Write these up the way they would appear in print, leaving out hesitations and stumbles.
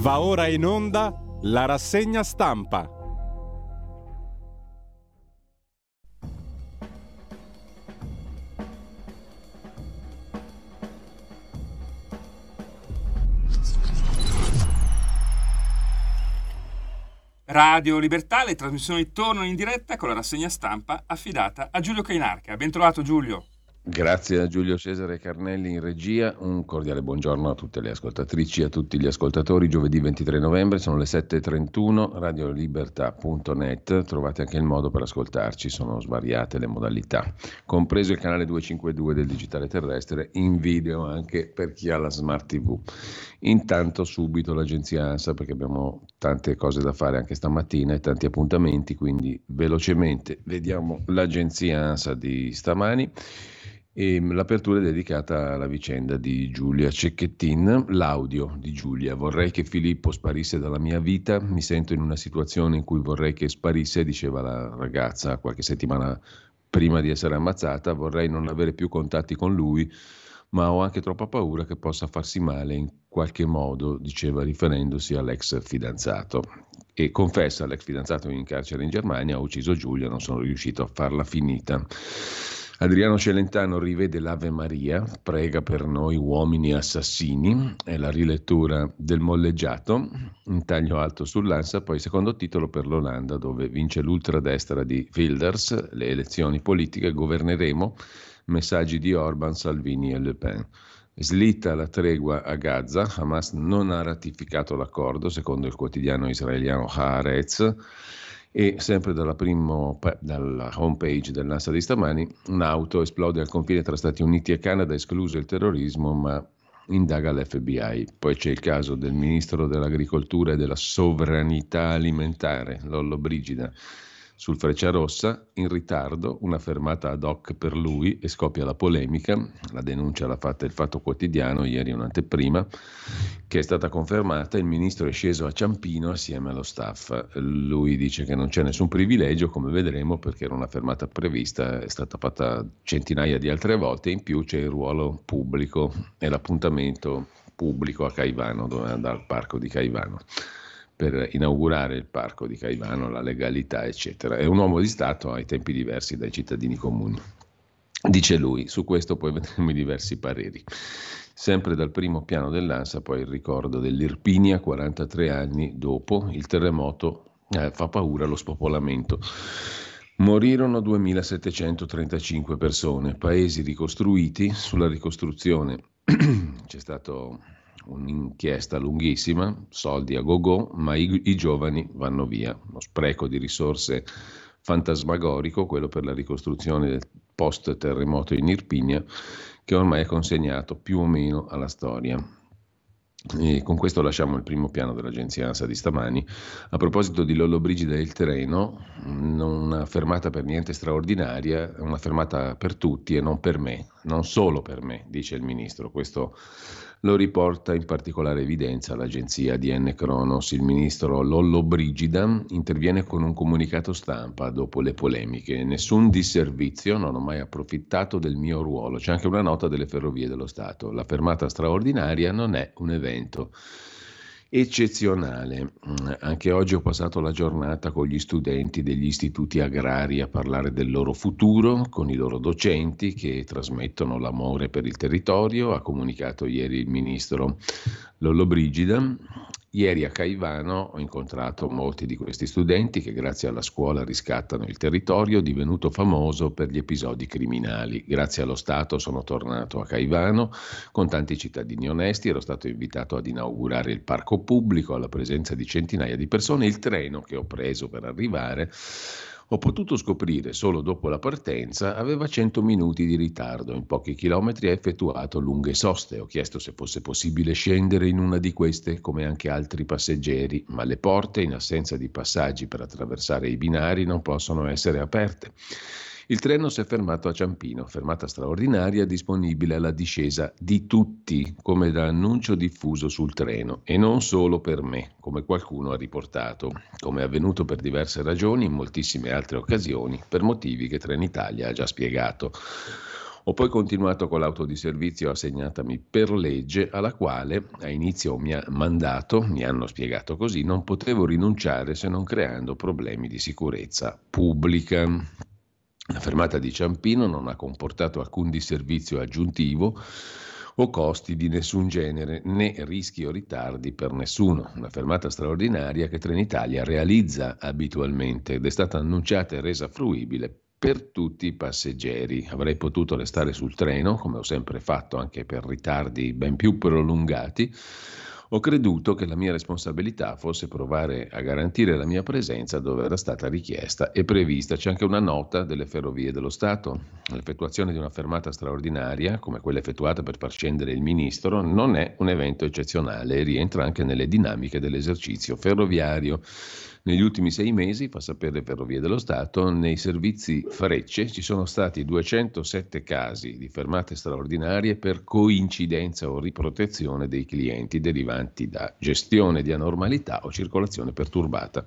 Va ora in onda la rassegna stampa. Radio Libertà, le trasmissioni tornano in diretta con la rassegna stampa affidata a Giulio Cainarca. Ben trovato Giulio. Grazie a Giulio Cesare Carnelli in regia, un cordiale buongiorno a tutte le ascoltatrici e a tutti gli ascoltatori. Giovedì 23 novembre, sono le 7.31, radiolibertà.net, trovate anche il modo per ascoltarci, sono svariate le modalità, compreso il canale 252 del digitale terrestre, in video anche per chi ha la Smart TV. Intanto subito l'agenzia ANSA, perché abbiamo tante cose da fare anche stamattina e tanti appuntamenti, quindi velocemente vediamo l'agenzia ANSA di stamani. E l'apertura è dedicata alla vicenda di Giulia Cecchettin, l'audio di Giulia. Vorrei che Filippo sparisse dalla mia vita, mi sento in una situazione in cui vorrei che sparisse, diceva la ragazza qualche settimana prima di essere ammazzata, vorrei non avere più contatti con lui, ma ho anche troppa paura che possa farsi male in qualche modo, diceva riferendosi all'ex fidanzato. E confessa, l'ex fidanzato in carcere in Germania, ho ucciso Giulia, non sono riuscito a farla finita. Adriano Celentano rivede l'Ave Maria, prega per noi uomini assassini, è la rilettura del Molleggiato, in taglio alto sull'Ansa, poi secondo titolo per l'Olanda dove vince l'ultradestra di Wilders, le elezioni politiche, governeremo, messaggi di Orban, Salvini e Le Pen. Slitta la tregua a Gaza, Hamas non ha ratificato l'accordo, secondo il quotidiano israeliano Haaretz. E sempre dalla homepage dell'ANSA di stamani, un'auto esplode al confine tra Stati Uniti e Canada, escluso il terrorismo, ma indaga l'FBI. Poi c'è il caso del ministro dell'Agricoltura e della Sovranità Alimentare, Lollobrigida, sul Frecciarossa, in ritardo, una fermata ad hoc per lui e scoppia la polemica. La denuncia l'ha fatta il Fatto Quotidiano, ieri un'anteprima, che è stata confermata. Il ministro è sceso a Ciampino assieme allo staff. Lui dice che non c'è nessun privilegio, come vedremo, perché era una fermata prevista, è stata fatta centinaia di altre volte, in più c'è il ruolo pubblico e l'appuntamento pubblico a Caivano, dove andare al parco di Caivano, per inaugurare il parco di Caivano, la legalità, eccetera. È un uomo di Stato ai tempi diversi dai cittadini comuni, dice lui. Su questo poi vedremo i diversi pareri. Sempre dal primo piano dell'ANSA, poi il ricordo dell'Irpinia, 43 anni dopo il terremoto, fa paura lo spopolamento. Morirono 2.735 persone, paesi ricostruiti. Sulla ricostruzione c'è stato un'inchiesta lunghissima, soldi a go-go, ma i giovani vanno via. Uno spreco di risorse fantasmagorico, quello per la ricostruzione del post-terremoto in Irpinia, che ormai è consegnato più o meno alla storia. E con questo lasciamo il primo piano dell'agenzia ANSA di stamani. A proposito di Lollobrigida e il treno, una fermata per niente straordinaria, una fermata per tutti e non per me, non solo per me, dice il ministro. Questo lo riporta in particolare evidenza l'agenzia ADN Cronos. Il ministro Lollobrigida interviene con un comunicato stampa dopo le polemiche. Nessun disservizio, non ho mai approfittato del mio ruolo. C'è anche una nota delle Ferrovie dello Stato. La fermata straordinaria non è un evento eccezionale. Anche oggi ho passato la giornata con gli studenti degli istituti agrari a parlare del loro futuro, con i loro docenti che trasmettono l'amore per il territorio, ha comunicato ieri il ministro Lollobrigida. Ieri a Caivano ho incontrato molti di questi studenti che grazie alla scuola riscattano il territorio divenuto famoso per gli episodi criminali. Grazie allo Stato sono tornato a Caivano con tanti cittadini onesti, ero stato invitato ad inaugurare il parco pubblico alla presenza di centinaia di persone. Il treno che ho preso per arrivare, ho potuto scoprire solo dopo la partenza, aveva 100 minuti di ritardo. In pochi chilometri ha effettuato lunghe soste. Ho chiesto se fosse possibile scendere in una di queste, come anche altri passeggeri, ma le porte, in assenza di passaggi per attraversare i binari, non possono essere aperte. Il treno si è fermato a Ciampino, fermata straordinaria disponibile alla discesa di tutti, come da annuncio diffuso sul treno, e non solo per me, come qualcuno ha riportato, come è avvenuto per diverse ragioni in moltissime altre occasioni, per motivi che Trenitalia ha già spiegato. Ho poi continuato con l'auto di servizio assegnatami per legge, alla quale a inizio mio mandato, mi hanno spiegato così, non potevo rinunciare se non creando problemi di sicurezza pubblica. La fermata di Ciampino non ha comportato alcun disservizio aggiuntivo o costi di nessun genere, né rischi o ritardi per nessuno. Una fermata straordinaria che Trenitalia realizza abitualmente ed è stata annunciata e resa fruibile per tutti i passeggeri. Avrei potuto restare sul treno, come ho sempre fatto anche per ritardi ben più prolungati. Ho creduto che la mia responsabilità fosse provare a garantire la mia presenza dove era stata richiesta e prevista. C'è anche una nota delle Ferrovie dello Stato. L'effettuazione di una fermata straordinaria, come quella effettuata per far scendere il ministro, non è un evento eccezionale e rientra anche nelle dinamiche dell'esercizio ferroviario. Negli ultimi 6 mesi, fa sapere Ferrovie dello Stato, nei servizi Frecce ci sono stati 207 casi di fermate straordinarie per coincidenza o riprotezione dei clienti derivanti da gestione di anormalità o circolazione perturbata.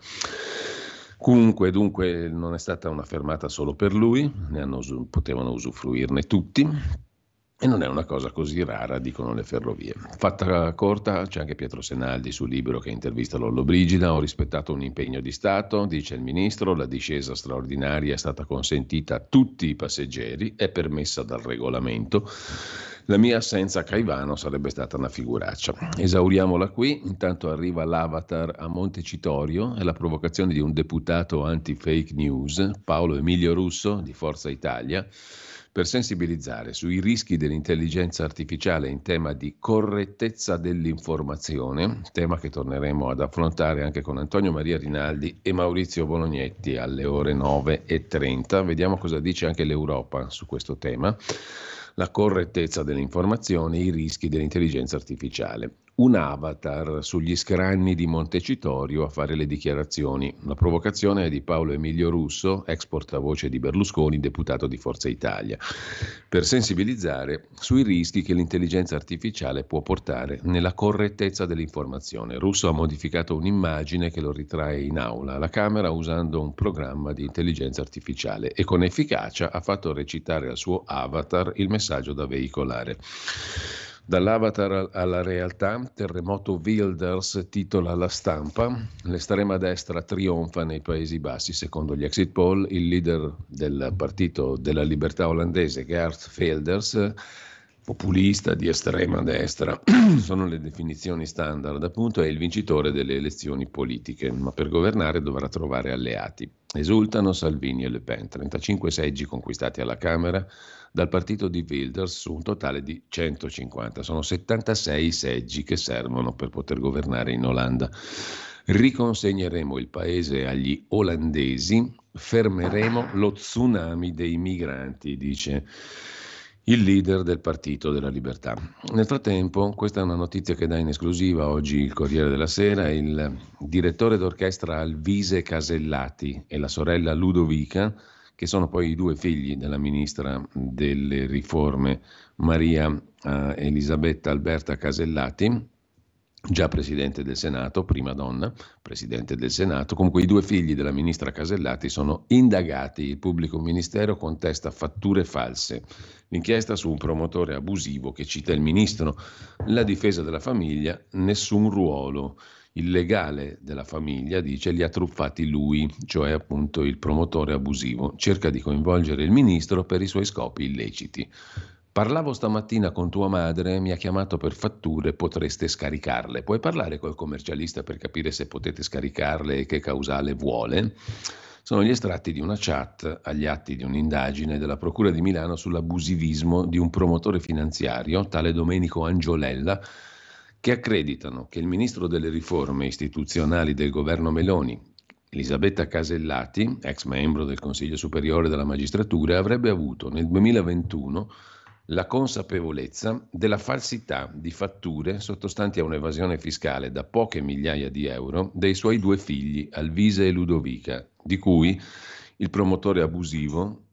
Comunque, dunque, non è stata una fermata solo per lui, potevano usufruirne tutti. E non è una cosa così rara, dicono le ferrovie. Fatta corta, c'è anche Pietro Senaldi sul Libero che intervista Lollobrigida. Ho rispettato un impegno di Stato, dice il ministro, la discesa straordinaria è stata consentita a tutti i passeggeri, è permessa dal regolamento. La mia assenza a Caivano sarebbe stata una figuraccia. Esauriamola qui, intanto arriva l'avatar a Montecitorio e la provocazione di un deputato anti-fake news, Paolo Emilio Russo di Forza Italia, per sensibilizzare sui rischi dell'intelligenza artificiale in tema di correttezza dell'informazione, tema che torneremo ad affrontare anche con Antonio Maria Rinaldi e Maurizio Bolognetti alle ore 9:30. Vediamo cosa dice anche l'Europa su questo tema. La correttezza dell'informazione, i rischi dell'intelligenza artificiale. Un avatar sugli scranni di Montecitorio a fare le dichiarazioni. La provocazione è di Paolo Emilio Russo, ex portavoce di Berlusconi, deputato di Forza Italia, per sensibilizzare sui rischi che l'intelligenza artificiale può portare nella correttezza dell'informazione. Russo ha modificato un'immagine che lo ritrae in aula alla Camera usando un programma di intelligenza artificiale e con efficacia ha fatto recitare al suo avatar il messaggio da veicolare. Dall'avatar alla realtà, terremoto Wilders, titola La Stampa. L'estrema destra trionfa nei Paesi Bassi, secondo gli exit poll. Il leader del Partito della Libertà olandese, Geert Wilders, populista di estrema destra, sono le definizioni standard, appunto, è il vincitore delle elezioni politiche, ma per governare dovrà trovare alleati. Esultano Salvini e Le Pen, 35 seggi conquistati alla Camera dal partito di Wilders su un totale di 150. Sono 76 seggi che servono per poter governare in Olanda. Riconsegneremo il paese agli olandesi, fermeremo lo tsunami dei migranti, dice il leader del Partito della Libertà. Nel frattempo, questa è una notizia che dà in esclusiva oggi il Corriere della Sera, il direttore d'orchestra Alvise Casellati e la sorella Ludovica, che sono poi i due figli della ministra delle riforme Maria Elisabetta Alberta Casellati, già presidente del Senato, prima donna, presidente del Senato. Comunque i due figli della ministra Casellati sono indagati. Il pubblico ministero contesta fatture false. L'inchiesta su un promotore abusivo che cita il ministro. La difesa della famiglia, nessun ruolo. Il legale della famiglia dice li ha truffati lui, cioè appunto il promotore abusivo. Cerca di coinvolgere il ministro per i suoi scopi illeciti. Parlavo stamattina con tua madre, mi ha chiamato per fatture, potreste scaricarle. Puoi parlare col commercialista per capire se potete scaricarle e che causale vuole? Sono gli estratti di una chat agli atti di un'indagine della Procura di Milano sull'abusivismo di un promotore finanziario, tale Domenico Angiolella, che accreditano che il ministro delle riforme istituzionali del governo Meloni, Elisabetta Casellati, ex membro del Consiglio Superiore della Magistratura, avrebbe avuto nel 2021 la consapevolezza della falsità di fatture sottostanti a un'evasione fiscale da poche migliaia di euro dei suoi due figli, Alvise e Ludovica, di cui il promotore abusivo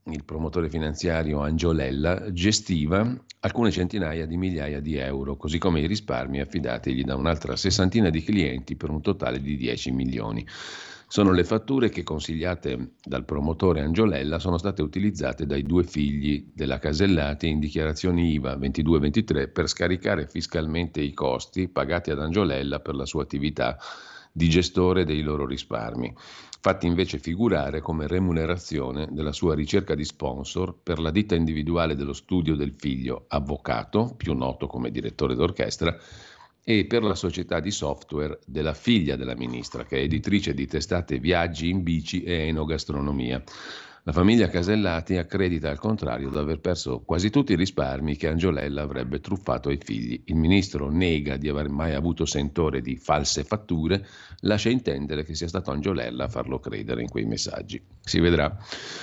il promotore finanziario Angiolella, gestiva alcune centinaia di migliaia di euro, così come i risparmi affidatigli da un'altra sessantina di clienti per un totale di 10 milioni. Sono le fatture che, consigliate dal promotore Angiolella, sono state utilizzate dai due figli della Casellati in dichiarazioni IVA 22-23 per scaricare fiscalmente i costi pagati ad Angiolella per la sua attività di gestore dei loro risparmi, fatti invece figurare come remunerazione della sua ricerca di sponsor per la ditta individuale dello studio del figlio, avvocato, più noto come direttore d'orchestra, e per la società di software della figlia della ministra, che è editrice di testate Viaggi in bici e enogastronomia. La famiglia Casellati accredita al contrario di aver perso quasi tutti i risparmi che Angiolella avrebbe truffato ai figli. Il ministro nega di aver mai avuto sentore di false fatture, lascia intendere che sia stato Angiolella a farlo credere in quei messaggi. Si vedrà.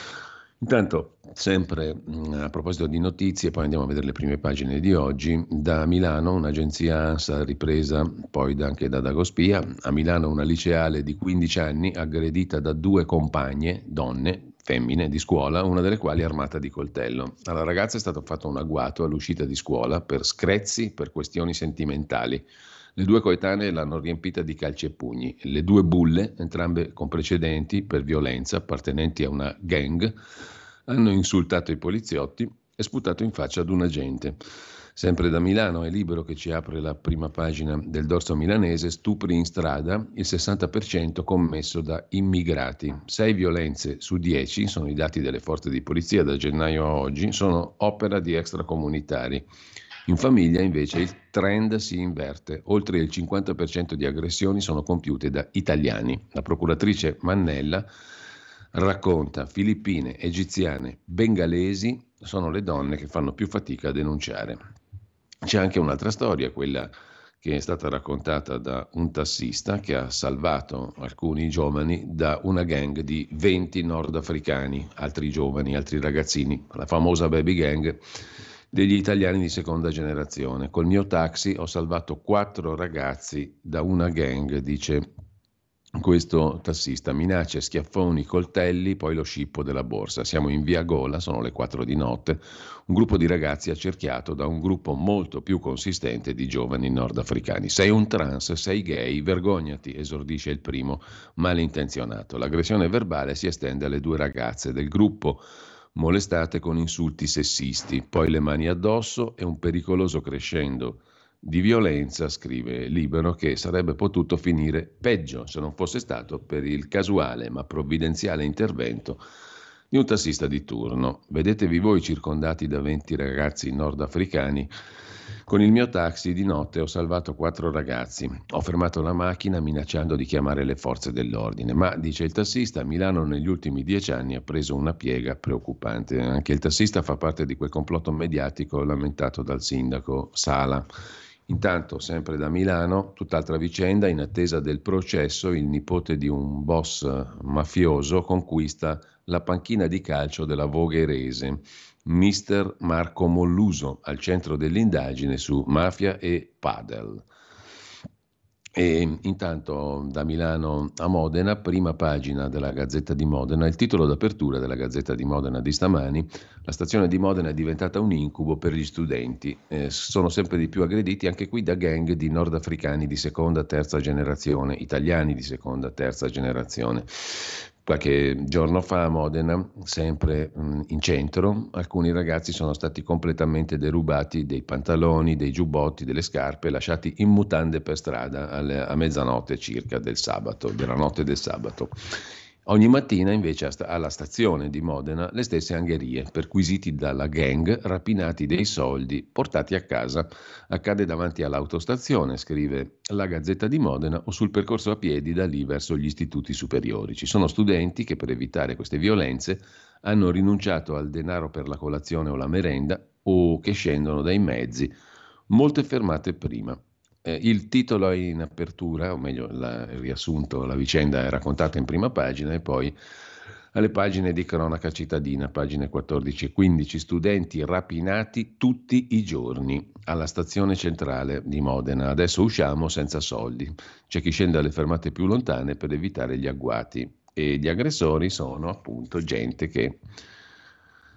Intanto, sempre a proposito di notizie, poi andiamo a vedere le prime pagine di oggi. Da Milano un'agenzia ANSA ripresa poi anche da Dagospia. A Milano una liceale di 15 anni aggredita da due compagne, donne, femmine di scuola, una delle quali armata di coltello. Alla ragazza è stato fatto un agguato all'uscita di scuola per screzi per questioni sentimentali. Le due coetanee l'hanno riempita di calci e pugni. Le due bulle, entrambe con precedenti per violenza, appartenenti a una gang, hanno insultato i poliziotti e sputato in faccia ad un agente. Sempre da Milano è Libero che ci apre la prima pagina del dorso milanese. Stupri in strada, il 60% commesso da immigrati. 6 violenze su 10, sono i dati delle forze di polizia da gennaio a oggi, sono opera di extracomunitari. In famiglia invece il trend si inverte, oltre il 50% di aggressioni sono compiute da italiani. La procuratrice Mannella racconta: filippine, egiziane, bengalesi sono le donne che fanno più fatica a denunciare. C'è anche un'altra storia, quella che è stata raccontata da un tassista che ha salvato alcuni giovani da una gang di 20 nordafricani, altri giovani, altri ragazzini, la famosa baby gang degli italiani di seconda generazione. Col mio taxi ho salvato 4 ragazzi da una gang, dice questo tassista. Minacce, schiaffoni, coltelli, poi lo scippo della borsa. Siamo in via Gola, sono le 4 di notte. Un gruppo di ragazzi accerchiato da un gruppo molto più consistente di giovani nordafricani. Sei un trans, sei gay, vergognati, esordisce il primo malintenzionato. L'aggressione verbale si estende alle 2 ragazze del gruppo, molestate con insulti sessisti, poi le mani addosso e un pericoloso crescendo di violenza, scrive Libero, che sarebbe potuto finire peggio se non fosse stato per il casuale ma provvidenziale intervento di un tassista di turno. Vedetevi voi circondati da 20 ragazzi nordafricani. Con il mio taxi di notte ho salvato 4 ragazzi. Ho fermato la macchina minacciando di chiamare le forze dell'ordine. Ma, dice il tassista, Milano negli ultimi 10 anni ha preso una piega preoccupante. Anche il tassista fa parte di quel complotto mediatico lamentato dal sindaco Sala. Intanto, sempre da Milano, tutt'altra vicenda: in attesa del processo, il nipote di un boss mafioso conquista la panchina di calcio della Vogherese. Mister Marco Molluso, al centro dell'indagine su mafia e padel. E intanto da Milano a Modena, prima pagina della Gazzetta di Modena, il titolo d'apertura della Gazzetta di Modena di stamani: la stazione di Modena è diventata un incubo per gli studenti, sono sempre di più aggrediti anche qui da gang di nordafricani di seconda, terza generazione, italiani di seconda, terza generazione. Qualche giorno fa a Modena, sempre in centro, alcuni ragazzi sono stati completamente derubati dei pantaloni, dei giubbotti, delle scarpe, lasciati in mutande per strada a mezzanotte circa della notte del sabato. Ogni mattina invece alla stazione di Modena le stesse angherie, perquisiti dalla gang, rapinati dei soldi, portati a casa. Accade davanti all'autostazione, scrive la Gazzetta di Modena, o sul percorso a piedi da lì verso gli istituti superiori. Ci sono studenti che per evitare queste violenze hanno rinunciato al denaro per la colazione o la merenda, o che scendono dai mezzi. Molte fermate prima. Il titolo è in apertura, o meglio il riassunto, la vicenda è raccontata in prima pagina, e poi alle pagine di cronaca cittadina, pagine 14 e 15, studenti rapinati tutti i giorni alla stazione centrale di Modena. Adesso usciamo senza soldi. C'è chi scende alle fermate più lontane per evitare gli agguati, e gli aggressori sono appunto gente che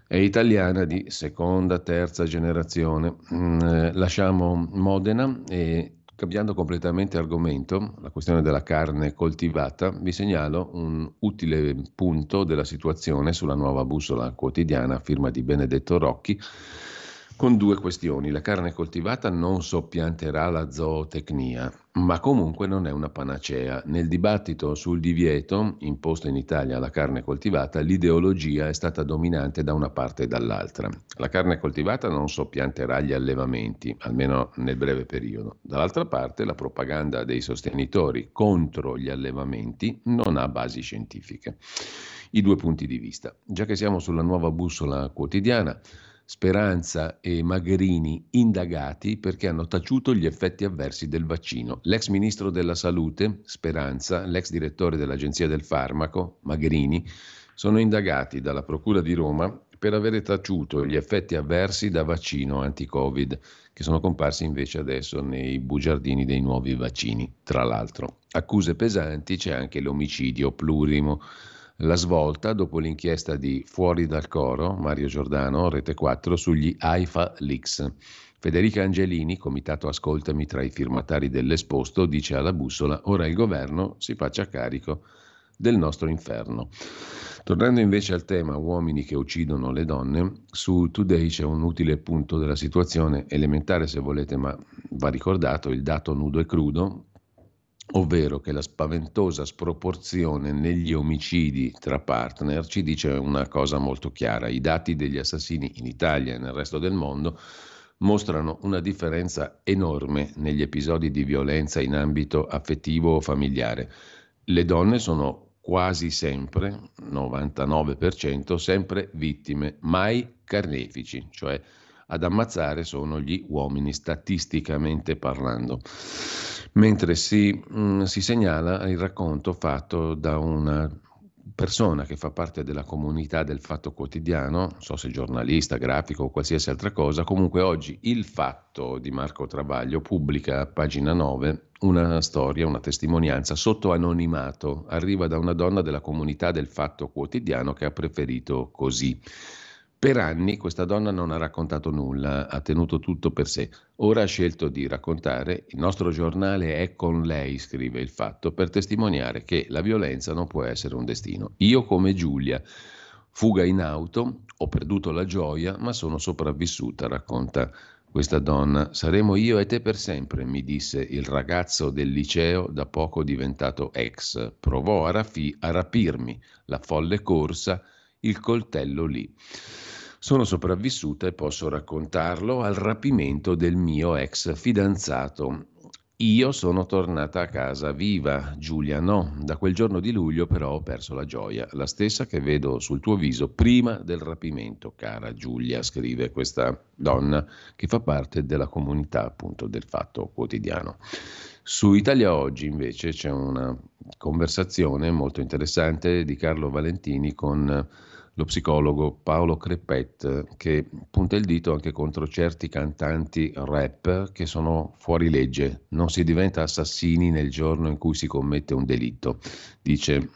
È italiana di seconda, terza generazione. Lasciamo Modena e cambiando completamente argomento, la questione della carne coltivata, vi segnalo un utile punto della situazione sulla Nuova Bussola Quotidiana, firma di Benedetto Rocchi, con due questioni. La carne coltivata non soppianterà la zootecnia, ma comunque non è una panacea. Nel dibattito sul divieto imposto in Italia alla carne coltivata, l'ideologia è stata dominante da una parte e dall'altra. La carne coltivata non soppianterà gli allevamenti, almeno nel breve periodo. Dall'altra parte, la propaganda dei sostenitori contro gli allevamenti non ha basi scientifiche. I due punti di vista. Già che siamo sulla Nuova Bussola Quotidiana, Speranza e Magherini indagati perché hanno taciuto gli effetti avversi del vaccino. L'ex ministro della Salute, Speranza, l'ex direttore dell'Agenzia del Farmaco, Magherini, sono indagati dalla Procura di Roma per avere taciuto gli effetti avversi da vaccino anti-Covid, che sono comparsi invece adesso nei bugiardini dei nuovi vaccini. Tra l'altro, accuse pesanti, c'è anche l'omicidio plurimo. La svolta dopo l'inchiesta di Fuori dal Coro, Mario Giordano, Rete 4, sugli AIFA Leaks. Federica Angelini, comitato Ascoltami tra i firmatari dell'esposto, dice alla Bussola: ora il governo si faccia carico del nostro inferno. Tornando invece al tema uomini che uccidono le donne, su Today c'è un utile punto della situazione, elementare se volete, ma va ricordato il dato nudo e crudo, ovvero che la spaventosa sproporzione negli omicidi tra partner ci dice una cosa molto chiara. I dati degli assassini in Italia e nel resto del mondo mostrano una differenza enorme negli episodi di violenza in ambito affettivo o familiare. Le donne sono quasi sempre, 99%, sempre vittime, mai carnefici, cioè ad ammazzare sono gli uomini statisticamente parlando. Mentre si segnala il racconto fatto da una persona che fa parte della comunità del Fatto Quotidiano, non so se giornalista, grafico o qualsiasi altra cosa, comunque oggi Il Fatto di Marco Travaglio pubblica a pagina 9 una storia, una testimonianza sotto anonimato, arriva da una donna della comunità del Fatto Quotidiano che ha preferito così. Per anni questa donna non ha raccontato nulla, ha tenuto tutto per sé. Ora ha scelto di raccontare. Il nostro giornale è con lei, scrive Il Fatto, per testimoniare che la violenza non può essere un destino. Io come Giulia, fuga in auto, ho perduto la gioia, ma sono sopravvissuta, racconta questa donna. Saremo io e te per sempre, mi disse il ragazzo del liceo da poco diventato ex. Provò a rapirmi, la folle corsa, il coltello lì. Sono sopravvissuta e posso raccontarlo al rapimento del mio ex fidanzato. Io sono tornata a casa viva, Giulia no. Da quel giorno di luglio però ho perso la gioia, la stessa che vedo sul tuo viso prima del rapimento, cara Giulia, scrive questa donna che fa parte della comunità appunto del Fatto Quotidiano. Su Italia Oggi invece c'è una conversazione molto interessante di Carlo Valentini con lo psicologo Paolo Crepet, che punta il dito anche contro certi cantanti rap che sono fuori legge. Non si diventa assassini nel giorno in cui si commette un delitto, dice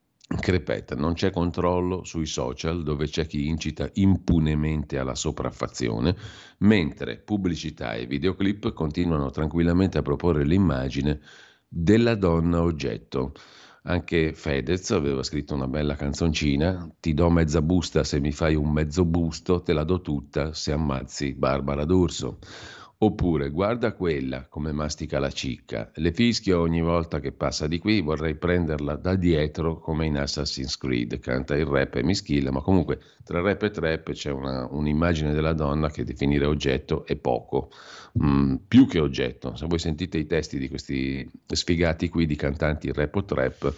Crepet. Non c'è controllo sui social dove c'è chi incita impunemente alla sopraffazione, mentre pubblicità e videoclip continuano tranquillamente a proporre l'immagine della donna oggetto. Anche Fedez aveva scritto una bella canzoncina: ti do mezza busta se mi fai un mezzo busto, te la do tutta se ammazzi Barbara D'Urso. Oppure guarda quella come mastica la cicca, le fischio ogni volta che passa di qui, vorrei prenderla da dietro come in Assassin's Creed. Canta il rap e mi schilla, ma comunque tra rap e trap c'è un'immagine della donna che definire oggetto è poco, più che oggetto. Se voi sentite i testi di questi sfigati qui di cantanti rap o trap,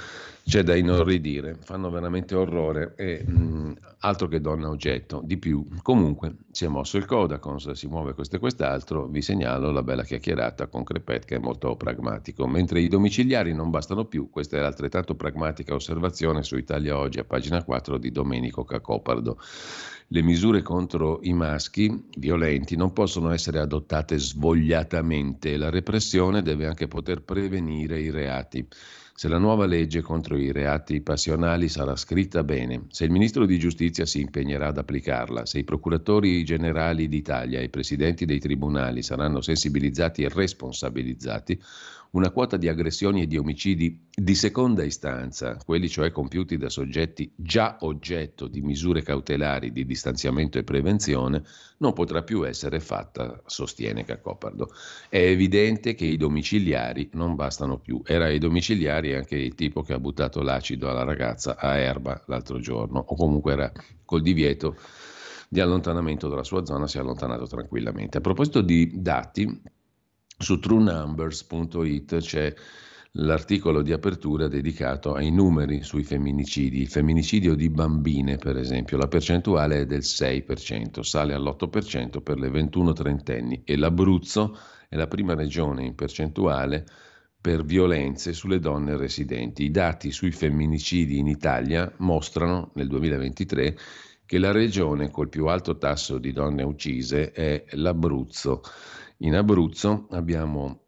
c'è da inorridire, fanno veramente orrore e altro che donna oggetto, di più. Comunque si è mosso il Codacons, si muove questo e quest'altro, vi segnalo la bella chiacchierata con Crepet che è molto pragmatico, mentre i domiciliari non bastano più. Questa è l'altrettanto pragmatica osservazione su Italia Oggi a pagina 4 di Domenico Cacopardo. Le misure contro i maschi violenti non possono essere adottate svogliatamente, la repressione deve anche poter prevenire i reati. Se la nuova legge contro i reati passionali sarà scritta bene, se il ministro di giustizia si impegnerà ad applicarla, se i procuratori generali d'Italia e i presidenti dei tribunali saranno sensibilizzati e responsabilizzati, una quota di aggressioni e di omicidi di seconda istanza, quelli cioè compiuti da soggetti già oggetto di misure cautelari di distanziamento e prevenzione, non potrà più essere fatta, sostiene Cacopardo. È evidente che i domiciliari non bastano più. Era ai domiciliari anche il tipo che ha buttato l'acido alla ragazza a Erba l'altro giorno, o comunque era col divieto di allontanamento dalla sua zona, si è allontanato tranquillamente. A proposito di dati, su truenumbers.it c'è l'articolo di apertura dedicato ai numeri sui femminicidi. Il femminicidio di bambine, per esempio, la percentuale è del 6%, sale all'8% per le 21-30enni e l'Abruzzo è la prima regione in percentuale per violenze sulle donne residenti. I dati sui femminicidi in Italia mostrano nel 2023 che la regione col più alto tasso di donne uccise è l'Abruzzo. In Abruzzo abbiamo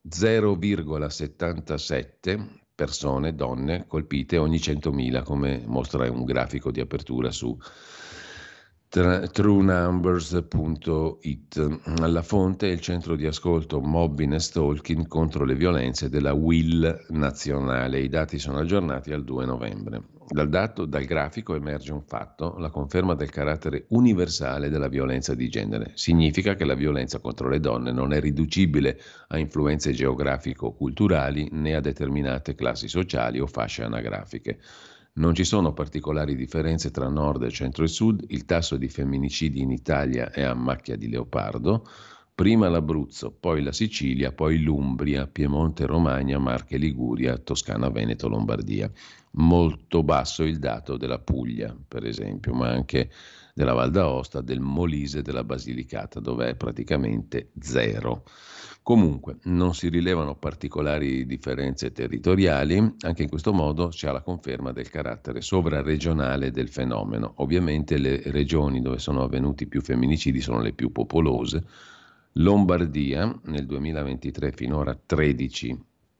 0,77 persone, donne, colpite ogni 100.000, come mostra un grafico di apertura su truenumbers.it. La fonte è il centro di ascolto Mobbing e Stalking contro le violenze della UIL nazionale. I dati sono aggiornati al 2 novembre. Dal grafico emerge un fatto, la conferma del carattere universale della violenza di genere. Significa che la violenza contro le donne non è riducibile a influenze geografico-culturali né a determinate classi sociali o fasce anagrafiche. Non ci sono particolari differenze tra nord, centro e sud, il tasso di femminicidi in Italia è a macchia di leopardo, prima l'Abruzzo, poi la Sicilia, poi l'Umbria, Piemonte, Romagna, Marche, Liguria, Toscana, Veneto, Lombardia. Molto basso il dato della Puglia, per esempio, ma anche della Val d'Aosta, del Molise, della Basilicata, dove è praticamente zero. Comunque non si rilevano particolari differenze territoriali, anche in questo modo c'è la conferma del carattere sovraregionale del fenomeno. Ovviamente le regioni dove sono avvenuti più femminicidi sono le più popolose. Lombardia nel 2023 finora 13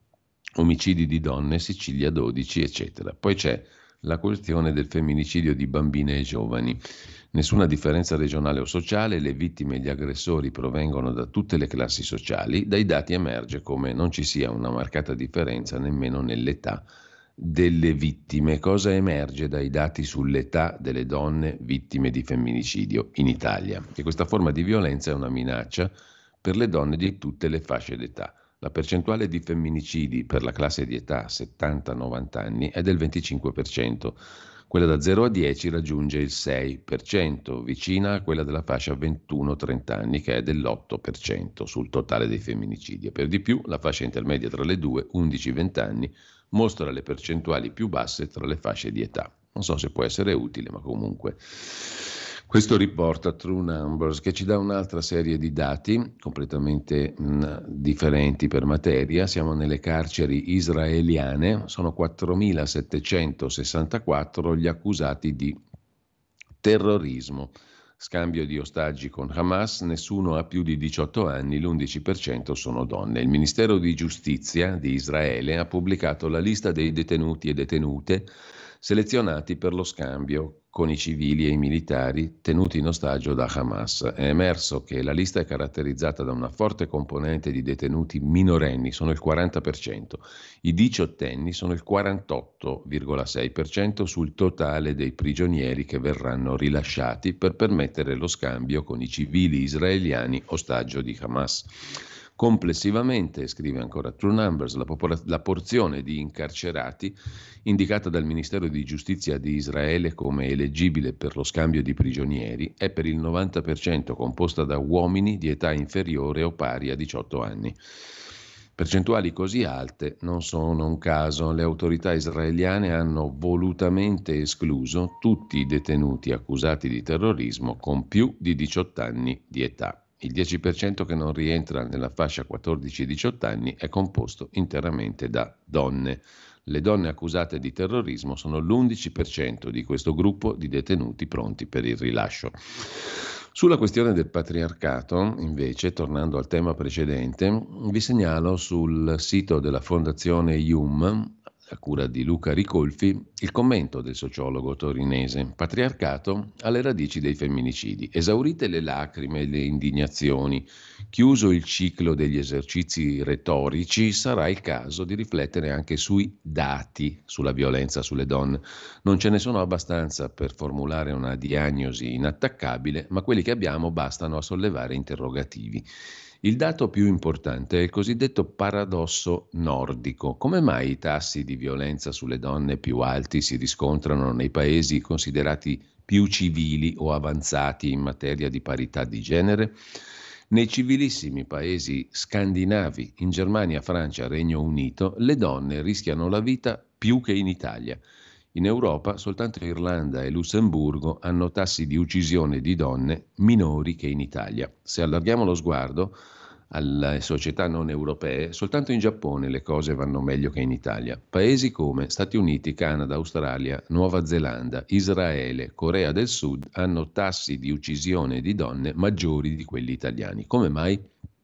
omicidi di donne, Sicilia 12, eccetera. Poi c'è la questione del femminicidio di bambine e giovani. Nessuna differenza regionale o sociale, le vittime e gli aggressori provengono da tutte le classi sociali. Dai dati emerge come non ci sia una marcata differenza nemmeno nell'età delle vittime. Cosa emerge dai dati sull'età delle donne vittime di femminicidio in Italia? Che questa forma di violenza è una minaccia per le donne di tutte le fasce d'età. La percentuale di femminicidi per la classe di età 70-90 anni è del 25%. Quella da 0 a 10 raggiunge il 6%, vicina a quella della fascia 21-30 anni che è dell'8% sul totale dei femminicidi. E per di più la fascia intermedia tra le due, 11-20 anni, mostra le percentuali più basse tra le fasce di età. Non so se può essere utile, ma comunque questo riporta True Numbers, che ci dà un'altra serie di dati completamente differenti per materia. Siamo nelle carceri israeliane, sono 4.764 gli accusati di terrorismo. Scambio di ostaggi con Hamas, nessuno ha più di 18 anni, l'11% sono donne. Il Ministero di Giustizia di Israele ha pubblicato la lista dei detenuti e detenute selezionati per lo scambio con i civili e i militari tenuti in ostaggio da Hamas. È emerso che la lista è caratterizzata da una forte componente di detenuti minorenni, sono il 40%, i diciottenni sono il 48,6% sul totale dei prigionieri che verranno rilasciati per permettere lo scambio con i civili israeliani ostaggio di Hamas. Complessivamente, scrive ancora True Numbers, la porzione di incarcerati indicata dal Ministero di Giustizia di Israele come eleggibile per lo scambio di prigionieri è per il 90% composta da uomini di età inferiore o pari a 18 anni. Percentuali così alte non sono un caso. Le autorità israeliane hanno volutamente escluso tutti i detenuti accusati di terrorismo con più di 18 anni di età. Il 10% che non rientra nella fascia 14-18 anni è composto interamente da donne. Le donne accusate di terrorismo sono l'11% di questo gruppo di detenuti pronti per il rilascio. Sulla questione del patriarcato, invece, tornando al tema precedente, vi segnalo sul sito della Fondazione IUM, a cura di Luca Ricolfi, il commento del sociologo torinese. Patriarcato alle radici dei femminicidi. Esaurite le lacrime e le indignazioni, chiuso il ciclo degli esercizi retorici, sarà il caso di riflettere anche sui dati sulla violenza sulle donne. Non ce ne sono abbastanza per formulare una diagnosi inattaccabile, ma quelli che abbiamo bastano a sollevare interrogativi. Il dato più importante è il cosiddetto paradosso nordico. Come mai i tassi di violenza sulle donne più alti si riscontrano nei paesi considerati più civili o avanzati in materia di parità di genere? Nei civilissimi paesi scandinavi, in Germania, Francia, Regno Unito, le donne rischiano la vita più che in Italia. In Europa soltanto Irlanda e Lussemburgo hanno tassi di uccisione di donne minori che in Italia. Se allarghiamo lo sguardo alle società non europee, soltanto in Giappone le cose vanno meglio che in Italia. Paesi come Stati Uniti, Canada, Australia, Nuova Zelanda, Israele, Corea del Sud hanno tassi di uccisione di donne maggiori di quelli italiani. Come mai?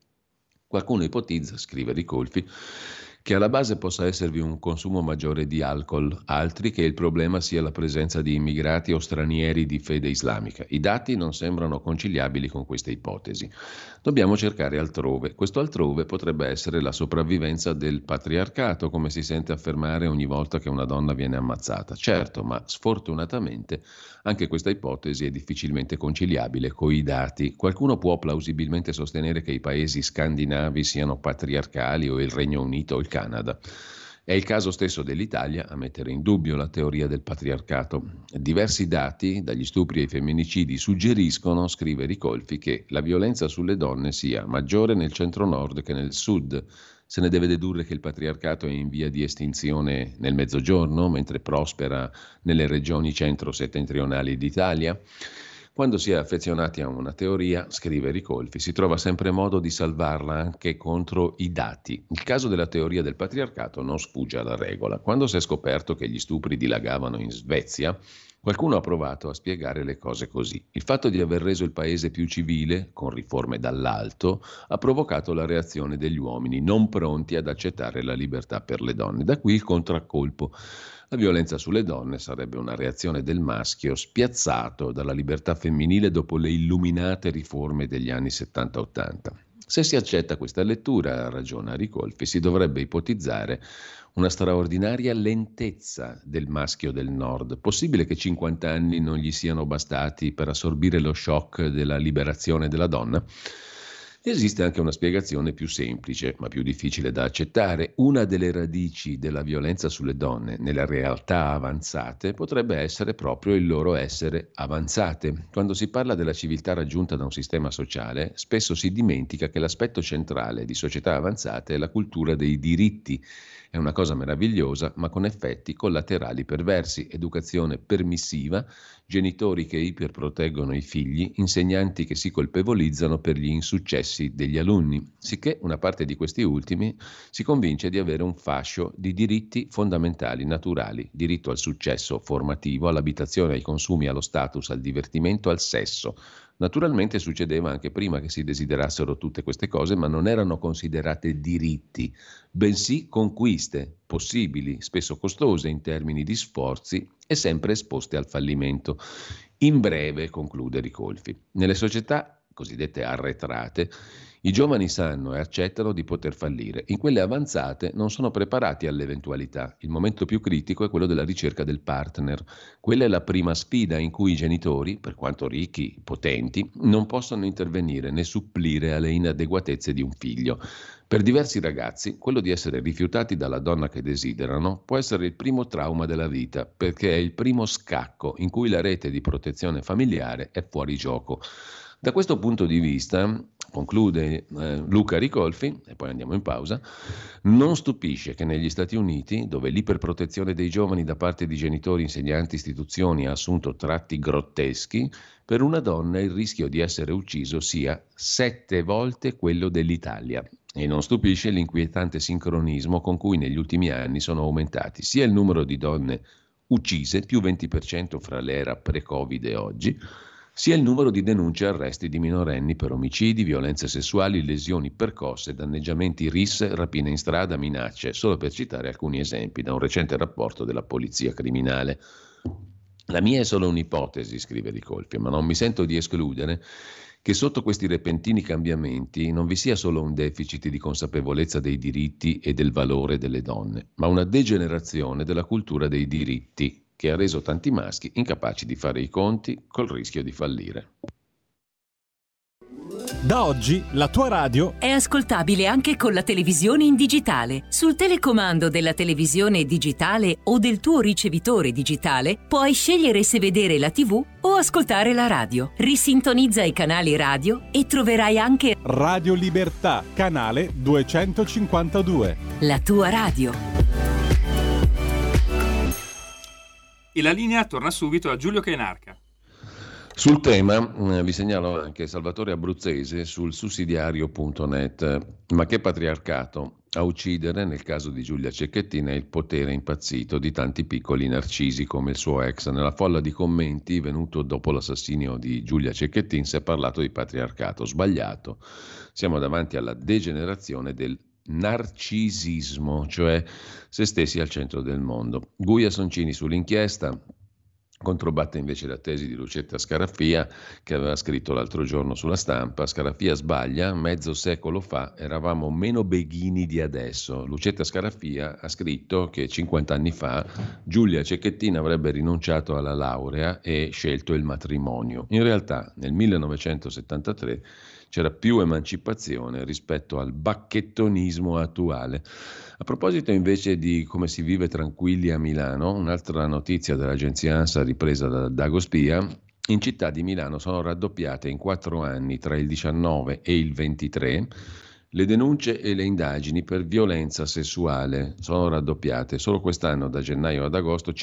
Qualcuno ipotizza, scrive Ricolfi, che alla base possa esservi un consumo maggiore di alcol, altri che il problema sia la presenza di immigrati o stranieri di fede islamica. I dati non sembrano conciliabili con queste ipotesi. Dobbiamo cercare altrove. Questo altrove potrebbe essere la sopravvivenza del patriarcato, come si sente affermare ogni volta che una donna viene ammazzata. Certo, ma sfortunatamente anche questa ipotesi è difficilmente conciliabile con i dati. Qualcuno può plausibilmente sostenere che i paesi scandinavi siano patriarcali o il Regno Unito o il Canada. È il caso stesso dell'Italia a mettere in dubbio la teoria del patriarcato. Diversi dati, dagli stupri ai femminicidi, suggeriscono, scrive Ricolfi, che la violenza sulle donne sia maggiore nel centro-nord che nel sud. Se ne deve dedurre che il patriarcato è in via di estinzione nel mezzogiorno, mentre prospera nelle regioni centro-settentrionali d'Italia. Quando si è affezionati a una teoria, scrive Ricolfi, si trova sempre modo di salvarla anche contro i dati. Il caso della teoria del patriarcato non sfugge alla regola. Quando si è scoperto che gli stupri dilagavano in Svezia, qualcuno ha provato a spiegare le cose così. Il fatto di aver reso il paese più civile, con riforme dall'alto, ha provocato la reazione degli uomini non pronti ad accettare la libertà per le donne. Da qui il contraccolpo. La violenza sulle donne sarebbe una reazione del maschio spiazzato dalla libertà femminile dopo le illuminate riforme degli anni 70-80. Se si accetta questa lettura, ragiona Ricolfi, si dovrebbe ipotizzare una straordinaria lentezza del maschio del Nord. Possibile che 50 anni non gli siano bastati per assorbire lo shock della liberazione della donna? Esiste anche una spiegazione più semplice, ma più difficile da accettare. Una delle radici della violenza sulle donne nelle realtà avanzate potrebbe essere proprio il loro essere avanzate. Quando si parla della civiltà raggiunta da un sistema sociale, spesso si dimentica che l'aspetto centrale di società avanzate è la cultura dei diritti. È una cosa meravigliosa, ma con effetti collaterali perversi, educazione permissiva, genitori che iperproteggono i figli, insegnanti che si colpevolizzano per gli insuccessi degli alunni, sicché una parte di questi ultimi si convince di avere un fascio di diritti fondamentali, naturali, diritto al successo formativo, all'abitazione, ai consumi, allo status, al divertimento, al sesso. Naturalmente succedeva anche prima che si desiderassero tutte queste cose, ma non erano considerate diritti, bensì conquiste possibili, spesso costose in termini di sforzi e sempre esposte al fallimento. In breve, conclude Ricolfi, nelle società cosiddette arretrate, i giovani sanno e accettano di poter fallire. In quelle avanzate non sono preparati all'eventualità. Il momento più critico è quello della ricerca del partner. Quella è la prima sfida in cui i genitori, per quanto ricchi, potenti, non possono intervenire né supplire alle inadeguatezze di un figlio. Per diversi ragazzi, quello di essere rifiutati dalla donna che desiderano può essere il primo trauma della vita, perché è il primo scacco in cui la rete di protezione familiare è fuori gioco. Da questo punto di vista, conclude Luca Ricolfi, e poi andiamo in pausa, non stupisce che negli Stati Uniti, dove l'iperprotezione dei giovani da parte di genitori, insegnanti, istituzioni ha assunto tratti grotteschi, per una donna il rischio di essere ucciso sia 7 volte quello dell'Italia. E non stupisce l'inquietante sincronismo con cui negli ultimi anni sono aumentati sia il numero di donne uccise, più 20% fra l'era pre-Covid e oggi, sia il numero di denunce e arresti di minorenni per omicidi, violenze sessuali, lesioni percosse, danneggiamenti RIS, rapine in strada, minacce, solo per citare alcuni esempi da un recente rapporto della Polizia Criminale. La mia è solo un'ipotesi, scrive Ricolfi, ma non mi sento di escludere che sotto questi repentini cambiamenti non vi sia solo un deficit di consapevolezza dei diritti e del valore delle donne, ma una degenerazione della cultura dei diritti che ha reso tanti maschi incapaci di fare i conti col rischio di fallire. Da oggi la tua radio è ascoltabile anche con la televisione in digitale. Sul telecomando della televisione digitale o del tuo ricevitore digitale puoi scegliere se vedere la TV o ascoltare la radio. Risintonizza i canali radio e troverai anche Radio Libertà, canale 252. La tua radio. E la linea torna subito a Giulio Cainarca. Sul tema vi segnalo anche Salvatore Abruzzese sul sussidiario.net. Ma che patriarcato? A uccidere, nel caso di Giulia Cecchettin, è il potere impazzito di tanti piccoli narcisi come il suo ex. Nella folla di commenti venuto dopo l'assassinio di Giulia Cecchettin si è parlato di patriarcato. Sbagliato. Siamo davanti alla degenerazione del narcisismo, cioè se stessi al centro del mondo. Guia Soncini sull'inchiesta controbatte invece la tesi di Lucetta Scarafia, che aveva scritto l'altro giorno sulla Stampa: Scarafia sbaglia, mezzo secolo fa eravamo meno beghini di adesso. Lucetta Scarafia ha scritto che 50 anni fa Giulia Cecchettin avrebbe rinunciato alla laurea e scelto il matrimonio. In realtà nel 1973 c'era più emancipazione rispetto al bacchettonismo attuale. A proposito invece di come si vive tranquilli a Milano, un'altra notizia dell'agenzia ANSA ripresa da Dagospia: in città di Milano sono raddoppiate in 4 anni, tra il 19 e il 23, le denunce e le indagini per violenza sessuale. Sono raddoppiate. Solo quest'anno, da gennaio ad agosto,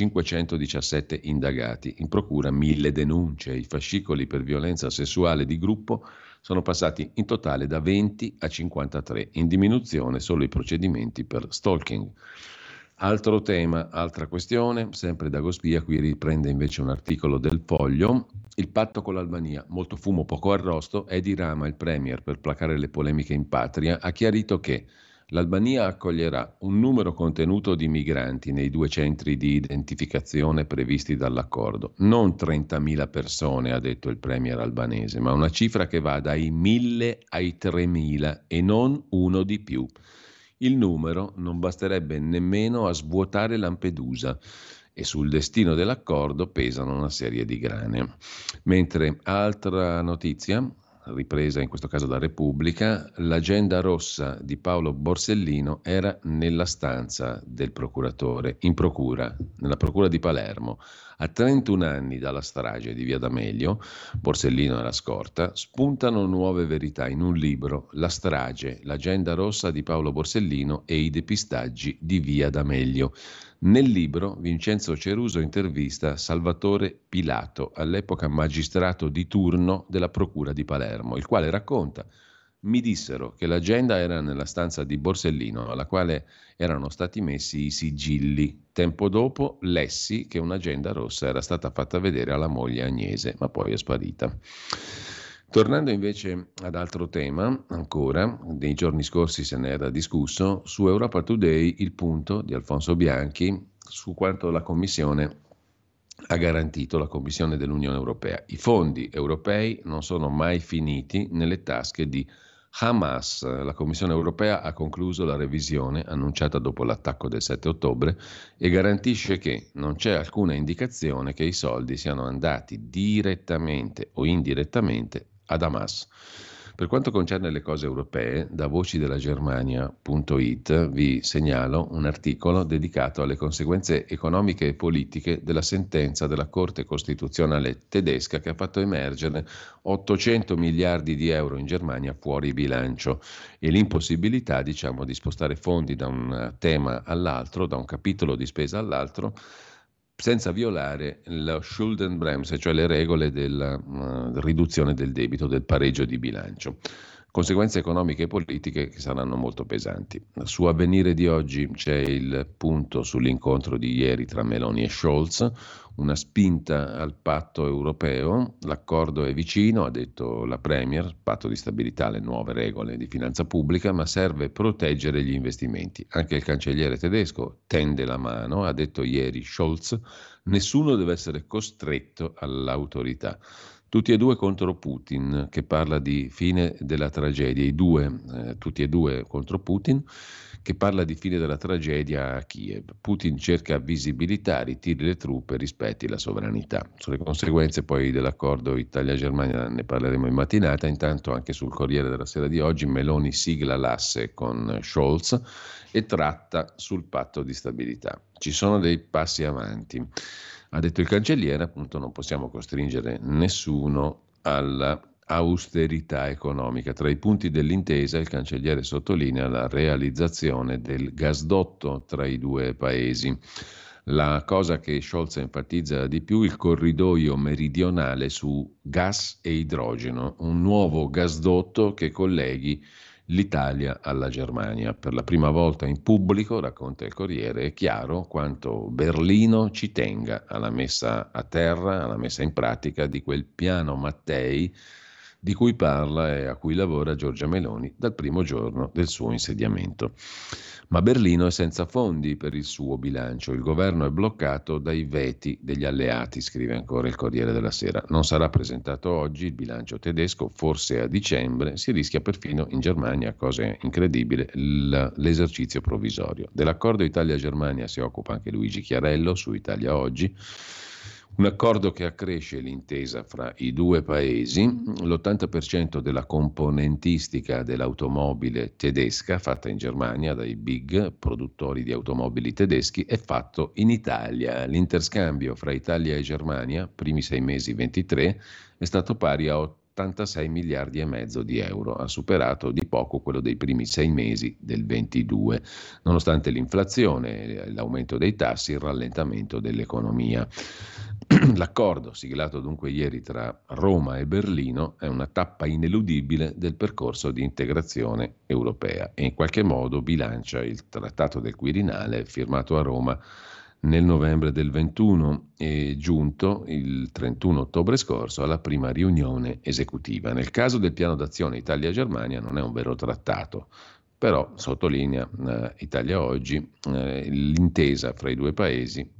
517 indagati. In procura 1000 denunce. I fascicoli per violenza sessuale di gruppo sono passati in totale da 20 a 53, in diminuzione solo i procedimenti per stalking. Altro tema, altra questione, sempre Dagospia, qui riprende invece un articolo del Foglio. Il patto con l'Albania, molto fumo, poco arrosto. Edi Rama, il premier, per placare le polemiche in patria, ha chiarito che l'Albania accoglierà un numero contenuto di migranti nei 2 centri di identificazione previsti dall'accordo. Non 30.000 persone, ha detto il premier albanese, ma una cifra che va dai 1.000 ai 3.000 e non uno di più. Il numero non basterebbe nemmeno a svuotare Lampedusa e sul destino dell'accordo pesano una serie di grane. Mentre altra notizia, ripresa in questo caso da Repubblica, l'agenda rossa di Paolo Borsellino era nella stanza del procuratore, in procura, nella procura di Palermo. A 31 anni dalla strage di Via D'Amelio, Borsellino era scorta, spuntano nuove verità in un libro, La strage, l'agenda rossa di Paolo Borsellino e i depistaggi di Via D'Amelio. Nel libro Vincenzo Ceruso intervista Salvatore Pilato, all'epoca magistrato di turno della procura di Palermo, il quale racconta: mi dissero che l'agenda era nella stanza di Borsellino, alla quale erano stati messi i sigilli. Tempo dopo lessi che un'agenda rossa era stata fatta vedere alla moglie Agnese, ma poi è sparita. Tornando invece ad altro tema, ancora, nei giorni scorsi se ne era discusso, su Europa Today il punto di Alfonso Bianchi su quanto la Commissione ha garantito, la Commissione dell'Unione Europea. I fondi europei non sono mai finiti nelle tasche di Hamas. La Commissione Europea ha concluso la revisione annunciata dopo l'attacco del 7 ottobre e garantisce che non c'è alcuna indicazione che i soldi siano andati direttamente o indirettamente ad Hamas. Per quanto concerne le cose europee, da voci della Germania.it vi segnalo un articolo dedicato alle conseguenze economiche e politiche della sentenza della Corte Costituzionale tedesca che ha fatto emergere 800 miliardi di euro in Germania fuori bilancio e l'impossibilità, di spostare fondi da un tema all'altro, da un capitolo di spesa all'altro, senza violare la Schuldenbremse, cioè le regole della riduzione del debito, del pareggio di bilancio. conseguenze economiche e politiche che saranno molto pesanti. Su Avvenire di oggi c'è il punto sull'incontro di ieri tra Meloni e Scholz, una spinta al patto europeo, l'accordo è vicino, ha detto la Premier, patto di stabilità, le nuove regole di finanza pubblica, ma serve proteggere gli investimenti. Anche il cancelliere tedesco tende la mano, ha detto ieri Scholz, nessuno deve essere costretto all'autorità. Tutti e due contro Putin, che parla di fine della tragedia, tutti e due contro Putin, che parla di fine della tragedia a Kiev. Putin cerca visibilità, ritiri le truppe, rispetti la sovranità. Sulle conseguenze poi dell'accordo Italia-Germania ne parleremo in mattinata, intanto anche sul Corriere della Sera di oggi Meloni sigla l'asse con Scholz e tratta sul patto di stabilità. Ci sono dei passi avanti. Ha detto il cancelliere, appunto non possiamo costringere nessuno alla austerità economica. Tra i punti dell'intesa il cancelliere sottolinea la realizzazione del gasdotto tra i due paesi. La cosa che Scholz enfatizza di più, il corridoio meridionale su gas e idrogeno, un nuovo gasdotto che colleghi l'Italia alla Germania. Per la prima volta in pubblico, racconta il Corriere, è chiaro quanto Berlino ci tenga alla messa a terra, alla messa in pratica di quel piano Mattei di cui parla e a cui lavora Giorgia Meloni dal primo giorno del suo insediamento. Ma Berlino è senza fondi per il suo bilancio. Il governo è bloccato dai veti degli alleati, scrive ancora il Corriere della Sera. Non sarà presentato oggi il bilancio tedesco, forse a dicembre. Si rischia perfino in Germania, cosa incredibile, l'esercizio provvisorio. Dell'accordo Italia-Germania si occupa anche Luigi Chiarello su Italia Oggi. Un accordo che accresce l'intesa fra i due paesi. L'80% della componentistica dell'automobile tedesca, fatta in Germania dai big produttori di automobili tedeschi, è fatto in Italia. L'interscambio fra Italia e Germania, primi 6 mesi 23, è stato pari a 86 miliardi e mezzo di euro, ha superato di poco quello dei primi 6 mesi del 22, nonostante l'inflazione, l'aumento dei tassi, il rallentamento dell'economia. L'accordo, siglato dunque ieri tra Roma e Berlino, è una tappa ineludibile del percorso di integrazione europea e in qualche modo bilancia il Trattato del Quirinale firmato a Roma nel novembre del 21 e giunto il 31 ottobre scorso alla prima riunione esecutiva. Nel caso del piano d'azione Italia-Germania non è un vero trattato, però sottolinea Italia Oggi, l'intesa fra i due paesi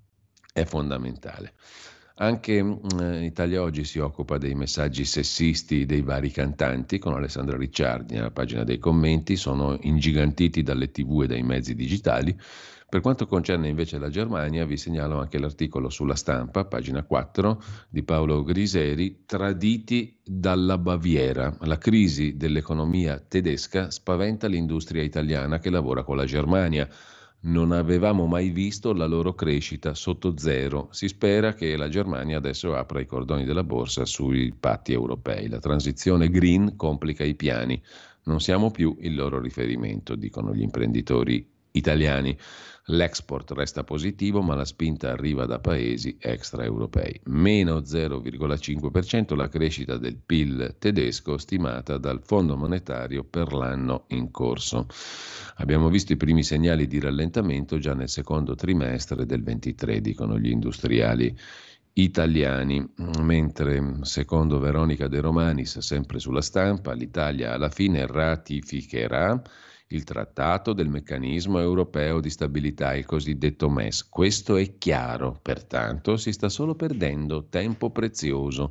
è fondamentale. Anche Italia Oggi si occupa dei messaggi sessisti dei vari cantanti con Alessandra Ricciardi nella pagina dei commenti, sono ingigantiti dalle TV e dai mezzi digitali. Per quanto concerne invece la Germania, vi segnalo anche l'articolo sulla Stampa, pagina 4, di Paolo Griseri, traditi dalla Baviera. La crisi dell'economia tedesca spaventa l'industria italiana che lavora con la Germania. Non avevamo mai visto la loro crescita sotto zero. Si spera che la Germania adesso apra i cordoni della borsa sui patti europei. La transizione green complica i piani. Non siamo più il loro riferimento, dicono gli imprenditori italiani. L'export resta positivo, ma la spinta arriva da paesi extraeuropei. Meno 0,5% la crescita del PIL tedesco stimata dal Fondo Monetario per l'anno in corso. Abbiamo visto i primi segnali di rallentamento già nel secondo trimestre del 23, dicono gli industriali italiani, mentre secondo Veronica De Romanis, sempre sulla Stampa, l'Italia alla fine ratificherà il trattato del meccanismo europeo di stabilità, il cosiddetto MES. Questo è chiaro, pertanto si sta solo perdendo tempo prezioso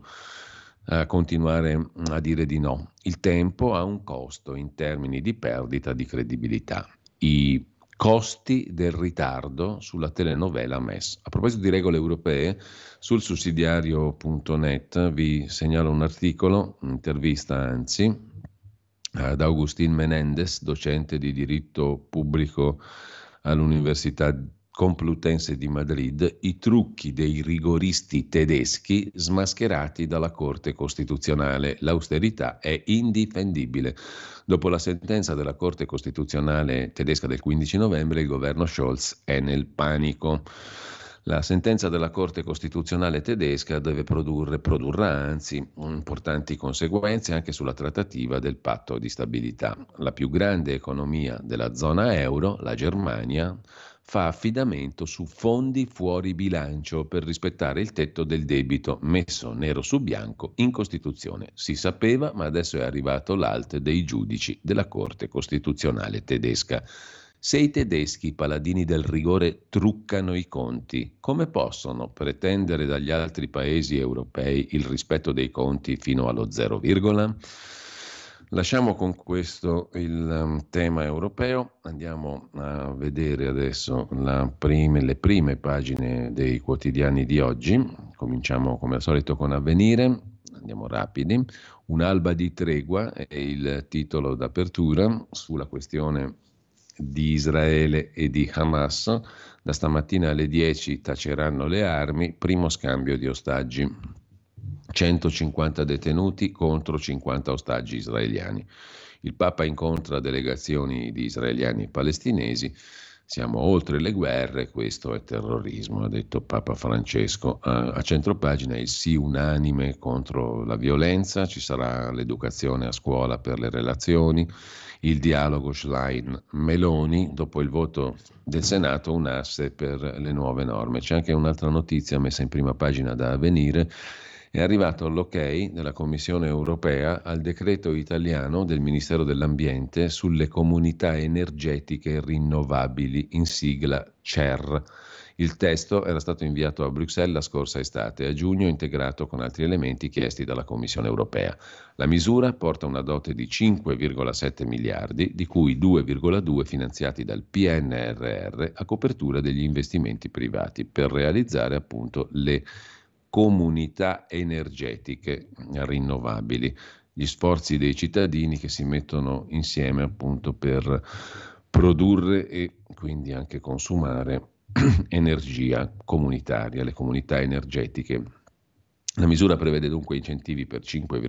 a continuare a dire di no. Il tempo ha un costo in termini di perdita di credibilità. I costi del ritardo sulla telenovela MES. A proposito di regole europee, sul sussidiario.net vi segnalo un articolo, un'intervista anzi, ad Agustín Menéndez, docente di diritto pubblico all'Università Complutense di Madrid, i trucchi dei rigoristi tedeschi smascherati dalla Corte Costituzionale. L'austerità è indifendibile. Dopo la sentenza della Corte Costituzionale tedesca del 15 novembre, il governo Scholz è nel panico. La sentenza della Corte Costituzionale tedesca produrrà anzi importanti conseguenze anche sulla trattativa del patto di stabilità. La più grande economia della zona euro, la Germania, fa affidamento su fondi fuori bilancio per rispettare il tetto del debito messo nero su bianco in Costituzione. Si sapeva, ma adesso è arrivato l'alt dei giudici della Corte Costituzionale tedesca. Se i tedeschi, paladini del rigore, truccano i conti, come possono pretendere dagli altri paesi europei il rispetto dei conti fino allo 0, Lasciamo con questo il tema europeo, andiamo a vedere adesso le prime pagine dei quotidiani di oggi. Cominciamo come al solito con Avvenire, andiamo rapidi. Un'alba di tregua è il titolo d'apertura sulla questione di Israele e di Hamas. Da stamattina alle 10 taceranno le armi, primo scambio di ostaggi. 150 detenuti contro 50 ostaggi israeliani. Il Papa incontra delegazioni di israeliani e palestinesi. Siamo oltre le guerre, questo è terrorismo, ha detto Papa Francesco. A centropagina il sì unanime contro la violenza, ci sarà l'educazione a scuola per le relazioni, il dialogo Schlein-Meloni, dopo il voto del Senato un asse per le nuove norme. C'è anche un'altra notizia messa in prima pagina da Avvenire. È arrivato l'ok della Commissione europea al decreto italiano del Ministero dell'Ambiente sulle comunità energetiche rinnovabili, in sigla CER. Il testo era stato inviato a Bruxelles la scorsa estate, a giugno integrato con altri elementi chiesti dalla Commissione europea. La misura porta una dote di 5,7 miliardi, di cui 2,2 finanziati dal PNRR a copertura degli investimenti privati per realizzare appunto le comunità energetiche rinnovabili, gli sforzi dei cittadini che si mettono insieme appunto per produrre e quindi anche consumare energia comunitaria, le comunità energetiche. La misura prevede dunque incentivi per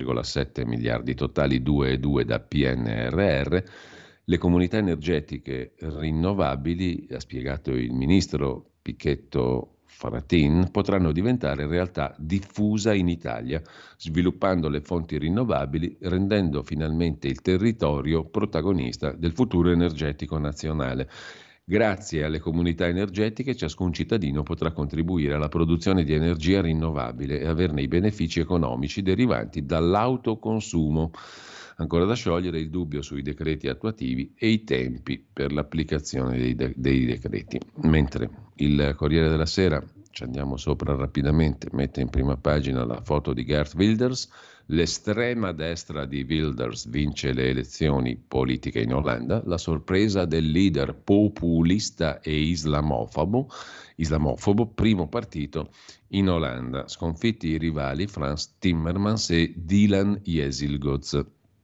5,7 miliardi totali, 2,2 da PNRR. Le comunità energetiche rinnovabili, ha spiegato il ministro Pichetto Fratin, potranno diventare realtà diffusa in Italia, sviluppando le fonti rinnovabili, rendendo finalmente il territorio protagonista del futuro energetico nazionale. Grazie alle comunità energetiche, ciascun cittadino potrà contribuire alla produzione di energia rinnovabile e averne i benefici economici derivanti dall'autoconsumo. Ancora da sciogliere il dubbio sui decreti attuativi e i tempi per l'applicazione dei decreti. Mentre il Corriere della Sera, ci andiamo sopra rapidamente, mette in prima pagina la foto di Geert Wilders. L'estrema destra di Wilders vince le elezioni politiche in Olanda. La sorpresa del leader populista e islamofobo, primo partito in Olanda. Sconfitti i rivali Frans Timmermans e Dilan Yeşilgöz,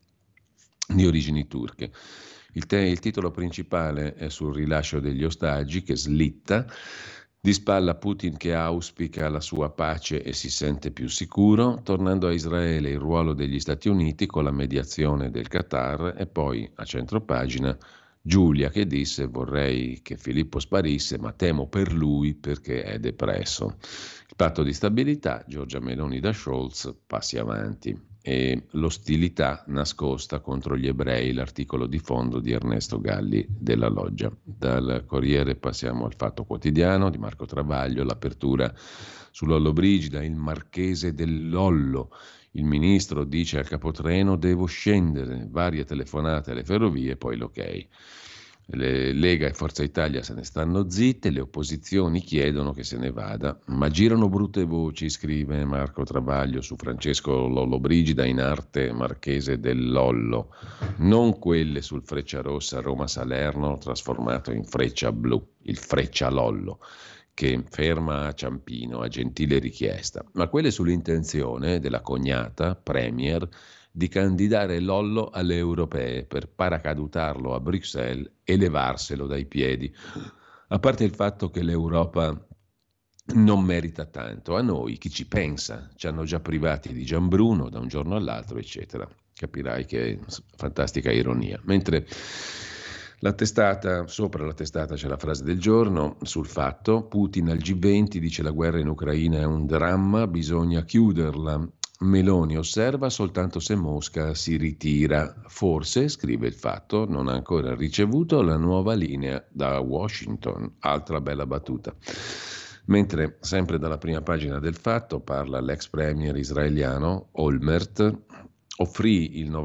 di origini turche. Il titolo principale è sul rilascio degli ostaggi che slitta. Di spalla Putin che auspica la sua pace e si sente più sicuro, tornando a Israele il ruolo degli Stati Uniti con la mediazione del Qatar, e poi a centropagina Giulia che disse: vorrei che Filippo sparisse ma temo per lui perché è depresso. Il patto di stabilità, Giorgia Meloni da Scholz, passi avanti. E l'ostilità nascosta contro gli ebrei, l'articolo di fondo di Ernesto Galli della Loggia. Dal Corriere passiamo al Fatto Quotidiano di Marco Travaglio, l'apertura sull'Ollobrigida, il marchese dell'Ollo. Il ministro dice al capotreno: devo scendere, varie telefonate alle ferrovie, poi l'ok. Lega e Forza Italia se ne stanno zitte, le opposizioni chiedono che se ne vada, ma girano brutte voci, scrive Marco Travaglio su Francesco Lollobrigida, in arte marchese dell'Ollo, non quelle sul Frecciarossa Roma-Salerno trasformato in Freccia Blu, il Freccialollo, che ferma a Ciampino a gentile richiesta, ma quelle sull'intenzione della cognata Premier di candidare Lollo alle europee per paracadutarlo a Bruxelles e levarselo dai piedi. A parte il fatto che l'Europa non merita tanto, a noi chi ci pensa, ci hanno già privati di Gianbruno da un giorno all'altro, eccetera. Capirai che è fantastica ironia. Mentre Sopra la testata c'è la frase del giorno sul Fatto: Putin al G20 dice la guerra in Ucraina è un dramma, bisogna chiuderla. Meloni osserva soltanto se Mosca si ritira. Forse, scrive il Fatto, non ha ancora ricevuto la nuova linea da Washington. Altra bella battuta. Mentre sempre dalla prima pagina del Fatto parla l'ex premier israeliano Olmert. Offrì il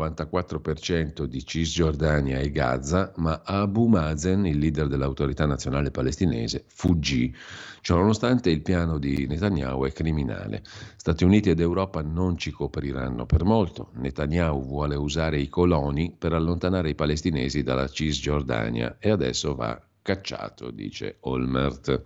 94% di Cisgiordania e Gaza, ma Abu Mazen, il leader dell'autorità nazionale palestinese, fuggì. Ciononostante il piano di Netanyahu è criminale. Stati Uniti ed Europa non ci cooperiranno per molto. Netanyahu vuole usare i coloni per allontanare i palestinesi dalla Cisgiordania e adesso va cacciato, dice Olmert.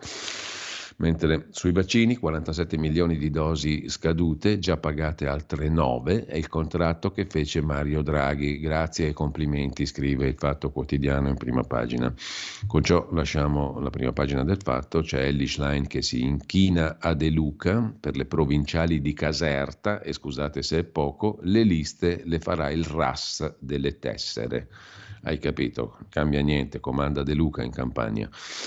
Mentre sui vaccini 47 milioni di dosi scadute, già pagate altre 9, è il contratto che fece Mario Draghi. Grazie e complimenti, scrive il Fatto Quotidiano in prima pagina. Con ciò lasciamo la prima pagina del Fatto, c'è Elly Schlein che si inchina a De Luca per le provinciali di Caserta e scusate se è poco, le liste le farà il RAS delle tessere. Hai capito? Cambia niente, comanda De Luca in campagna.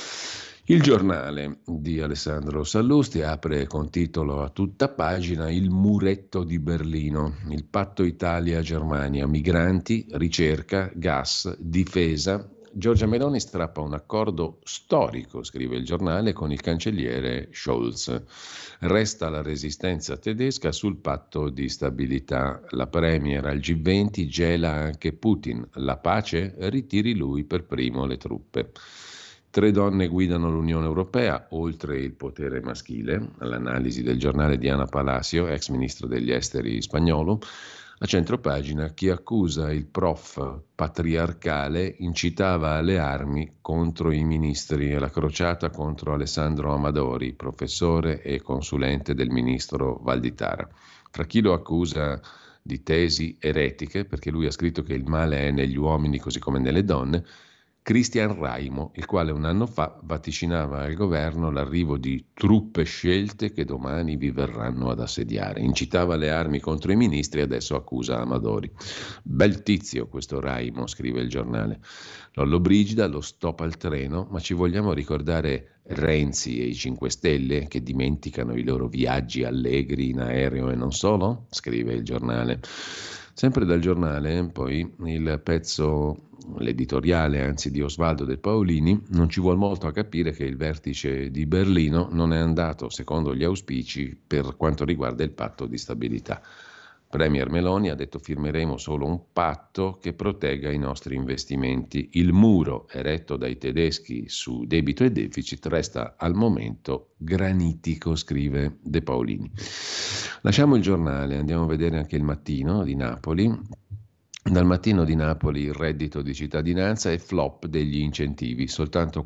Il Giornale di Alessandro Sallusti apre con titolo a tutta pagina Il muretto di Berlino, il patto Italia-Germania, migranti, ricerca, gas, difesa. Giorgia Meloni strappa un accordo storico, scrive il Giornale, con il cancelliere Scholz. Resta la resistenza tedesca sul patto di stabilità. La premier al G20 gela anche Putin. La pace? Ritiri lui per primo le truppe. 3 donne guidano l'Unione Europea, oltre il potere maschile, all'analisi del Giornale di Ana Palacio, ex ministro degli esteri spagnolo. A centropagina, chi accusa il prof patriarcale incitava alle armi contro i ministri e la crociata contro Alessandro Amadori, professore e consulente del ministro Valditara. Tra chi lo accusa di tesi eretiche, perché lui ha scritto che il male è negli uomini così come nelle donne, Cristian Raimo, il quale un anno fa vaticinava al governo l'arrivo di truppe scelte che domani vi verranno ad assediare. Incitava le armi contro i ministri e adesso accusa Amadori. Bel tizio questo Raimo, scrive il Giornale. Lollobrigida, lo stop al treno, ma ci vogliamo ricordare Renzi e i 5 Stelle che dimenticano i loro viaggi allegri in aereo e non solo? Scrive il Giornale. Sempre dal Giornale, poi il pezzo, l'editoriale anzi di Osvaldo De Paolini, non ci vuol molto a capire che il vertice di Berlino non è andato secondo gli auspici per quanto riguarda il patto di stabilità. Premier Meloni ha detto firmeremo solo un patto che protegga i nostri investimenti. Il muro eretto dai tedeschi su debito e deficit resta al momento granitico, scrive De Paolini. Lasciamo il Giornale, andiamo a vedere anche il Mattino di Napoli. Dal Mattino di Napoli il reddito di cittadinanza è flop degli incentivi, soltanto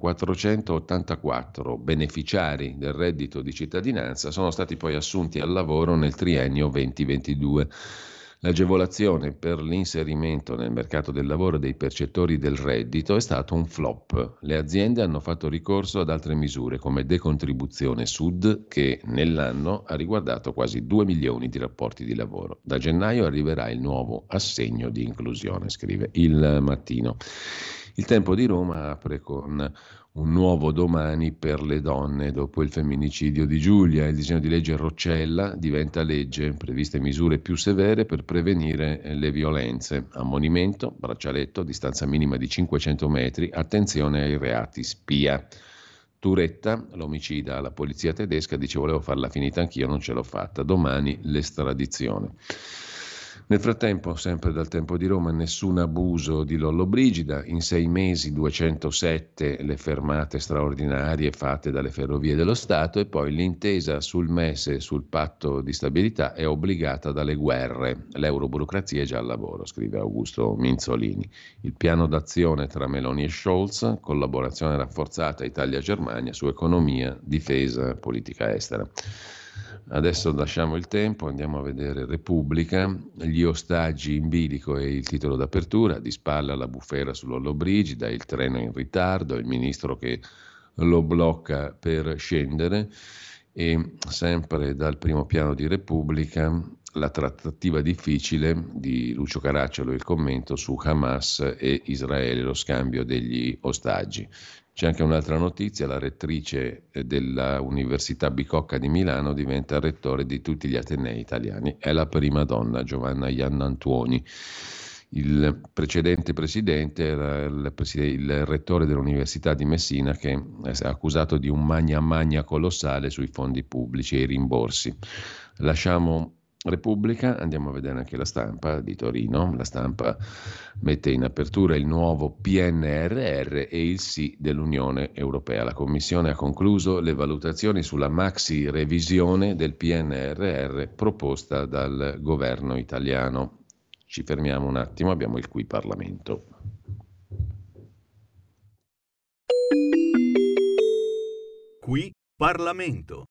484 beneficiari del reddito di cittadinanza sono stati poi assunti al lavoro nel triennio 2022. L'agevolazione per l'inserimento nel mercato del lavoro dei percettori del reddito è stato un flop. Le aziende hanno fatto ricorso ad altre misure come decontribuzione Sud che nell'anno ha riguardato quasi 2 milioni di rapporti di lavoro. Da gennaio arriverà il nuovo assegno di inclusione, scrive il Mattino. Il Tempo di Roma apre con un nuovo domani per le donne. Dopo il femminicidio di Giulia, il disegno di legge Roccella diventa legge, previste misure più severe per prevenire le violenze. Ammonimento, braccialetto, distanza minima di 500 metri, attenzione ai reati spia. Turetta, l'omicida alla polizia tedesca, dice volevo farla finita anch'io, non ce l'ho fatta, domani l'estradizione. Nel frattempo, sempre dal Tempo di Roma, nessun abuso di Lollobrigida, in 6 mesi 207 le fermate straordinarie fatte dalle Ferrovie dello Stato e poi l'intesa sul MES e sul patto di stabilità è obbligata dalle guerre, l'euroburocrazia è già al lavoro, scrive Augusto Minzolini. Il piano d'azione tra Meloni e Scholz, collaborazione rafforzata Italia-Germania su economia, difesa, politica estera. Adesso lasciamo il Tempo, andiamo a vedere Repubblica, gli ostaggi in bilico è il titolo d'apertura, di spalla la bufera su Lollobrigida, il treno in ritardo, il ministro che lo blocca per scendere e sempre dal primo piano di Repubblica la trattativa difficile di Lucio Caracciolo, il commento su Hamas e Israele, lo scambio degli ostaggi. C'è anche un'altra notizia: la rettrice della Università Bicocca di Milano diventa rettore di tutti gli atenei italiani. È la prima donna, Giovanna Iannantuoni. Il precedente presidente era il rettore dell'Università di Messina, che è accusato di un magna colossale sui fondi pubblici e i rimborsi. Lasciamo Repubblica, andiamo a vedere anche La Stampa di Torino. La Stampa mette in apertura il nuovo PNRR e il sì dell'Unione Europea. La Commissione ha concluso le valutazioni sulla maxi revisione del PNRR proposta dal governo italiano. Ci fermiamo un attimo, abbiamo il Qui Parlamento. Qui Parlamento.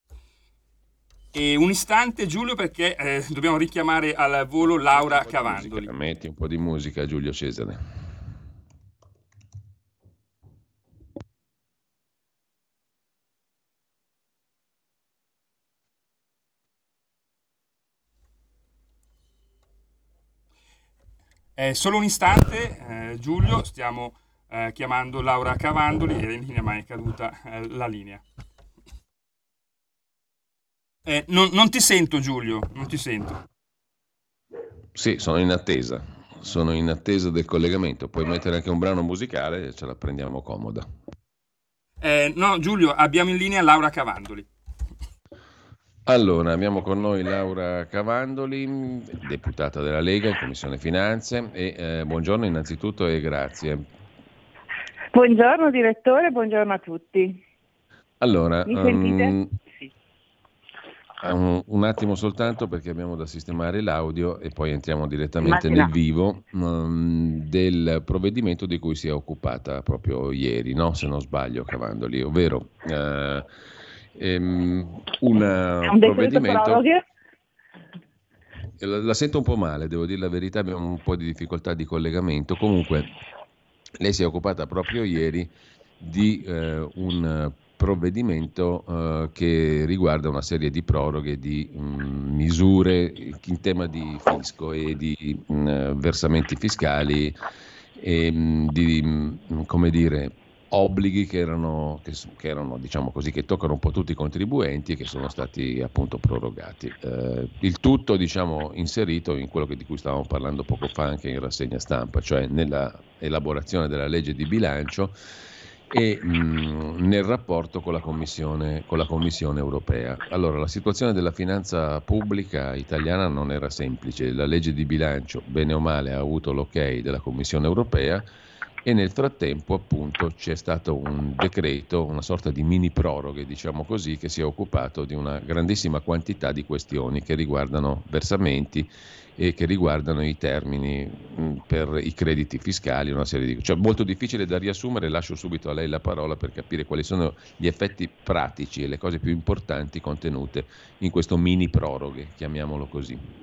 E un istante, Giulio, perché dobbiamo richiamare al volo Laura Cavandoli. Metti un po' di musica, Giulio Cesare. Solo un istante, Giulio, stiamo chiamando Laura Cavandoli, è in linea ma è caduta la linea. Non ti sento, Giulio, non ti sento. Sì, sono in attesa del collegamento. Puoi mettere anche un brano musicale e ce la prendiamo comoda. No, Giulio, abbiamo in linea Laura Cavandoli. Allora, abbiamo con noi Laura Cavandoli, deputata della Lega in Commissione Finanze. Buongiorno innanzitutto e grazie. Buongiorno direttore, buongiorno a tutti. Allora, mi sentite? Sì. Un attimo soltanto, perché abbiamo da sistemare l'audio e poi entriamo direttamente nel vivo del provvedimento di cui si è occupata proprio ieri, no? Se non sbaglio, Cavandoli, ovvero un provvedimento. La sento un po' male, devo dire la verità, abbiamo un po' di difficoltà di collegamento. Comunque lei si è occupata proprio ieri di un provvedimento che riguarda una serie di proroghe di misure in tema di fisco e di versamenti fiscali e di, come dire, obblighi che erano, diciamo così, che toccano un po' tutti i contribuenti e che sono stati appunto prorogati. Il tutto, diciamo, inserito in quello di cui stavamo parlando poco fa anche in rassegna stampa, cioè nella elaborazione della legge di bilancio e nel rapporto con la Commissione europea. Allora, la situazione della finanza pubblica italiana non era semplice. La legge di bilancio, bene o male, ha avuto l'ok della Commissione europea e nel frattempo, appunto, c'è stato un decreto, una sorta di mini proroghe, diciamo così, che si è occupato di una grandissima quantità di questioni che riguardano versamenti e che riguardano i termini per i crediti fiscali, una serie di... Cioè, molto difficile da riassumere, lascio subito a lei la parola per capire quali sono gli effetti pratici e le cose più importanti contenute in questo mini proroghe, chiamiamolo così.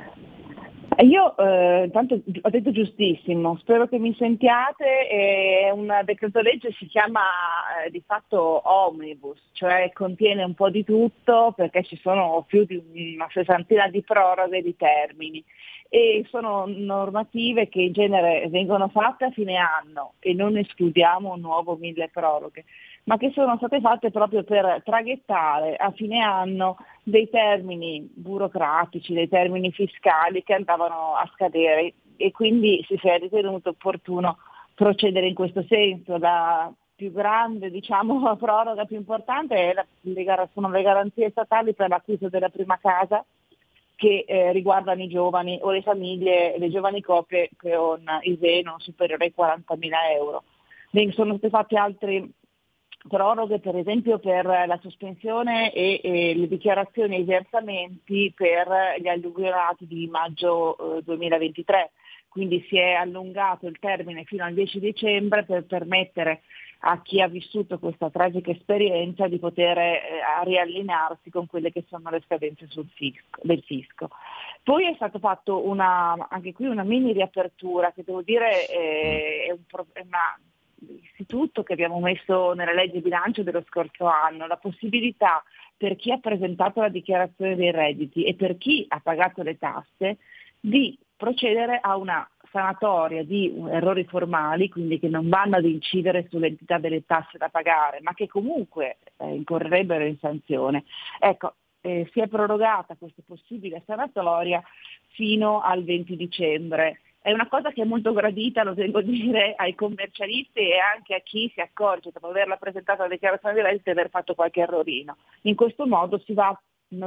Io intanto ho detto giustissimo, spero che mi sentiate. È un decreto legge, si chiama di fatto omnibus, cioè contiene un po' di tutto perché ci sono più di una sessantina di proroghe di termini e sono normative che in genere vengono fatte a fine anno e non escludiamo un nuovo 1000 proroghe, ma che sono state fatte proprio per traghettare a fine anno dei termini burocratici, dei termini fiscali che andavano a scadere e quindi si è ritenuto opportuno procedere in questo senso. La più grande, diciamo, proroga più importante sono le garanzie statali per l'acquisto della prima casa, che riguardano i giovani o le famiglie, le giovani coppie con ISEE non superiore ai 40.000 euro. Sono state fatte altre proroghe, per esempio per la sospensione e le dichiarazioni e i versamenti per gli alluvionati di maggio 2023, quindi si è allungato il termine fino al 10 dicembre per permettere a chi ha vissuto questa tragica esperienza di poter riallinearsi con quelle che sono le scadenze del fisco. Poi è stato fatto anche qui una mini riapertura che devo dire è un istituto che abbiamo messo nella legge bilancio dello scorso anno, la possibilità per chi ha presentato la dichiarazione dei redditi e per chi ha pagato le tasse di procedere a una sanatoria di errori formali, quindi che non vanno ad incidere sull'entità delle tasse da pagare, ma che comunque incorrerebbero in sanzione. Ecco, si è prorogata questa possibile sanatoria fino al 20 dicembre. È una cosa che è molto gradita, lo devo dire, ai commercialisti e anche a chi si accorge dopo averla presentata la dichiarazione di reddito di aver fatto qualche errorino. In questo modo si va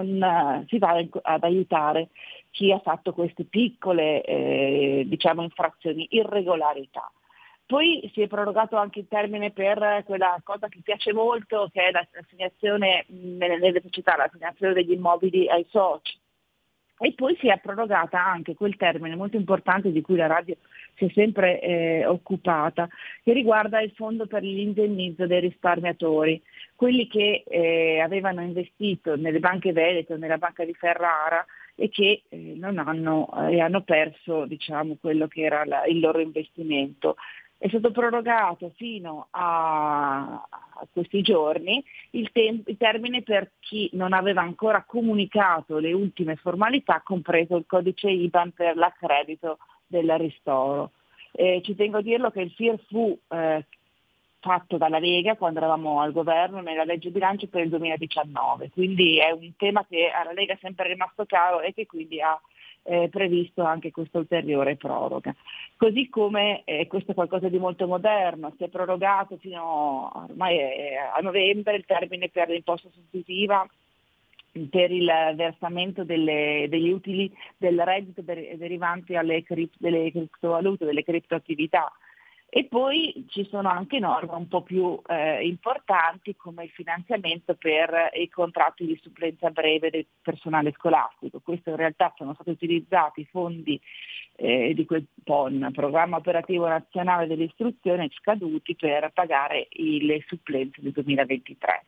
ad aiutare chi ha fatto queste piccole infrazioni, irregolarità. Poi si è prorogato anche il termine per quella cosa che piace molto, che è l'assegnazione nelle società, l'assegnazione degli immobili ai soci. E poi si è prorogata anche quel termine molto importante di cui la radio si è sempre occupata, che riguarda il fondo per l'indennizzo dei risparmiatori, quelli che avevano investito nelle banche venete o nella banca di Ferrara e che non hanno perso, diciamo, quello che era il loro investimento. È stato prorogato fino a questi giorni il termine per chi non aveva ancora comunicato le ultime formalità, compreso il codice IBAN per l'accredito del ristoro. Ci tengo a dirlo che il FIR fu fatto dalla Lega quando eravamo al governo nella legge bilancio per il 2019, quindi è un tema che alla Lega è sempre rimasto caro e che quindi ha previsto anche questa ulteriore proroga. Così come questo è qualcosa di molto moderno, si è prorogato fino ormai a novembre il termine per l'imposta sostitutiva per il versamento degli utili del reddito derivanti delle criptovalute, delle criptoattività. E poi ci sono anche norme un po' più importanti come il finanziamento per i contratti di supplenza breve del personale scolastico. Questo in realtà sono stati utilizzati i fondi di quel PON, Programma Operativo Nazionale dell'Istruzione, scaduti per pagare le supplenze del 2023.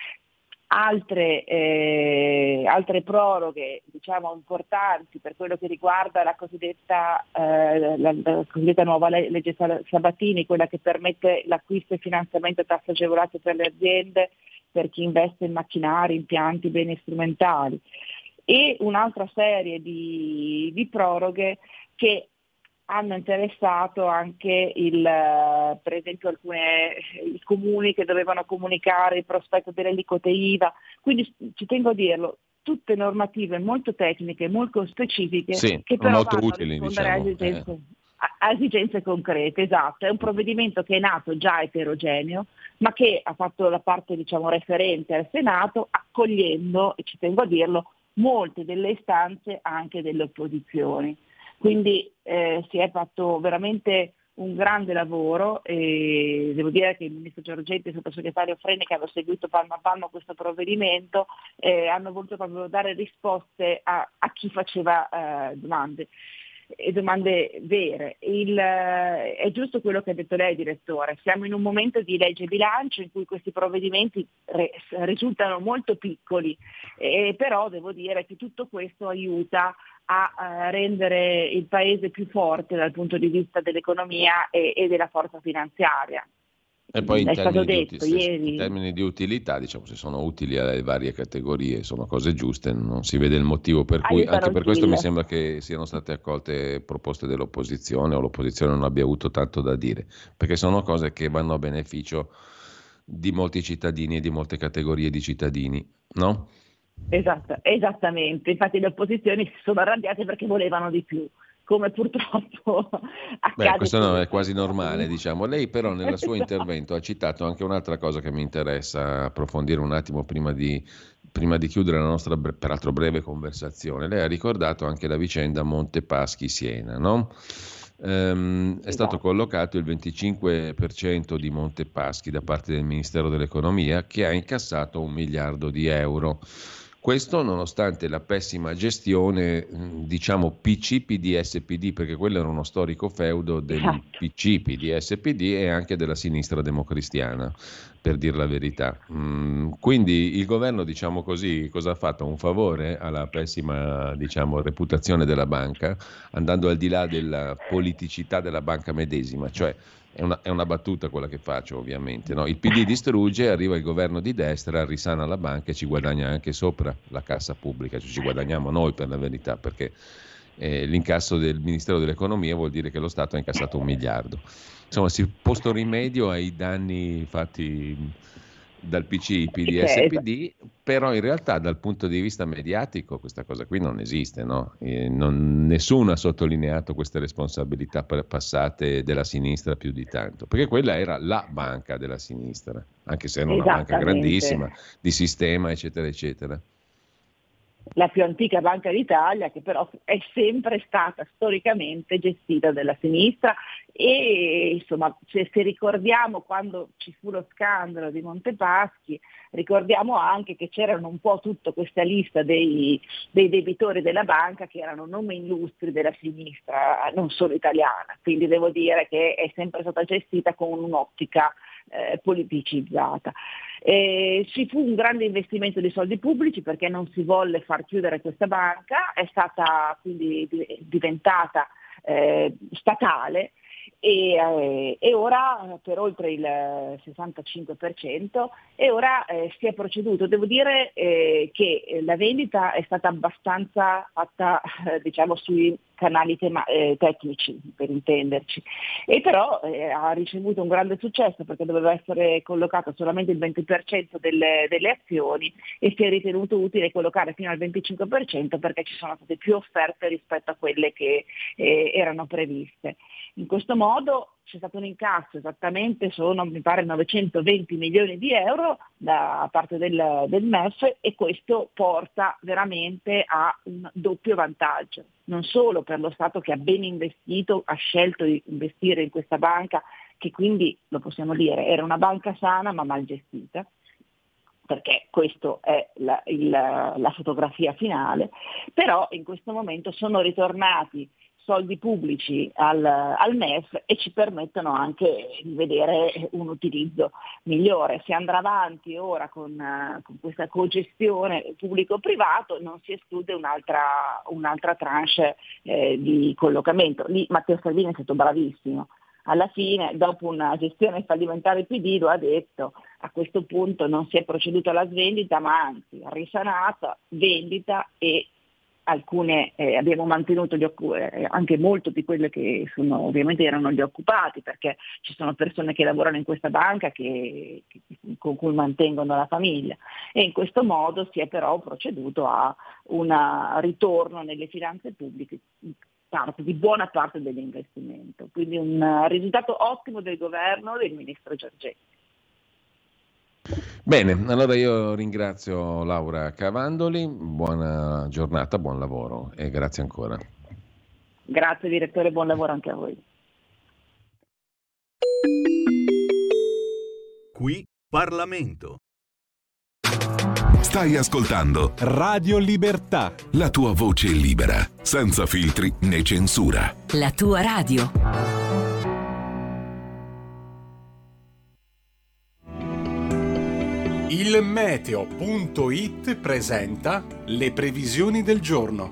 Altre proroghe, diciamo, importanti per quello che riguarda la cosiddetta nuova legge Sabatini, quella che permette l'acquisto e finanziamento a tasse agevolate per le aziende, per chi investe in macchinari, impianti, beni strumentali, e un'altra serie di proroghe che hanno interessato anche per esempio i comuni che dovevano comunicare il prospetto delle aliquote IVA, quindi ci tengo a dirlo, tutte normative molto tecniche, molto specifiche, sì, che però molto vanno utili, a rispondere diciamo. a esigenze concrete, esatto. È un provvedimento che è nato già eterogeneo, ma che ha fatto la parte, diciamo, referente al Senato, accogliendo, e ci tengo a dirlo, molte delle istanze anche delle opposizioni. Quindi si è fatto veramente un grande lavoro e devo dire che il ministro Giorgetti e il sottosegretario Freni, che hanno seguito palmo a palmo questo provvedimento, hanno voluto proprio dare risposte a chi faceva domande vere. È giusto quello che ha detto lei, direttore, siamo in un momento di legge bilancio in cui questi provvedimenti risultano molto piccoli, però devo dire che tutto questo aiuta a rendere il Paese più forte dal punto di vista dell'economia e della forza finanziaria. E poi in ieri. termini di utilità, diciamo, se sono utili alle varie categorie, sono cose giuste, non si vede il motivo per cui, anche per questo mi sembra che siano state accolte proposte dell'opposizione o l'opposizione non abbia avuto tanto da dire, perché sono cose che vanno a beneficio di molti cittadini e di molte categorie di cittadini, no? Esattamente, infatti le opposizioni si sono arrabbiate perché volevano di più, come purtroppo accade. Questo è quasi normale, diciamo. Lei però nel suo intervento ha citato anche un'altra cosa che mi interessa approfondire un attimo prima di chiudere la nostra peraltro breve conversazione. Lei ha ricordato anche la vicenda Montepaschi-Siena, no? È stato collocato il 25% di Montepaschi da parte del Ministero dell'Economia, che ha incassato 1 miliardo di euro. Questo nonostante la pessima gestione, diciamo, PC-PD-SPD, perché quello era uno storico feudo del PC-PD-SPD e anche della sinistra democristiana, per dir la verità. Quindi il governo, diciamo così, cosa ha fatto? Un favore alla pessima, diciamo, reputazione della banca, andando al di là della politicità della banca medesima, cioè È una battuta quella che faccio, ovviamente, no? Il PD distrugge, arriva il governo di destra, risana la banca e ci guadagna anche sopra la cassa pubblica, cioè ci guadagniamo noi per la verità, perché l'incasso del Ministero dell'Economia vuol dire che lo Stato ha incassato 1 miliardo. Insomma, si è posto rimedio ai danni fatti dal PC, PD, SPD, però in realtà dal punto di vista mediatico questa cosa qui non esiste, no? Nessuno ha sottolineato queste responsabilità passate della sinistra più di tanto, perché quella era la banca della sinistra, anche se era una banca grandissima, di sistema, eccetera, eccetera. La più antica Banca d'Italia, che però è sempre stata storicamente gestita dalla sinistra, e insomma, se ricordiamo quando ci fu lo scandalo di Montepaschi, ricordiamo anche che c'erano un po' tutta questa lista dei debitori della banca che erano nomi illustri della sinistra, non solo italiana, quindi devo dire che è sempre stata gestita con un'ottica politicizzata. Ci fu un grande investimento di soldi pubblici perché non si volle far chiudere questa banca, è stata quindi diventata statale e ora per oltre il 65%, e ora si è proceduto. Devo dire che la vendita è stata abbastanza fatta diciamo sui canali tecnici, per intenderci, e però ha ricevuto un grande successo perché doveva essere collocato solamente il 20% delle azioni, e si è ritenuto utile collocare fino al 25% perché ci sono state più offerte rispetto a quelle che erano previste. In questo modo c'è stato un incasso, esattamente sono mi pare 920 milioni di euro da parte del MEF, e questo porta veramente a un doppio vantaggio, non solo per lo Stato che ha ben investito, ha scelto di investire in questa banca, che quindi, lo possiamo dire, era una banca sana ma mal gestita, perché questa è la fotografia finale, però in questo momento sono ritornati soldi pubblici al MEF e ci permettono anche di vedere un utilizzo migliore. Si andrà avanti ora con questa cogestione pubblico-privato, non si esclude un'altra tranche di collocamento. Lì Matteo Salvini è stato bravissimo. Alla fine, dopo una gestione fallimentare PD, lo ha detto, a questo punto non si è proceduto alla svendita, ma anzi risanata, vendita, e alcune abbiamo mantenuto anche molto di quelle che ovviamente erano gli occupati, perché ci sono persone che lavorano in questa banca con cui mantengono la famiglia, e in questo modo si è però proceduto a un ritorno nelle finanze pubbliche di buona parte dell'investimento, quindi un risultato ottimo del governo del ministro Giorgetti. Bene, allora io ringrazio Laura Cavandoli, buona giornata, buon lavoro e grazie ancora. Grazie direttore, buon lavoro anche a voi. Qui Parlamento. Stai ascoltando Radio Libertà. la tua voce libera, senza filtri né censura. La tua radio. Il meteo.it presenta le previsioni del giorno.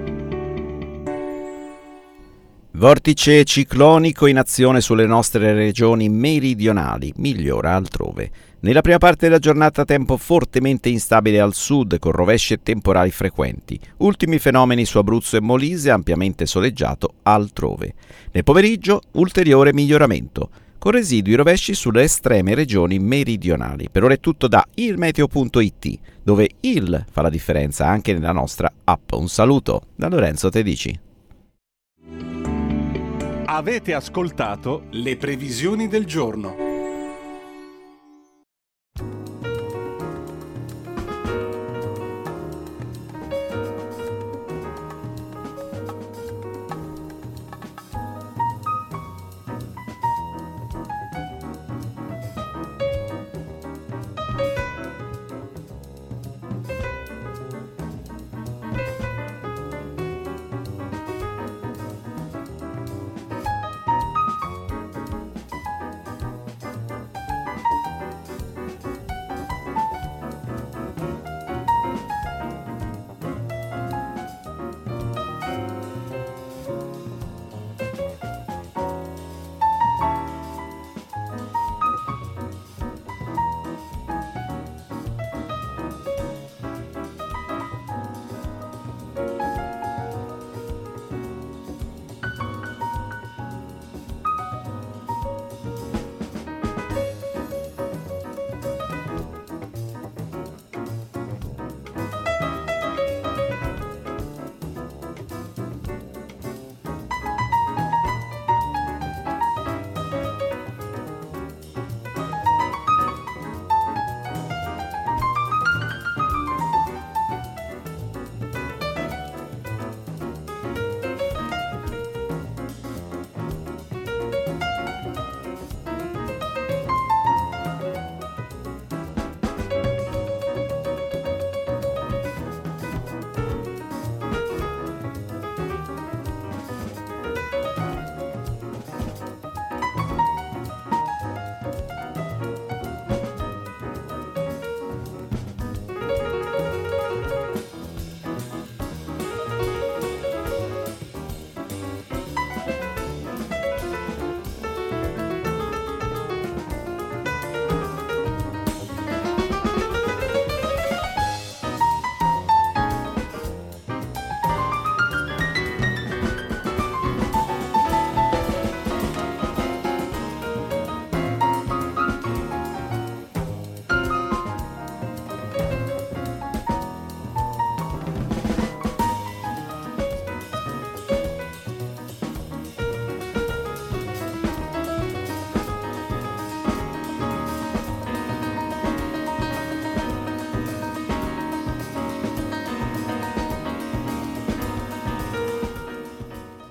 Vortice ciclonico in azione sulle nostre regioni meridionali, migliora altrove. Nella prima parte della giornata tempo fortemente instabile al sud, con rovesci e temporali frequenti. Ultimi fenomeni su Abruzzo e Molise, ampiamente soleggiato altrove. Nel pomeriggio ulteriore miglioramento, con residui rovesci sulle estreme regioni meridionali. Per ora è tutto da ilmeteo.it, dove il fa la differenza anche nella nostra app. Un saluto da Lorenzo Tedici. Avete ascoltato le previsioni del giorno.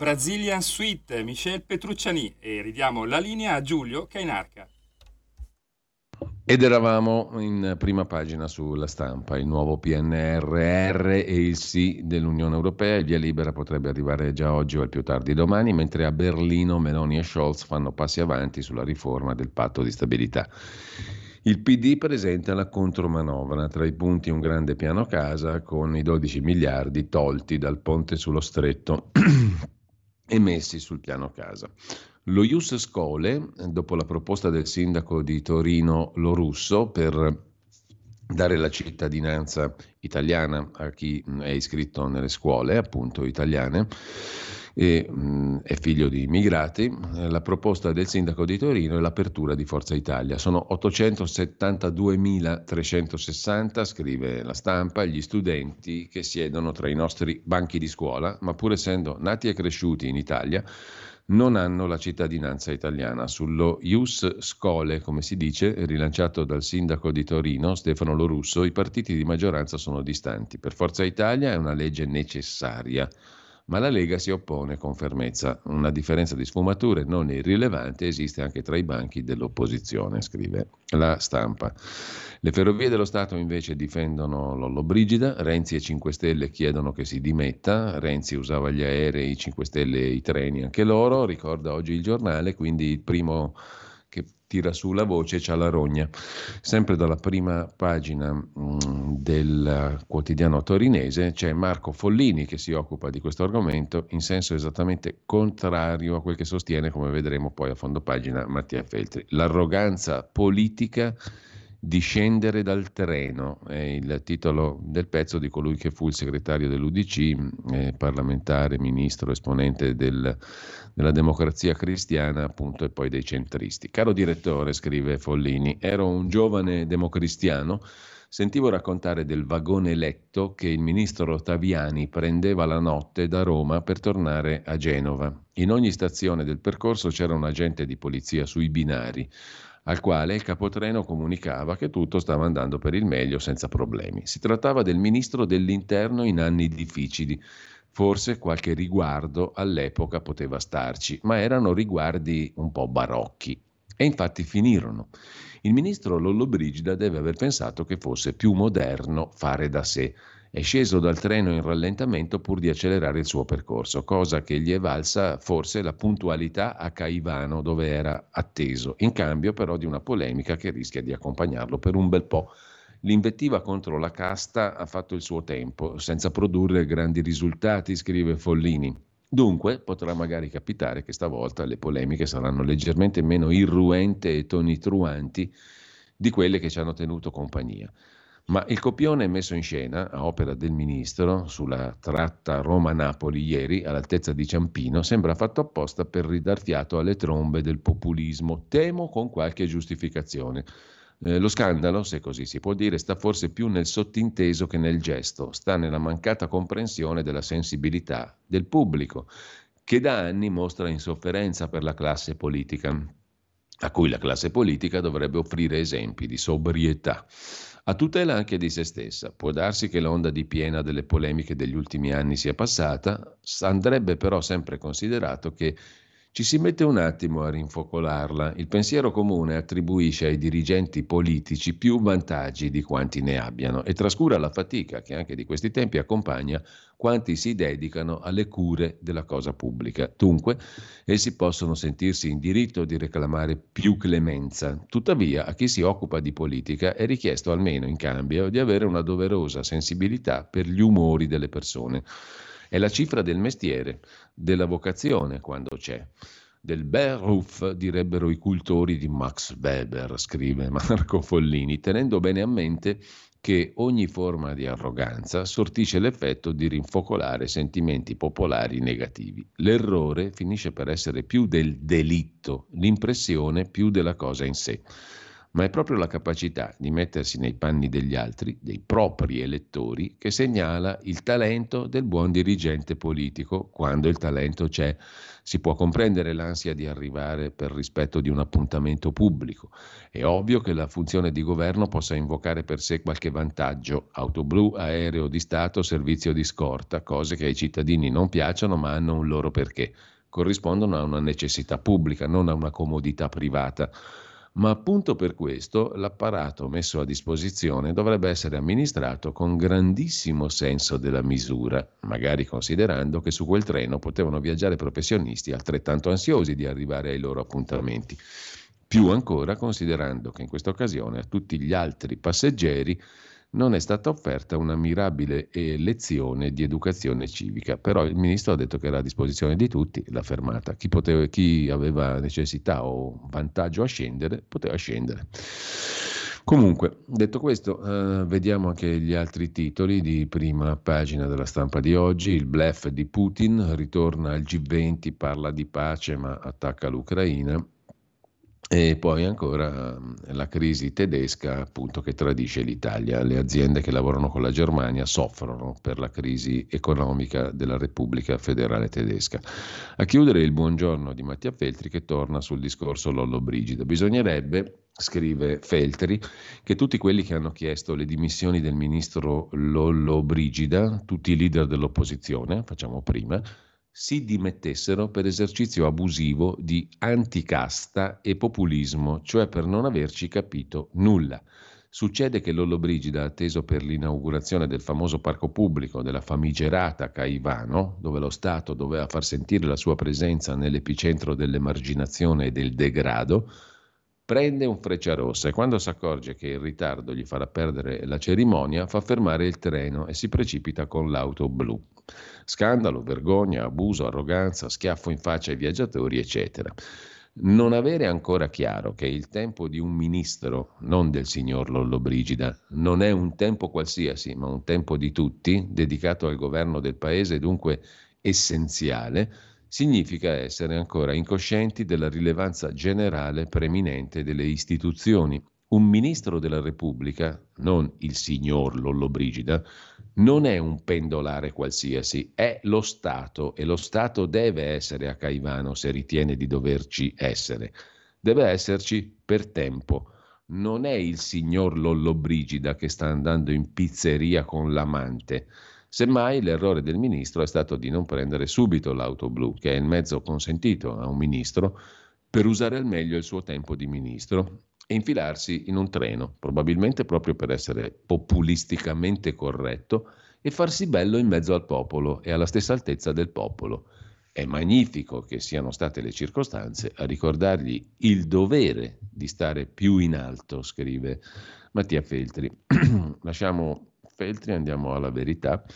Brazilian Suite, Michel Petrucciani, e ridiamo la linea a Giulio Cainarca. Ed eravamo in prima pagina sulla Stampa, il nuovo PNRR e il sì dell'Unione Europea, il via libera potrebbe arrivare già oggi o al più tardi domani, mentre a Berlino Meloni e Scholz fanno passi avanti sulla riforma del patto di stabilità. Il PD presenta la contromanovra, tra i punti un grande piano casa con i 12 miliardi tolti dal ponte sullo stretto e messi sul piano casa. Lo Ius Scholae, dopo la proposta del sindaco di Torino Lorusso per dare la cittadinanza italiana a chi è iscritto nelle scuole, appunto italiane, e è figlio di immigrati, la proposta del sindaco di Torino è l'apertura di Forza Italia. Sono 872.360, scrive la Stampa, gli studenti che siedono tra i nostri banchi di scuola, ma pur essendo nati e cresciuti in Italia, non hanno la cittadinanza italiana. Sullo Ius Scholae, come si dice, rilanciato dal sindaco di Torino, Stefano Lorusso, i partiti di maggioranza sono distanti. Per Forza Italia è una legge necessaria, ma la Lega si oppone con fermezza. Una differenza di sfumature non irrilevante esiste anche tra i banchi dell'opposizione, scrive la Stampa. Le Ferrovie dello Stato invece difendono Lollobrigida, Renzi e 5 Stelle chiedono che si dimetta, Renzi usava gli aerei, i 5 Stelle e i treni anche loro, ricorda oggi il Giornale, quindi il primo che tira su la voce c'ha la rogna. Sempre dalla prima pagina del quotidiano torinese c'è Marco Follini che si occupa di questo argomento in senso esattamente contrario a quel che sostiene, come vedremo poi a fondo pagina, Mattia Feltri. L'arroganza politica di scendere dal treno è il titolo del pezzo di colui che fu il segretario dell'UDC, parlamentare, ministro, esponente della democrazia cristiana, appunto, e poi dei centristi. Caro direttore, scrive Follini, ero un giovane democristiano, sentivo raccontare del vagone letto che il ministro Ottaviani prendeva la notte da Roma per tornare a Genova. In ogni stazione del percorso c'era un agente di polizia sui binari, al quale il capotreno comunicava che tutto stava andando per il meglio senza problemi. Si trattava del ministro dell'Interno in anni difficili. Forse qualche riguardo all'epoca poteva starci, ma erano riguardi un po' barocchi. E infatti finirono. Il ministro Lollobrigida deve aver pensato che fosse più moderno fare da sé. È sceso dal treno in rallentamento pur di accelerare il suo percorso, cosa che gli è valsa forse la puntualità a Caivano, dove era atteso, in cambio però di una polemica che rischia di accompagnarlo per un bel po'. L'invettiva contro la casta ha fatto il suo tempo, senza produrre grandi risultati, scrive Follini. Dunque potrà magari capitare che stavolta le polemiche saranno leggermente meno irruente e tonitruanti di quelle che ci hanno tenuto compagnia. Ma il copione messo in scena, a opera del ministro, sulla tratta Roma-Napoli ieri, all'altezza di Ciampino, sembra fatto apposta per ridar fiato alle trombe del populismo, temo con qualche giustificazione. Lo scandalo, se così si può dire, sta forse più nel sottinteso che nel gesto, sta nella mancata comprensione della sensibilità del pubblico, che da anni mostra insofferenza per la classe politica, a cui la classe politica dovrebbe offrire esempi di sobrietà, a tutela anche di se stessa. Può darsi che l'onda di piena delle polemiche degli ultimi anni sia passata, andrebbe però sempre considerato che ci si mette un attimo a rinfocolarla. Il pensiero comune attribuisce ai dirigenti politici più vantaggi di quanti ne abbiano e trascura la fatica che anche di questi tempi accompagna quanti si dedicano alle cure della cosa pubblica. Dunque, essi possono sentirsi in diritto di reclamare più clemenza. Tuttavia, a chi si occupa di politica è richiesto almeno in cambio di avere una doverosa sensibilità per gli umori delle persone. È la cifra del mestiere, della vocazione quando c'è. Del Beruf, direbbero i cultori di Max Weber, scrive Marco Follini, tenendo bene a mente che ogni forma di arroganza sortisce l'effetto di rinfocolare sentimenti popolari negativi. L'errore finisce per essere più del delitto, l'impressione più della cosa in sé. ma è proprio la capacità di mettersi nei panni degli altri, dei propri elettori, che segnala il talento del buon dirigente politico. Quando il talento c'è, si può comprendere l'ansia di arrivare per rispetto di un appuntamento pubblico. È ovvio che la funzione di governo possa invocare per sé qualche vantaggio: auto blu, aereo di Stato, servizio di scorta, cose che ai cittadini non piacciono ma hanno un loro perché, corrispondono a una necessità pubblica, non a una comodità privata. Ma appunto per questo l'apparato messo a disposizione dovrebbe essere amministrato con grandissimo senso della misura, magari considerando che su quel treno potevano viaggiare professionisti altrettanto ansiosi di arrivare ai loro appuntamenti. Più ancora considerando che in questa occasione a tutti gli altri passeggeri non è stata offerta una mirabile lezione di educazione civica. Però il ministro ha detto che era a disposizione di tutti, l'ha fermata. Chi aveva necessità o vantaggio a scendere, poteva scendere. Comunque, detto questo, vediamo anche gli altri titoli di prima pagina della Stampa di oggi. Il bluff di Putin, ritorna al G20, parla di pace ma attacca l'Ucraina. E poi ancora la crisi tedesca, appunto, che tradisce l'Italia. Le aziende che lavorano con la Germania soffrono per la crisi economica della Repubblica Federale Tedesca. A chiudere il buongiorno di Mattia Feltri, che torna sul discorso Lollobrigida. Bisognerebbe, scrive Feltri, che tutti quelli che hanno chiesto le dimissioni del ministro Lollobrigida, tutti i leader dell'opposizione, facciamo prima, si dimettessero per esercizio abusivo di anticasta e populismo, cioè per non averci capito nulla. Succede che Lollobrigida, atteso per l'inaugurazione del famoso parco pubblico della famigerata Caivano, dove lo Stato doveva far sentire la sua presenza nell'epicentro dell'emarginazione e del degrado, prende un Frecciarossa e quando si accorge che il ritardo gli farà perdere la cerimonia, fa fermare il treno e si precipita con l'auto blu. Scandalo, vergogna, abuso, arroganza, schiaffo in faccia ai viaggiatori, eccetera. Non avere ancora chiaro che il tempo di un ministro, non del signor Lollobrigida, non è un tempo qualsiasi, ma un tempo di tutti, dedicato al governo del paese, dunque essenziale, significa essere ancora incoscienti della rilevanza generale preminente delle istituzioni. Un ministro della Repubblica, non il signor Lollobrigida, non è un pendolare qualsiasi, è lo Stato e lo Stato deve essere a Caivano se ritiene di doverci essere. Deve esserci per tempo. Non è il signor Lollobrigida che sta andando in pizzeria con l'amante. Semmai l'errore del ministro è stato di non prendere subito l'auto blu, che è il mezzo consentito a un ministro per usare al meglio il suo tempo di ministro, e infilarsi in un treno, probabilmente proprio per essere populisticamente corretto e farsi bello in mezzo al popolo e alla stessa altezza del popolo. È magnifico che siano state le circostanze a ricordargli il dovere di stare più in alto, scrive Mattia Feltri. Lasciamo Feltri, andiamo alla Verità.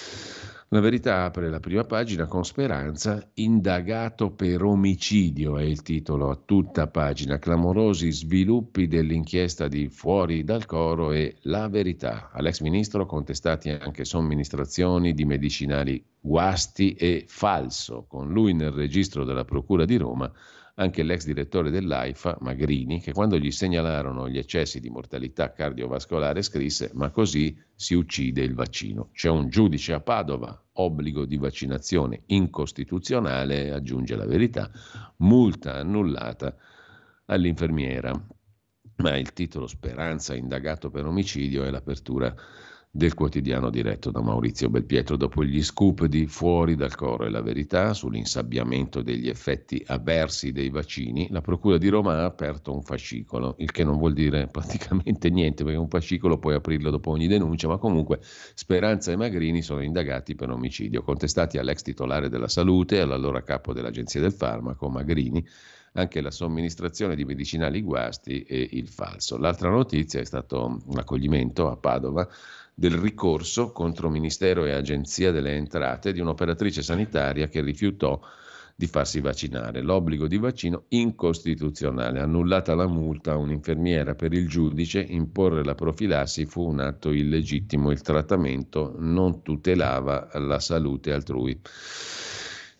La Verità apre la prima pagina con Speranza, indagato per omicidio, è il titolo a tutta pagina, clamorosi sviluppi dell'inchiesta di Fuori dal Coro e La Verità. All'ex ministro contestati anche somministrazioni di medicinali guasti e falso, con lui nel registro della Procura di Roma anche l'ex direttore dell'AIFA, Magrini, che quando gli segnalarono gli eccessi di mortalità cardiovascolare scrisse: ma così si uccide il vaccino. C'è un giudice a Padova, obbligo di vaccinazione incostituzionale, aggiunge La Verità, multa annullata all'infermiera. Ma il titolo Speranza, indagato per omicidio, è l'apertura del quotidiano diretto da Maurizio Belpietro. Dopo gli scoop di Fuori dal Coro e La Verità sull'insabbiamento degli effetti avversi dei vaccini, la Procura di Roma ha aperto un fascicolo, il che non vuol dire praticamente niente, perché un fascicolo puoi aprirlo dopo ogni denuncia, ma comunque Speranza e Magrini sono indagati per omicidio, contestati all'ex titolare della salute e all'allora capo dell'Agenzia del Farmaco, Magrini, anche la somministrazione di medicinali guasti e il falso. L'altra notizia è stato l'accoglimento a Padova del ricorso contro Ministero e Agenzia delle Entrate di un'operatrice sanitaria che rifiutò di farsi vaccinare. L'obbligo di vaccino incostituzionale. Annullata la multa a un'infermiera. Per il giudice imporre la profilassi fu un atto illegittimo. Il trattamento non tutelava la salute altrui.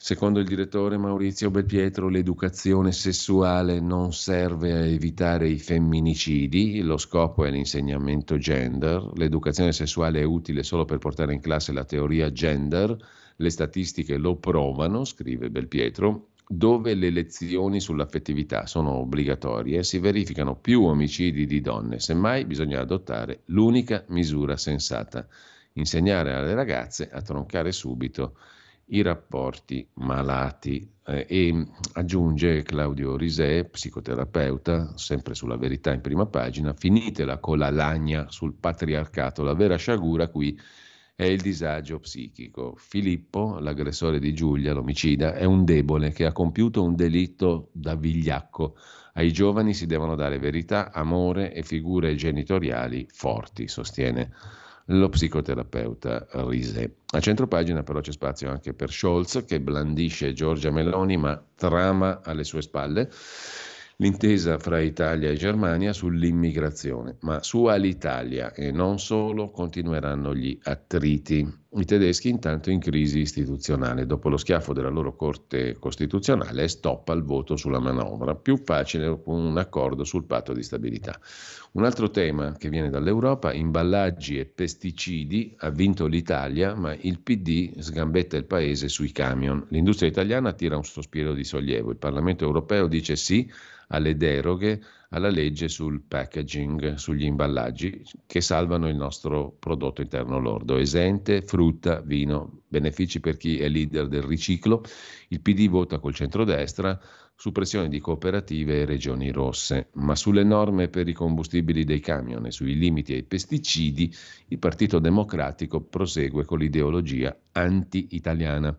Secondo il direttore Maurizio Belpietro, l'educazione sessuale non serve a evitare i femminicidi, lo scopo è l'insegnamento gender, l'educazione sessuale è utile solo per portare in classe la teoria gender, le statistiche lo provano, scrive Belpietro, dove le lezioni sull'affettività sono obbligatorie si verificano più omicidi di donne, semmai bisogna adottare l'unica misura sensata, insegnare alle ragazze a troncare subito i rapporti malati. E aggiunge Claudio Risè, psicoterapeuta, sempre sulla Verità in prima pagina, finitela con la lagna sul patriarcato, la vera sciagura qui è il disagio psichico. Filippo, l'aggressore di Giulia, l'omicida, è un debole che ha compiuto un delitto da vigliacco. Ai giovani si devono dare verità, amore e figure genitoriali forti, sostiene lo psicoterapeuta Risè. A centropagina però c'è spazio anche per Scholz, che blandisce Giorgia Meloni ma trama alle sue spalle l'intesa fra Italia e Germania sull'immigrazione, ma su Alitalia e non solo continueranno gli attriti. I tedeschi intanto in crisi istituzionale, dopo lo schiaffo della loro Corte Costituzionale, stop al voto sulla manovra, più facile un accordo sul patto di stabilità. Un altro tema che viene dall'Europa, imballaggi e pesticidi, ha vinto l'Italia, ma il PD sgambetta il paese sui camion. L'industria italiana tira un sospiro di sollievo, il Parlamento europeo dice sì alle deroghe alla legge sul packaging, sugli imballaggi che salvano il nostro prodotto interno lordo, esente, frutta, vino, benefici per chi è leader del riciclo. Il PD vota col centrodestra, suppressione di cooperative e regioni rosse, ma sulle norme per i combustibili dei camion e sui limiti ai pesticidi il Partito Democratico prosegue con l'ideologia anti-italiana.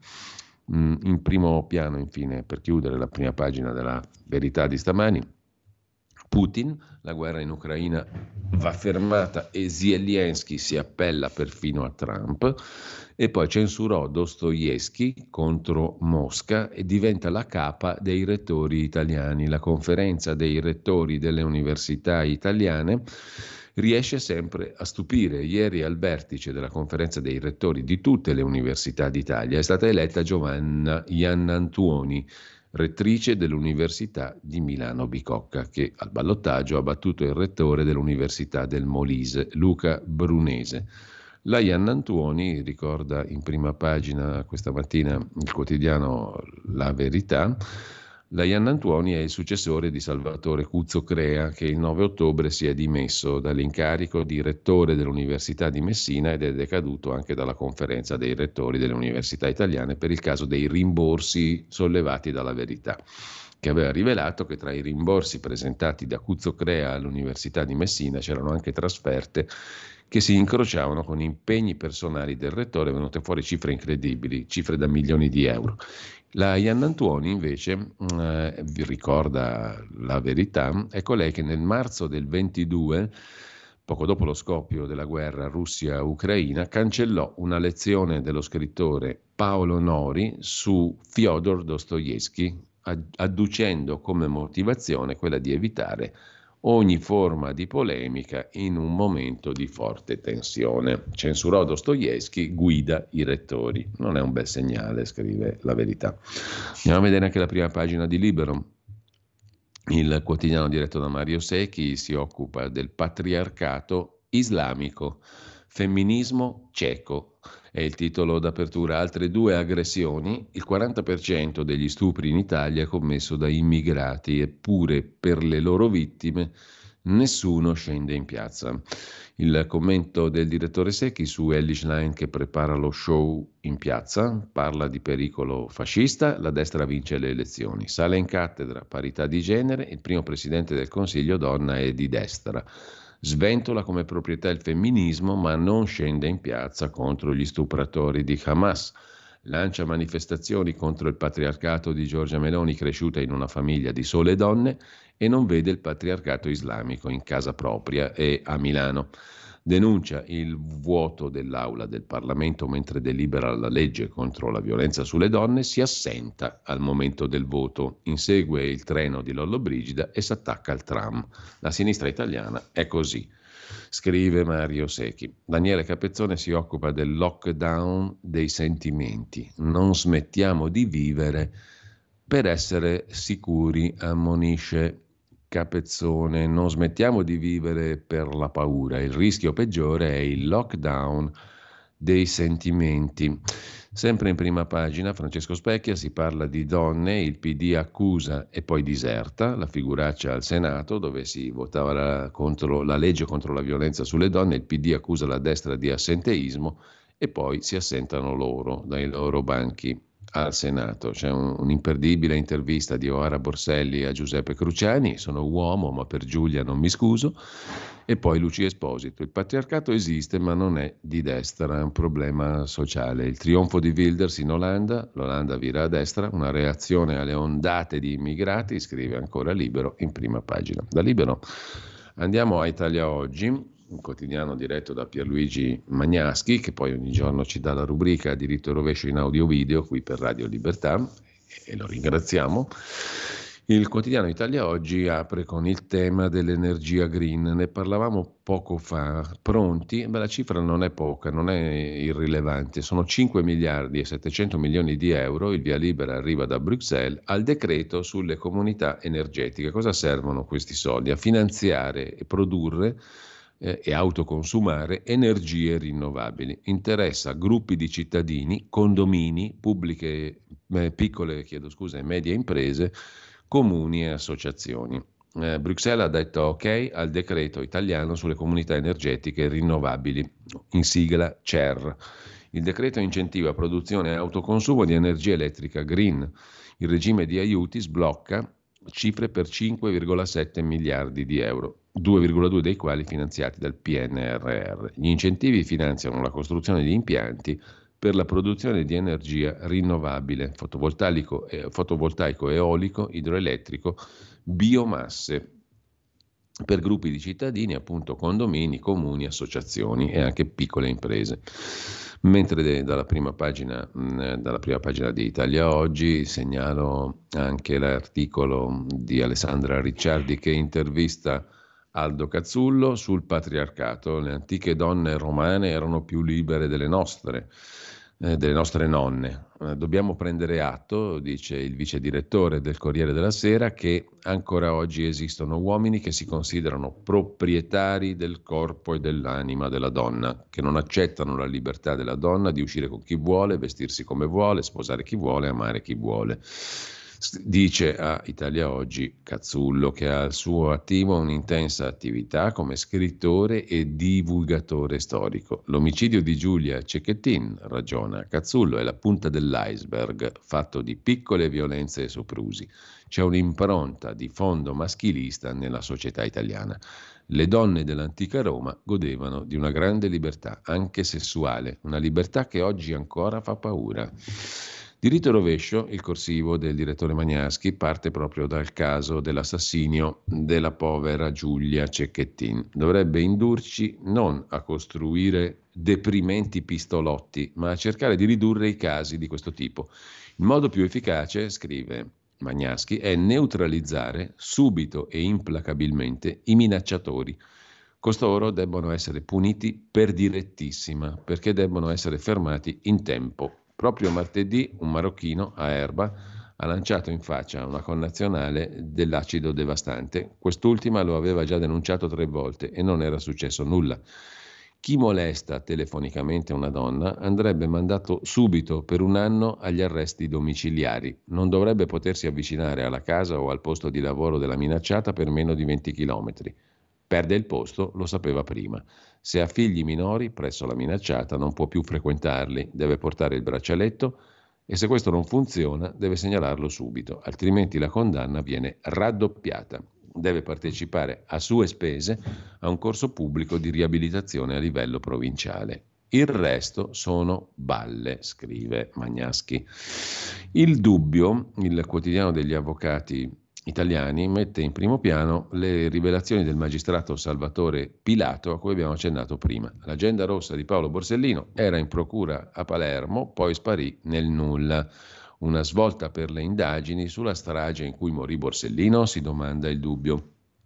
In primo piano, infine, per chiudere la prima pagina della Verità di stamani, Putin, la guerra in Ucraina va fermata e Zelensky si appella perfino a Trump, e poi censurò Dostoevskij contro Mosca e diventa la capa dei rettori italiani. La conferenza dei rettori delle università italiane riesce sempre a stupire. Ieri al vertice della conferenza dei rettori di tutte le università d'Italia è stata eletta Giovanna Iannantuoni, rettrice dell'Università di Milano Bicocca, che al ballottaggio ha battuto il rettore dell'Università del Molise, Luca Brunese. La Iannantuoni, ricorda in prima pagina questa mattina il quotidiano La Verità, la Iannantuoni è il successore di Salvatore Cuzzo Crea, che il 9 ottobre si è dimesso dall'incarico di rettore dell'Università di Messina ed è decaduto anche dalla conferenza dei rettori delle università italiane per il caso dei rimborsi sollevati dalla Verità, che aveva rivelato che tra i rimborsi presentati da Cuzzo Crea all'Università di Messina c'erano anche trasferte che si incrociavano con impegni personali del rettore, venute fuori cifre incredibili, cifre da milioni di euro. La Iannantuoni invece, vi ricorda La Verità, è colei che nel marzo del 22, poco dopo lo scoppio della guerra Russia-Ucraina, cancellò una lezione dello scrittore Paolo Nori su Fyodor Dostoevskij, adducendo come motivazione quella di evitare ogni forma di polemica in un momento di forte tensione. Censurò Dostoevskij, guida i rettori. Non è un bel segnale, scrive La Verità. Andiamo a vedere anche la prima pagina di Libero. Il quotidiano diretto da Mario Secchi si occupa del patriarcato islamico, femminismo cieco. È il titolo d'apertura. Altre 2 aggressioni, il 40% degli stupri in Italia è commesso da immigrati, eppure per le loro vittime nessuno scende in piazza. Il commento del direttore Secchi su Elly Schlein che prepara lo show in piazza, parla di pericolo fascista, la destra vince le elezioni, sale in cattedra, parità di genere, il primo presidente del Consiglio donna è di destra. Sventola come proprietà il femminismo, ma non scende in piazza contro gli stupratori di Hamas. Lancia manifestazioni contro il patriarcato di Giorgia Meloni, cresciuta in una famiglia di sole donne, e non vede il patriarcato islamico in casa propria e a Milano. Denuncia il vuoto dell'aula del Parlamento mentre delibera la legge contro la violenza sulle donne, si assenta al momento del voto, insegue il treno di Lollobrigida e si attacca al tram. La sinistra italiana è così. scrive Mario Secchi. Daniele Capezzone si occupa del lockdown dei sentimenti. Non smettiamo di vivere per essere sicuri, ammonisce Capezzone. Non smettiamo di vivere per la paura. Il rischio peggiore è il lockdown dei sentimenti. Sempre in prima pagina, Francesco Specchia, si parla di donne, il PD accusa e poi diserta, la figuraccia al Senato dove si votava contro la legge contro la violenza sulle donne, il PD accusa la destra di assenteismo e poi si assentano loro dai loro banchi al Senato. C'è un'imperdibile intervista di Oara Borselli a Giuseppe Cruciani, sono uomo ma per Giulia non mi scuso, e poi Lucia Esposito. Il patriarcato esiste ma non è di destra, è un problema sociale. Il trionfo di Wilders in Olanda, l'Olanda vira a destra, una reazione alle ondate di immigrati, scrive ancora Libero in prima pagina. Da Libero andiamo a Italia Oggi, un quotidiano diretto da Pierluigi Magnaschi, che poi ogni giorno ci dà la rubrica Diritto e Rovescio in audio-video qui per Radio Libertà, e lo ringraziamo. Il quotidiano Italia Oggi apre con il tema dell'energia green, ne parlavamo poco fa. Pronti? La cifra non è poca, non è irrilevante, sono 5 miliardi e 700 milioni di euro, il via libera arriva da Bruxelles al decreto sulle comunità energetiche. Cosa servono questi soldi? A finanziare e produrre e autoconsumare energie rinnovabili. Interessa gruppi di cittadini, condomini, pubbliche, piccole e medie imprese, comuni e associazioni. Bruxelles ha detto ok al decreto italiano sulle comunità energetiche rinnovabili, in sigla CER. Il decreto incentiva produzione e autoconsumo di energia elettrica green. Il regime di aiuti sblocca cifre per 5,7 miliardi di euro, 2,2 dei quali finanziati dal PNRR. Gli incentivi finanziano la costruzione di impianti per la produzione di energia rinnovabile, fotovoltaico, eolico, idroelettrico, biomasse, per gruppi di cittadini, appunto condomini, comuni, associazioni e anche piccole imprese. Mentre dalla prima pagina di Italia Oggi segnalo anche l'articolo di Alessandra Ricciardi che intervista Aldo Cazzullo sul patriarcato. Le antiche donne romane erano più libere delle nostre nonne. Dobbiamo prendere atto, dice il vice direttore del Corriere della Sera, che ancora oggi esistono uomini che si considerano proprietari del corpo e dell'anima della donna, che non accettano la libertà della donna di uscire con chi vuole, vestirsi come vuole, sposare chi vuole, amare chi vuole. Dice a Italia Oggi Cazzullo, che ha al suo attivo un'intensa attività come scrittore e divulgatore storico. L'omicidio di Giulia Cecchettin, ragiona Cazzullo, è la punta dell'iceberg fatto di piccole violenze e soprusi. C'è un'impronta di fondo maschilista nella società italiana. Le donne dell'antica Roma godevano di una grande libertà, anche sessuale, una libertà che oggi ancora fa paura. Diritto e rovescio, il corsivo del direttore Magnaschi, parte proprio dal caso dell'assassinio della povera Giulia Cecchettin. Dovrebbe indurci non a costruire deprimenti pistolotti, ma a cercare di ridurre i casi di questo tipo. Il modo più efficace, scrive Magnaschi, è neutralizzare subito e implacabilmente i minacciatori. Costoro debbono essere puniti per direttissima, perché debbono essere fermati in tempo. Proprio martedì un marocchino a Erba ha lanciato in faccia una connazionale dell'acido devastante. Quest'ultima lo aveva già denunciato 3 volte e non era successo nulla. Chi molesta telefonicamente una donna andrebbe mandato subito per 1 anno agli arresti domiciliari. Non dovrebbe potersi avvicinare alla casa o al posto di lavoro della minacciata per meno di 20 chilometri. Perde il posto, lo sapeva prima. Se ha figli minori presso la minacciata non può più frequentarli, deve portare il braccialetto e se questo non funziona deve segnalarlo subito, altrimenti la condanna viene raddoppiata. Deve partecipare a sue spese a un corso pubblico di riabilitazione a livello provinciale. Il resto sono balle, scrive Magnaschi. Il Dubbio, il quotidiano degli avvocati italiani, mette in primo piano le rivelazioni del magistrato Salvatore Pilato a cui abbiamo accennato prima. L'agenda rossa di Paolo Borsellino era in procura a Palermo, poi sparì nel nulla. Una svolta per le indagini sulla strage in cui morì Borsellino, si domanda il Dubbio.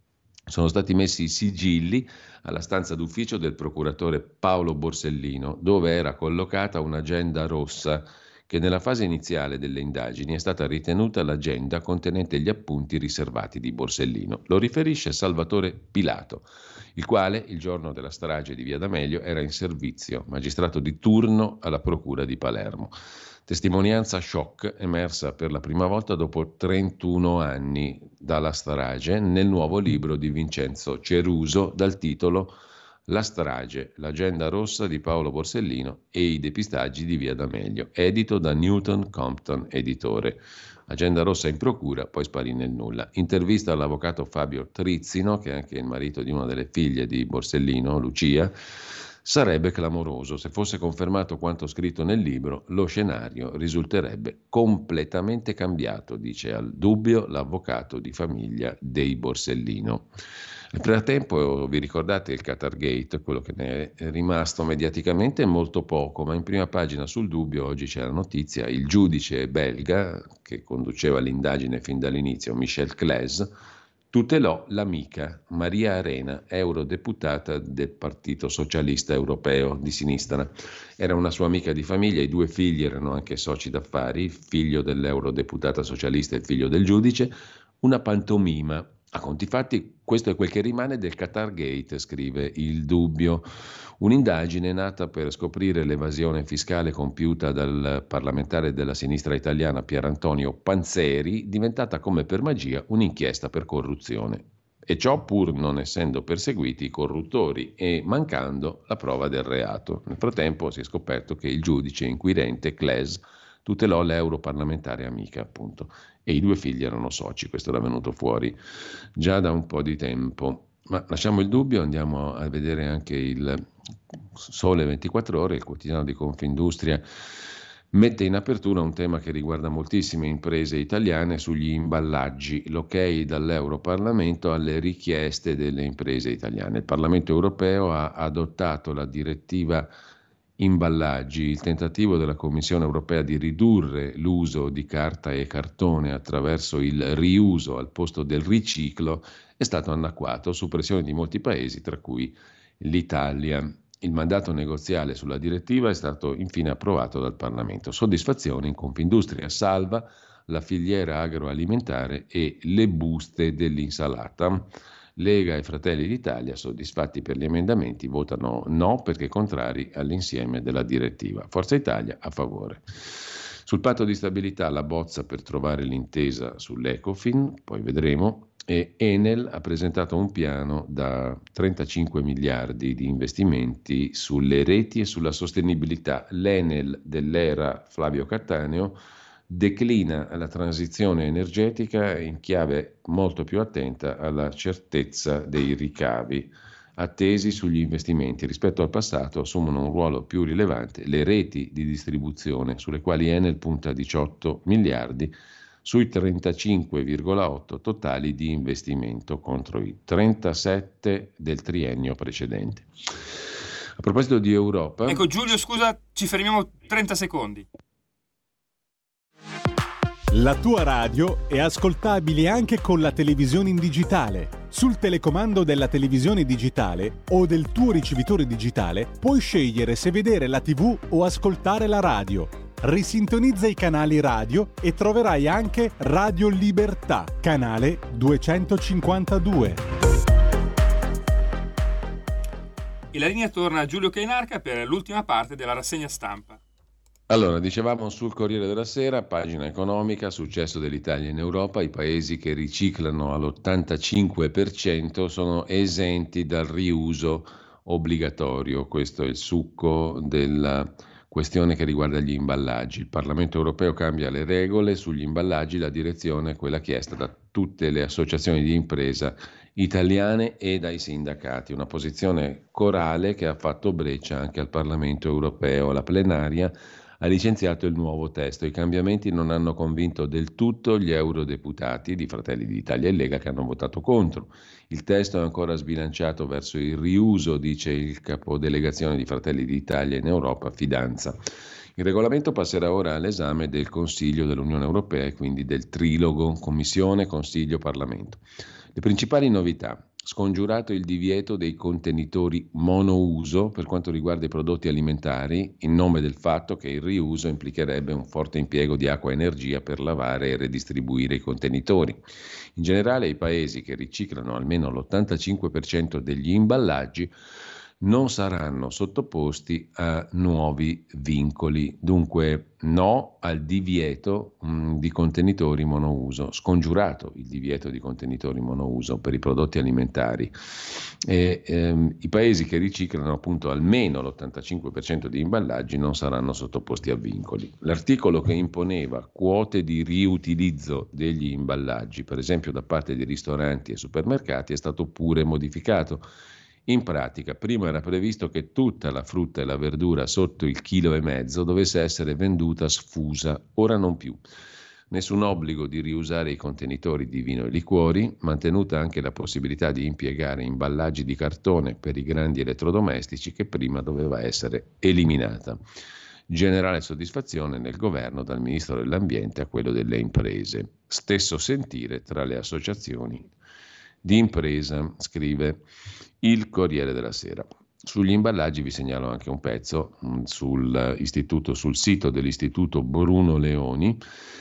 Sono stati messi i sigilli alla stanza d'ufficio del procuratore Paolo Borsellino, dove era collocata un'agenda rossa che nella fase iniziale delle indagini è stata ritenuta l'agenda contenente gli appunti riservati di Borsellino. Lo riferisce Salvatore Pilato, il quale il giorno della strage di Via D'Amelio era in servizio, magistrato di turno alla procura di Palermo. Testimonianza shock emersa per la prima volta dopo 31 anni dalla strage nel nuovo libro di Vincenzo Ceruso dal titolo La strage, l'agenda rossa di Paolo Borsellino e i depistaggi di Via D'Amelio, edito da Newton Compton Editore. Agenda rossa in procura, poi sparì nel nulla. Intervista all'avvocato Fabio Trizzino, che è anche il marito di una delle figlie di Borsellino, Lucia. Sarebbe clamoroso. Se fosse confermato quanto scritto nel libro, lo scenario risulterebbe completamente cambiato, dice al Dubbio l'avvocato di famiglia dei Borsellino. Nel frattempo, vi ricordate il Qatar Gate, quello che ne è rimasto mediaticamente molto poco, ma in prima pagina sul Dubbio oggi c'è la notizia: il giudice belga che conduceva l'indagine fin dall'inizio, Michel Claes, tutelò l'amica Maria Arena, eurodeputata del Partito Socialista Europeo di sinistra. Era una sua amica di famiglia, i due figli erano anche soci d'affari, il figlio dell'eurodeputata socialista e il figlio del giudice, una pantomima. A conti fatti, questo è quel che rimane del Qatar Gate, scrive il Dubbio. Un'indagine nata per scoprire l'evasione fiscale compiuta dal parlamentare della sinistra italiana Pierantonio Panzeri, diventata come per magia un'inchiesta per corruzione. E ciò pur non essendo perseguiti i corruttori e mancando la prova del reato. Nel frattempo si è scoperto che il giudice inquirente Claes tutelò l'europarlamentare amica, appunto, e i due figli erano soci. Questo era venuto fuori già da un po' di tempo. Ma lasciamo il Dubbio, andiamo a vedere anche il Sole 24 Ore, il quotidiano di Confindustria. Mette in apertura un tema che riguarda moltissime imprese italiane sugli imballaggi, l'ok dall'Europarlamento alle richieste delle imprese italiane. Il Parlamento europeo ha adottato la direttiva imballaggi. Il tentativo della Commissione europea di ridurre l'uso di carta e cartone attraverso il riuso al posto del riciclo è stato annacquato su pressione di molti paesi, tra cui l'Italia. Il mandato negoziale sulla direttiva è stato infine approvato dal Parlamento. Soddisfazione in Confindustria, salva la filiera agroalimentare e le buste dell'insalata. Lega e Fratelli d'Italia, soddisfatti per gli emendamenti, votano no perché contrari all'insieme della direttiva. Forza Italia a favore. Sul patto di stabilità la bozza per trovare l'intesa sull'Ecofin, poi vedremo, e Enel ha presentato un piano da 35 miliardi di investimenti sulle reti e sulla sostenibilità. L'Enel dell'era Flavio Cattaneo declina la transizione energetica in chiave molto più attenta alla certezza dei ricavi attesi sugli investimenti. Rispetto al passato assumono un ruolo più rilevante le reti di distribuzione, sulle quali Enel punta 18 miliardi sui 35,8 totali di investimento contro i 37 del triennio precedente. A proposito di Europa... Ecco Giulio, scusa, ci fermiamo 30 secondi. La tua radio è ascoltabile anche con la televisione in digitale. Sul telecomando della televisione digitale o del tuo ricevitore digitale puoi scegliere se vedere la TV o ascoltare la radio. Risintonizza i canali radio e troverai anche Radio Libertà, canale 252. E la linea torna a Giulio Cainarca per l'ultima parte della rassegna stampa. Allora, dicevamo sul Corriere della Sera, pagina economica, successo dell'Italia in Europa, i paesi che riciclano all'85% sono esenti dal riuso obbligatorio. Questo è il succo della questione che riguarda gli imballaggi. Il Parlamento europeo cambia le regole sugli imballaggi, la direzione è quella chiesta da tutte le associazioni di impresa italiane e dai sindacati. Una posizione corale che ha fatto breccia anche al Parlamento europeo. La plenaria ha licenziato il nuovo testo. I cambiamenti non hanno convinto del tutto gli eurodeputati di Fratelli d'Italia e Lega che hanno votato contro. Il testo è ancora sbilanciato verso il riuso, dice il capodelegazione di Fratelli d'Italia in Europa, Fidanza. Il regolamento passerà ora all'esame del Consiglio dell'Unione Europea e quindi del trilogo Commissione, Consiglio, Parlamento. Le principali novità: Scongiurato il divieto dei contenitori monouso per quanto riguarda i prodotti alimentari, in nome del fatto che il riuso implicherebbe un forte impiego di acqua e energia per lavare e redistribuire i contenitori. In generale, i paesi che riciclano almeno l'85% degli imballaggi non saranno sottoposti a nuovi vincoli. Dunque no al divieto di contenitori monouso, scongiurato il divieto di contenitori monouso per i prodotti alimentari. I paesi che riciclano appunto almeno l'85% di imballaggi non saranno sottoposti a vincoli. L'articolo che imponeva quote di riutilizzo degli imballaggi, per esempio da parte di ristoranti e supermercati, è stato pure modificato. In pratica, prima era previsto che tutta la frutta e la verdura sotto il 1,5 kg dovesse essere venduta sfusa, ora non più. Nessun obbligo di riusare i contenitori di vino e liquori, mantenuta anche la possibilità di impiegare imballaggi di cartone per i grandi elettrodomestici che prima doveva essere eliminata. Generale soddisfazione nel governo dal ministro dell'Ambiente a quello delle imprese. Stesso sentire tra le associazioni di impresa, scrive il Corriere della Sera. Sugli imballaggi vi segnalo anche un pezzo sul sito dell'Istituto Bruno Leoni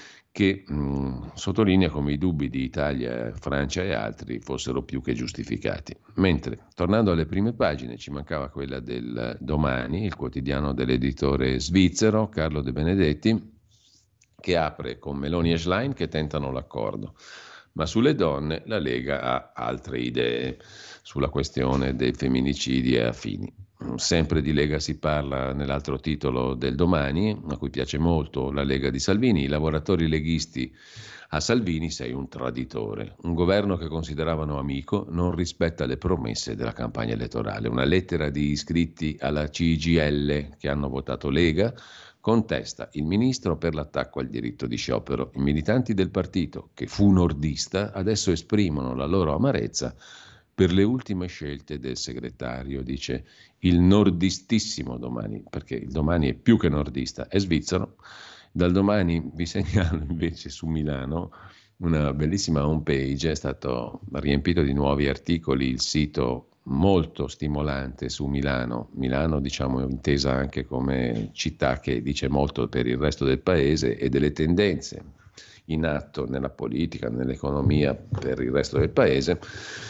che sottolinea come i dubbi di Italia, Francia e altri fossero più che giustificati. Mentre, tornando alle prime pagine, ci mancava quella del Domani, il quotidiano dell'editore svizzero Carlo De Benedetti, che apre con Meloni e Schlein che tentano l'accordo. Ma sulle donne la Lega ha altre idee sulla questione dei femminicidi e affini. Sempre di Lega si parla nell'altro titolo del Domani, a cui piace molto la Lega di Salvini. I lavoratori leghisti a Salvini sei un traditore. Un governo che consideravano amico non rispetta le promesse della campagna elettorale. Una lettera di iscritti alla CGIL che hanno votato Lega contesta il ministro per l'attacco al diritto di sciopero. I militanti del partito, che fu nordista, adesso esprimono la loro amarezza per le ultime scelte del segretario, dice il nordistissimo Domani, perché il Domani è più che nordista, è svizzero. Dal Domani vi segnalo invece su Milano una bellissima homepage, è stato riempito di nuovi articoli, il sito molto stimolante su Milano, diciamo intesa anche come città che dice molto per il resto del paese e delle tendenze in atto nella politica, nell'economia per il resto del paese.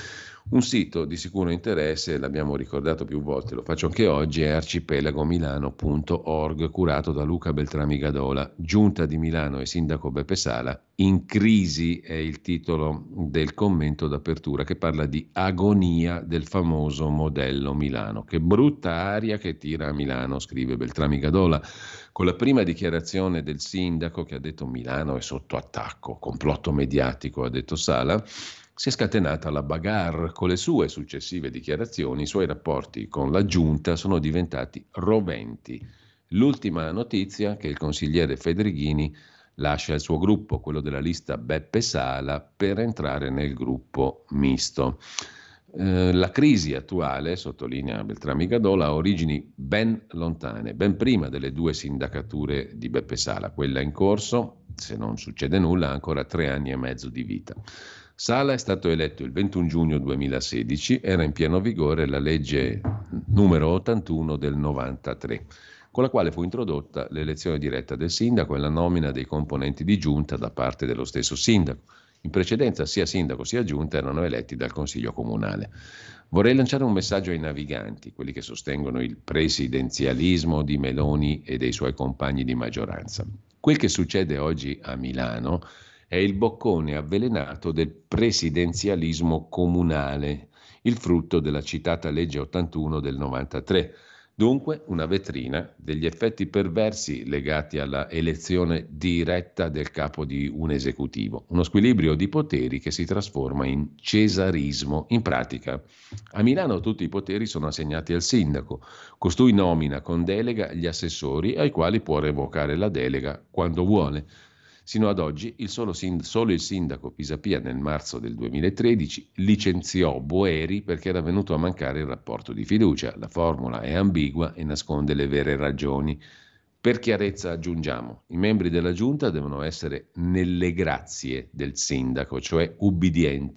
Un sito di sicuro interesse, l'abbiamo ricordato più volte, lo faccio anche oggi, è arcipelagomilano.org, curato da Luca Beltrami Gadola. Giunta di Milano e sindaco Beppe Sala, in crisi è il titolo del commento d'apertura che parla di agonia del famoso modello Milano. Che brutta aria che tira a Milano, scrive Beltrami Gadola, con la prima dichiarazione del sindaco che ha detto Milano è sotto attacco, complotto mediatico, ha detto Sala. Si è scatenata la bagarre con le sue successive dichiarazioni, i suoi rapporti con la giunta sono diventati roventi. L'ultima notizia è che il consigliere Fedrighini lascia il suo gruppo, quello della lista Beppe Sala, per entrare nel gruppo misto. La crisi attuale, sottolinea Beltrami Gadola, ha origini ben lontane, ben prima delle due sindacature di Beppe Sala. Quella in corso, se non succede nulla, ha ancora 3 anni e mezzo di vita. Sala è stato eletto il 21 giugno 2016, era in pieno vigore la legge numero 81 del 93, con la quale fu introdotta l'elezione diretta del sindaco e la nomina dei componenti di giunta da parte dello stesso sindaco. In precedenza sia sindaco sia giunta erano eletti dal Consiglio Comunale. Vorrei lanciare un messaggio ai naviganti, quelli che sostengono il presidenzialismo di Meloni e dei suoi compagni di maggioranza. Quel che succede oggi a Milano è il boccone avvelenato del presidenzialismo comunale, il frutto della citata legge 81 del 93. Dunque una vetrina degli effetti perversi legati alla elezione diretta del capo di un esecutivo, uno squilibrio di poteri che si trasforma in cesarismo. In pratica, a Milano tutti i poteri sono assegnati al sindaco, costui nomina con delega gli assessori ai quali può revocare la delega quando vuole. Sino ad oggi solo il sindaco Pisapia nel marzo del 2013 licenziò Boeri perché era venuto a mancare il rapporto di fiducia. La formula è ambigua e nasconde le vere ragioni. Per chiarezza aggiungiamo, i membri della giunta devono essere nelle grazie del sindaco, cioè ubbidienti.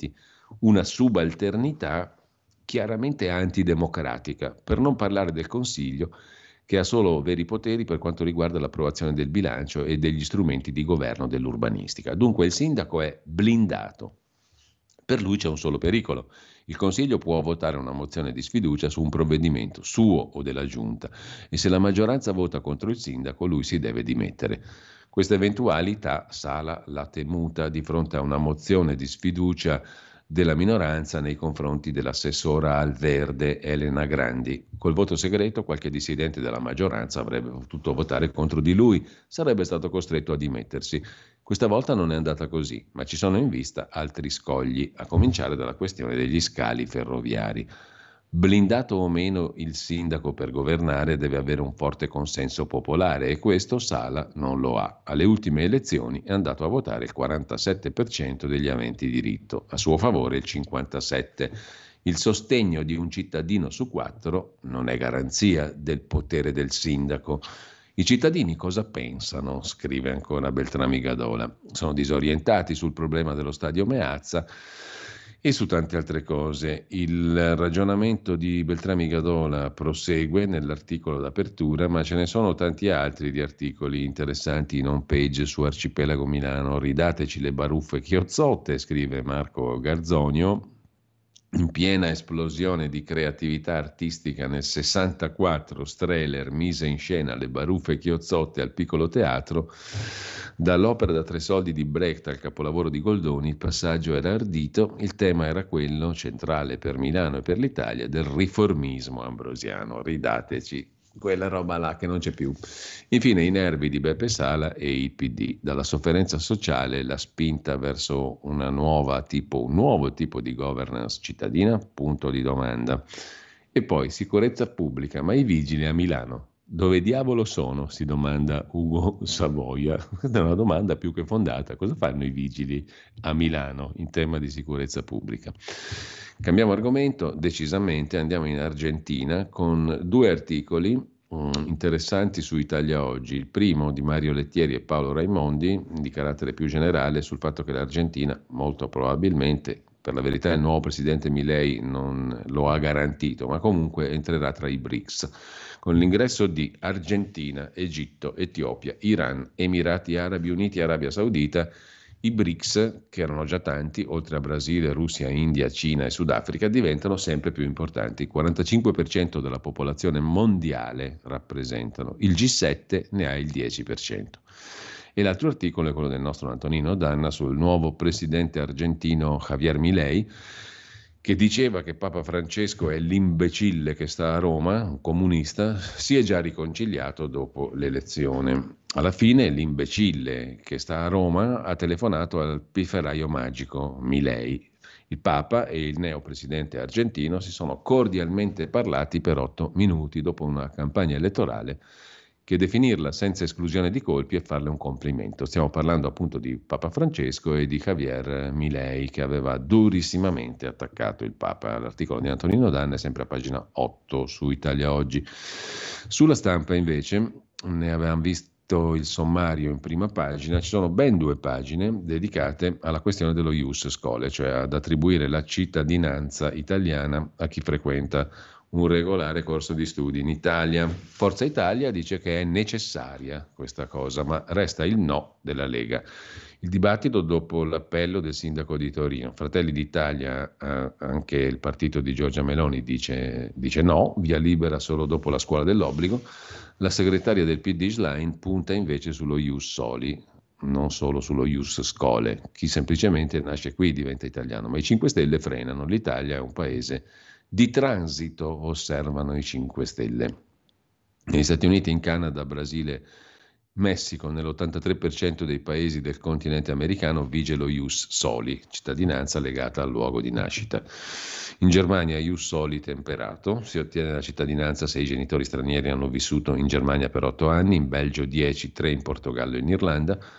una subalternità chiaramente antidemocratica, per non parlare del Consiglio, che ha solo veri poteri per quanto riguarda l'approvazione del bilancio e degli strumenti di governo dell'urbanistica. Dunque il sindaco è blindato. Per lui c'è un solo pericolo. Il Consiglio può votare una mozione di sfiducia su un provvedimento suo o della Giunta e se la maggioranza vota contro il sindaco lui si deve dimettere. Questa eventualità Sala l'ha temuta di fronte a una mozione di sfiducia della minoranza nei confronti dell'assessora al Verde Elena Grandi. Col voto segreto qualche dissidente della maggioranza avrebbe potuto votare contro di lui, sarebbe stato costretto a dimettersi. Questa volta non è andata così, ma ci sono in vista altri scogli, a cominciare dalla questione degli scali ferroviari. Blindato o meno il sindaco per governare deve avere un forte consenso popolare e questo Sala non lo ha. Alle ultime elezioni è andato a votare il 47% degli aventi diritto, a suo favore il 57%. Il sostegno di un cittadino su 4 non è garanzia del potere del sindaco. I cittadini cosa pensano? Scrive ancora Beltrami Gadola. Sono disorientati sul problema dello stadio Meazza e su tante altre cose. Il ragionamento di Beltrami Gadola prosegue nell'articolo d'apertura, ma ce ne sono tanti altri di articoli interessanti in home page su Arcipelago Milano. Ridateci le baruffe chiozzotte, scrive Marco Garzonio. In piena esplosione di creatività artistica nel 64 Strehler mise in scena le baruffe chiozzotte al Piccolo Teatro. Dall'opera da 3 soldi di Brecht al capolavoro di Goldoni il passaggio era ardito, il tema era quello centrale per Milano e per l'Italia del riformismo ambrosiano. Ridateci quella roba là che non c'è più. Infine i nervi di Beppe Sala e il PD, dalla sofferenza sociale la spinta verso un nuovo tipo di governance cittadina, punto di domanda. E poi sicurezza pubblica, ma i vigili a Milano dove diavolo sono? Si domanda Ugo Savoia. Questa è una domanda più che fondata. Cosa fanno i vigili a Milano in tema di sicurezza pubblica? Cambiamo argomento decisamente, andiamo in Argentina con 2 articoli interessanti su Italia Oggi. Il primo di Mario Lettieri e Paolo Raimondi, di carattere più generale, sul fatto che l'Argentina, molto probabilmente, per la verità il nuovo presidente Milei non lo ha garantito, ma comunque entrerà tra i BRICS, con l'ingresso di Argentina, Egitto, Etiopia, Iran, Emirati Arabi Uniti e Arabia Saudita. I BRICS, che erano già tanti, oltre a Brasile, Russia, India, Cina e Sudafrica, diventano sempre più importanti. Il 45% della popolazione mondiale rappresentano, il G7 ne ha il 10%. E l'altro articolo è quello del nostro Antonino Danna sul nuovo presidente argentino Javier Milei, che diceva che Papa Francesco è l'imbecille che sta a Roma, un comunista, si è già riconciliato dopo l'elezione. Alla fine l'imbecille che sta a Roma ha telefonato al pifferaio magico Milei. Il Papa e il neopresidente argentino si sono cordialmente parlati per 8 minuti dopo una campagna elettorale che definirla senza esclusione di colpi e farle un complimento. Stiamo parlando appunto di Papa Francesco e di Javier Milei, che aveva durissimamente attaccato il Papa. L'articolo di Antonino Danna è sempre a pagina 8 su Italia Oggi. Sulla Stampa invece ne avevamo visto il sommario in prima pagina, ci sono ben 2 pagine dedicate alla questione dello ius scholae, cioè ad attribuire la cittadinanza italiana a chi frequenta un regolare corso di studi in Italia. Forza Italia dice che è necessaria questa cosa, ma resta il no della Lega. Il dibattito dopo l'appello del sindaco di Torino. Fratelli d'Italia, anche il partito di Giorgia Meloni dice no, via libera solo dopo la scuola dell'obbligo. La segretaria del PD Schlein punta invece sullo ius soli, non solo sullo ius scholae. Chi semplicemente nasce qui diventa italiano, ma i 5 Stelle frenano. L'Italia è un paese di transito, osservano i 5 Stelle. Negli Stati Uniti, in Canada, Brasile, Messico, nell'83% dei paesi del continente americano vige lo ius soli, cittadinanza legata al luogo di nascita. In Germania ius soli temperato, si ottiene la cittadinanza se i genitori stranieri hanno vissuto in Germania per 8 anni, in Belgio 10, 3 in Portogallo e in Irlanda.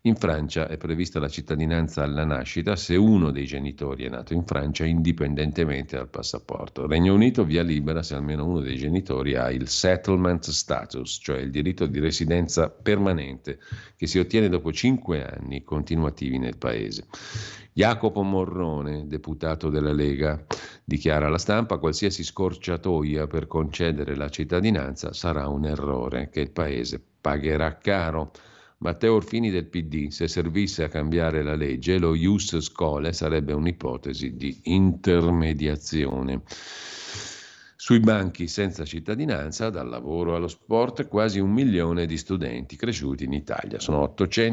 In Francia è prevista la cittadinanza alla nascita se uno dei genitori è nato in Francia indipendentemente dal passaporto. Regno Unito via libera se almeno uno dei genitori ha il settlement status, cioè il diritto di residenza permanente che si ottiene dopo 5 anni continuativi nel paese. Jacopo Morrone, deputato della Lega, dichiara alla stampa: qualsiasi scorciatoia per concedere la cittadinanza sarà un errore che il paese pagherà caro. Matteo Orfini del PD: se servisse a cambiare la legge, lo ius scholae sarebbe un'ipotesi di intermediazione. Sui banchi senza cittadinanza, dal lavoro allo sport, quasi 1 milione di studenti cresciuti in Italia. Sono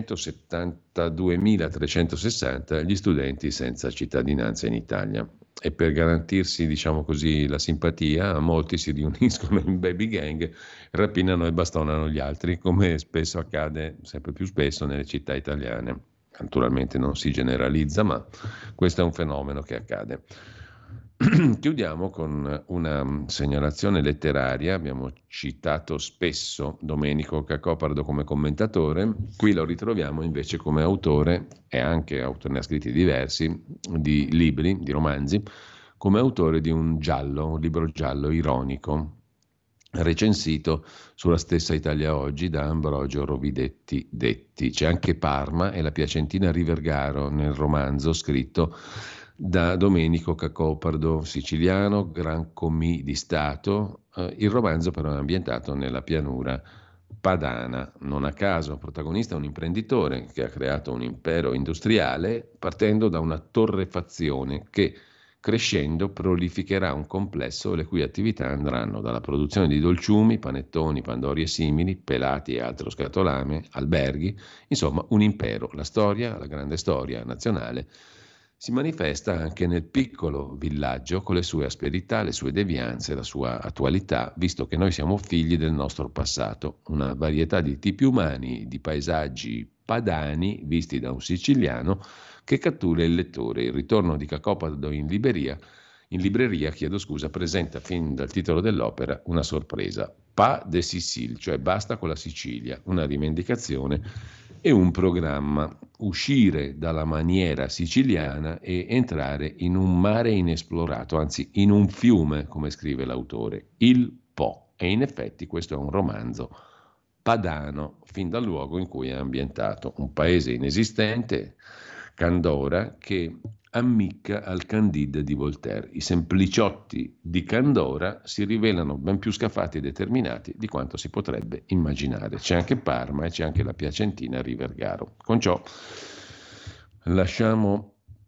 872.360 gli studenti senza cittadinanza in Italia. E per garantirsi, diciamo così, la simpatia, molti si riuniscono in baby gang, rapinano e bastonano gli altri, come spesso accade, sempre più spesso, nelle città italiane. Naturalmente non si generalizza, ma questo è un fenomeno che accade. Chiudiamo con una segnalazione letteraria. Abbiamo citato spesso Domenico Cacopardo come commentatore, qui lo ritroviamo invece come autore, e anche autore, ne ha scritti diversi, di libri, di romanzi, come autore di un libro giallo ironico, recensito sulla stessa Italia Oggi da Ambrogio Rovidetti Detti. C'è anche Parma e la piacentina Rivergaro nel romanzo scritto da Domenico Cacopardo, siciliano, gran commis di Stato. Il romanzo però è ambientato nella pianura padana. Non a caso, protagonista è un imprenditore che ha creato un impero industriale partendo da una torrefazione che, crescendo, prolificherà un complesso le cui attività andranno dalla produzione di dolciumi, panettoni, pandori e simili, pelati e altro scatolame, alberghi, insomma un impero. La storia, la grande storia nazionale, si manifesta anche nel piccolo villaggio con le sue asperità, le sue devianze, la sua attualità, visto che noi siamo figli del nostro passato, una varietà di tipi umani, di paesaggi padani visti da un siciliano che cattura il lettore. Il ritorno di Cacopardo in libreria, presenta fin dal titolo dell'opera una sorpresa. Pas de Sicile, cioè basta con la Sicilia, una rivendicazione e un programma: uscire dalla maniera siciliana e entrare in un mare inesplorato, anzi in un fiume, come scrive l'autore, il Po. E in effetti questo è un romanzo padano, fin dal luogo in cui è ambientato, un paese inesistente, Candora, che ammicca al Candide di Voltaire. I sempliciotti di Candora si rivelano ben più scafati e determinati di quanto si potrebbe immaginare. C'è anche Parma e c'è anche la piacentina Rivergaro. Con ciò lasciamo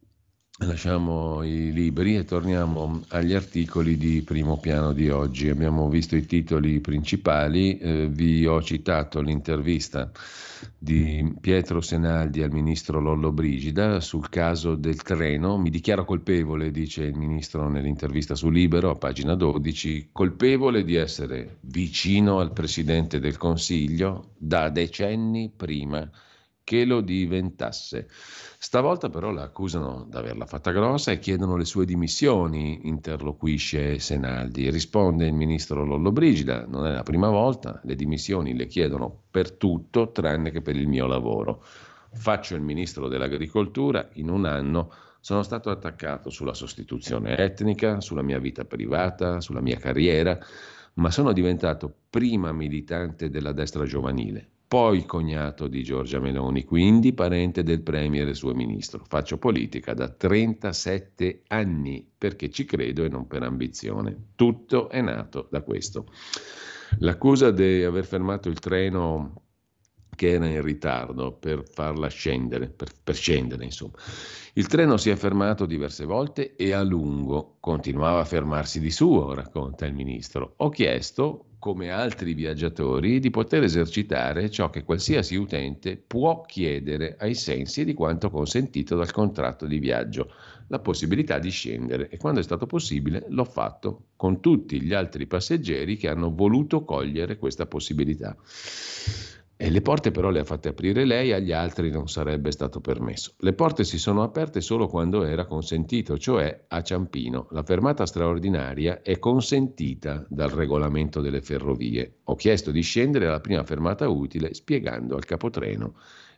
i libri e torniamo agli articoli di primo piano di oggi. Abbiamo visto i titoli principali, vi ho citato l'intervista di Pietro Senaldi al ministro Lollobrigida sul caso del treno. Mi dichiaro colpevole, dice il ministro nell'intervista su Libero, a pagina 12, colpevole di essere vicino al Presidente del Consiglio da decenni prima che lo diventasse. Stavolta però la accusano di averla fatta grossa e chiedono le sue dimissioni, interloquisce Senaldi. Risponde il ministro Lollobrigida: non è la prima volta, le dimissioni le chiedono per tutto tranne che per il mio lavoro. Faccio il ministro dell'agricoltura, in un anno sono stato attaccato sulla sostituzione etnica, sulla mia vita privata, sulla mia carriera, ma sono diventato prima militante della destra giovanile, poi cognato di Giorgia Meloni, quindi parente del premier e suo ministro. Faccio politica da 37 anni perché ci credo e non per ambizione. Tutto è nato da questo. L'accusa di aver fermato il treno che era in ritardo per farla scendere, per scendere insomma. Il treno si è fermato diverse volte e a lungo, continuava a fermarsi di suo, racconta il ministro. Ho chiesto, come altri viaggiatori, di poter esercitare ciò che qualsiasi utente può chiedere ai sensi di quanto consentito dal contratto di viaggio, la possibilità di scendere, e quando è stato possibile l'ho fatto con tutti gli altri passeggeri che hanno voluto cogliere questa possibilità. E le porte però le ha fatte aprire lei, agli altri non sarebbe stato permesso. Le porte si sono aperte solo quando era consentito, cioè a Ciampino. La fermata straordinaria è consentita dal regolamento delle ferrovie. Ho chiesto di scendere alla prima fermata utile spiegando al capotreno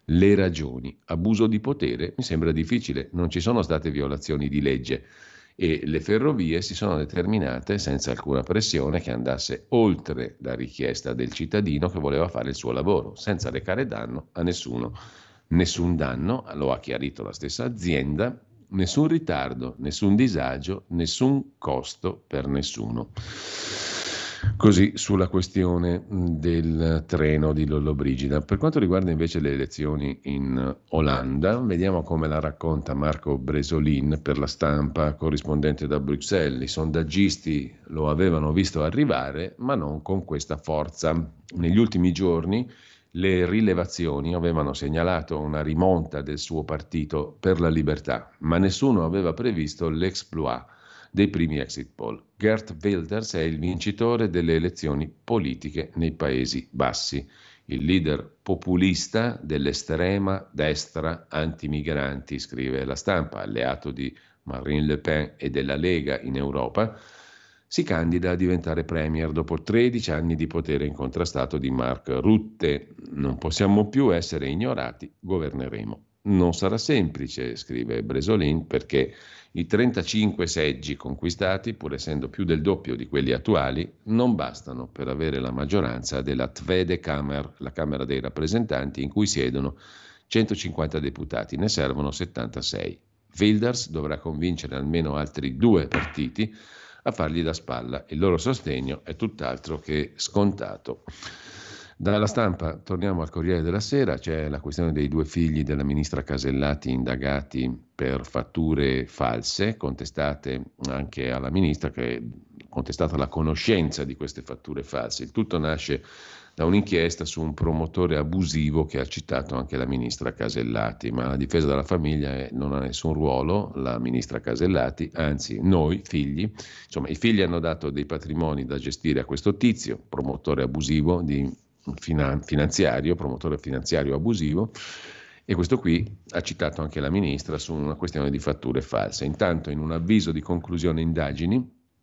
Le ragioni. Abuso di potere? Mi sembra difficile, non ci sono state violazioni di legge e le ferrovie si sono determinate senza alcuna pressione che andasse oltre la richiesta del cittadino che voleva fare il suo lavoro, senza recare danno a nessuno. Nessun danno, lo ha chiarito la stessa azienda, nessun ritardo, nessun disagio, nessun costo per nessuno. Così sulla questione del treno di Lollobrigida. Per quanto riguarda invece le elezioni in Olanda, vediamo come la racconta Marco Bresolin per La Stampa, corrispondente da Bruxelles. I sondaggisti lo avevano visto arrivare, ma non con questa forza. Negli ultimi giorni le rilevazioni avevano segnalato una rimonta del suo partito Per la Libertà, ma nessuno aveva previsto l'exploit dei primi exit poll. Geert Wilders è il vincitore delle elezioni politiche nei Paesi Bassi, il leader populista dell'estrema destra antimigranti, scrive La Stampa, alleato di Marine Le Pen e della Lega in Europa, si candida a diventare premier dopo 13 anni di potere incontrastato di Mark Rutte. Non possiamo più essere ignorati, governeremo. Non sarà semplice, scrive Bresolin, perché i 35 seggi conquistati, pur essendo più del doppio di quelli attuali, non bastano per avere la maggioranza della Tweede Kamer, la Camera dei rappresentanti, in cui siedono 150 deputati, ne servono 76. Wilders dovrà convincere almeno altri 2 partiti a fargli da spalla. Il loro sostegno è tutt'altro che scontato. Dalla Stampa torniamo al Corriere della Sera, c'è la questione dei 2 figli della ministra Casellati indagati per fatture false, contestate anche alla ministra, che è contestata la conoscenza di queste fatture false. Il tutto nasce da un'inchiesta su un promotore abusivo che ha citato anche la ministra Casellati, ma la difesa della famiglia non ha nessun ruolo, la ministra Casellati, anzi noi figli, insomma i figli hanno dato dei patrimoni da gestire a questo tizio, promotore abusivo di finanziario, promotore finanziario abusivo, e questo qui ha citato anche la ministra su una questione di fatture false. Intanto, in un avviso di conclusione indagini,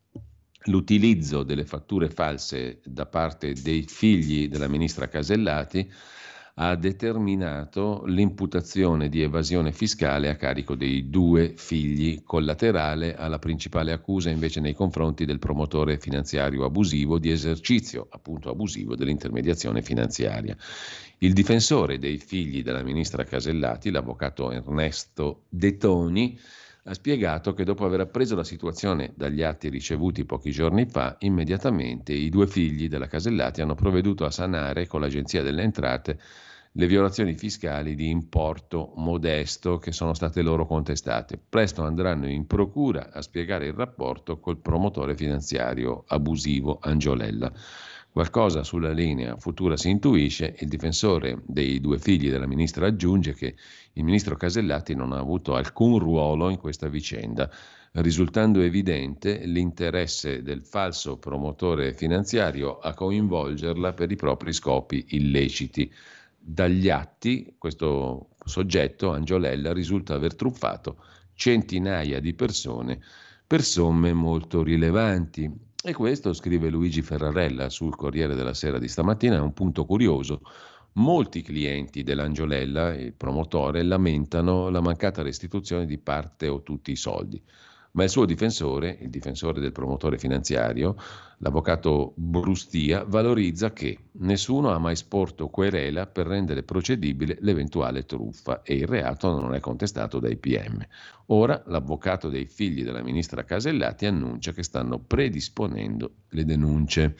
l'utilizzo delle fatture false da parte dei figli della ministra Casellati ha determinato l'imputazione di evasione fiscale a carico dei 2 figli, collaterale alla principale accusa invece nei confronti del promotore finanziario abusivo di esercizio appunto abusivo dell'intermediazione finanziaria. Il difensore dei figli della ministra Casellati, l'avvocato Ernesto De Toni, ha spiegato che dopo aver appreso la situazione dagli atti ricevuti pochi giorni fa, immediatamente i 2 figli della Casellati hanno provveduto a sanare con l'Agenzia delle Entrate le violazioni fiscali di importo modesto che sono state loro contestate. Presto andranno in procura a spiegare il rapporto col promotore finanziario abusivo Angiolella. Qualcosa sulla linea futura si intuisce. Il difensore dei 2 figli della ministra aggiunge che il ministro Casellati non ha avuto alcun ruolo in questa vicenda, risultando evidente l'interesse del falso promotore finanziario a coinvolgerla per i propri scopi illeciti. Dagli atti, questo soggetto, Angiolella, risulta aver truffato centinaia di persone per somme molto rilevanti. E questo, scrive Luigi Ferrarella sul Corriere della Sera di stamattina, è un punto curioso. Molti clienti dell'Angiolella, il promotore, lamentano la mancata restituzione di parte o tutti i soldi. Ma il suo difensore, il difensore del promotore finanziario, l'avvocato Brustia, valorizza che nessuno ha mai sporto querela per rendere procedibile l'eventuale truffa e il reato non è contestato dai PM. Ora l'avvocato dei figli della ministra Casellati annuncia che stanno predisponendo le denunce.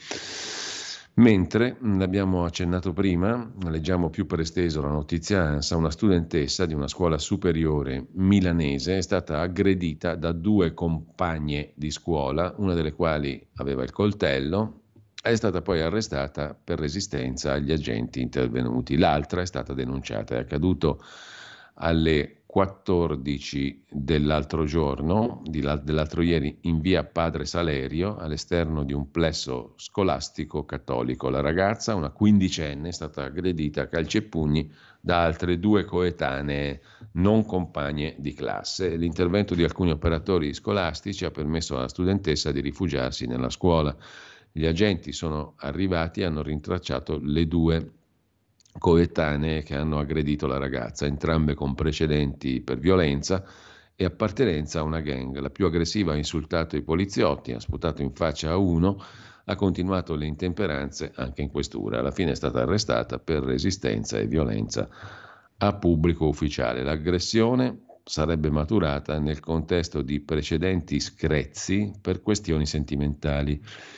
Mentre, l'abbiamo accennato prima, leggiamo più per esteso la notizia ANSA, una studentessa di una scuola superiore milanese è stata aggredita da 2 compagne di scuola, una delle quali aveva il coltello, è stata poi arrestata per resistenza agli agenti intervenuti. L'altra è stata denunciata, è accaduto alle 14 dell'altro giorno, dell'altro ieri, in via Padre Salerio, all'esterno di un plesso scolastico cattolico. La ragazza, una 15enne, è stata aggredita a calci e pugni da altre 2 coetanee non compagne di classe. L'intervento di alcuni operatori scolastici ha permesso alla studentessa di rifugiarsi nella scuola. Gli agenti sono arrivati e hanno rintracciato le 2 coetanee che hanno aggredito la ragazza, entrambe con precedenti per violenza e appartenenza a una gang. La più aggressiva ha insultato i poliziotti, ha sputato in faccia a uno, ha continuato le intemperanze anche in questura. Alla fine è stata arrestata per resistenza e violenza a pubblico ufficiale. L'aggressione sarebbe maturata nel contesto di precedenti screzi per questioni sentimentali.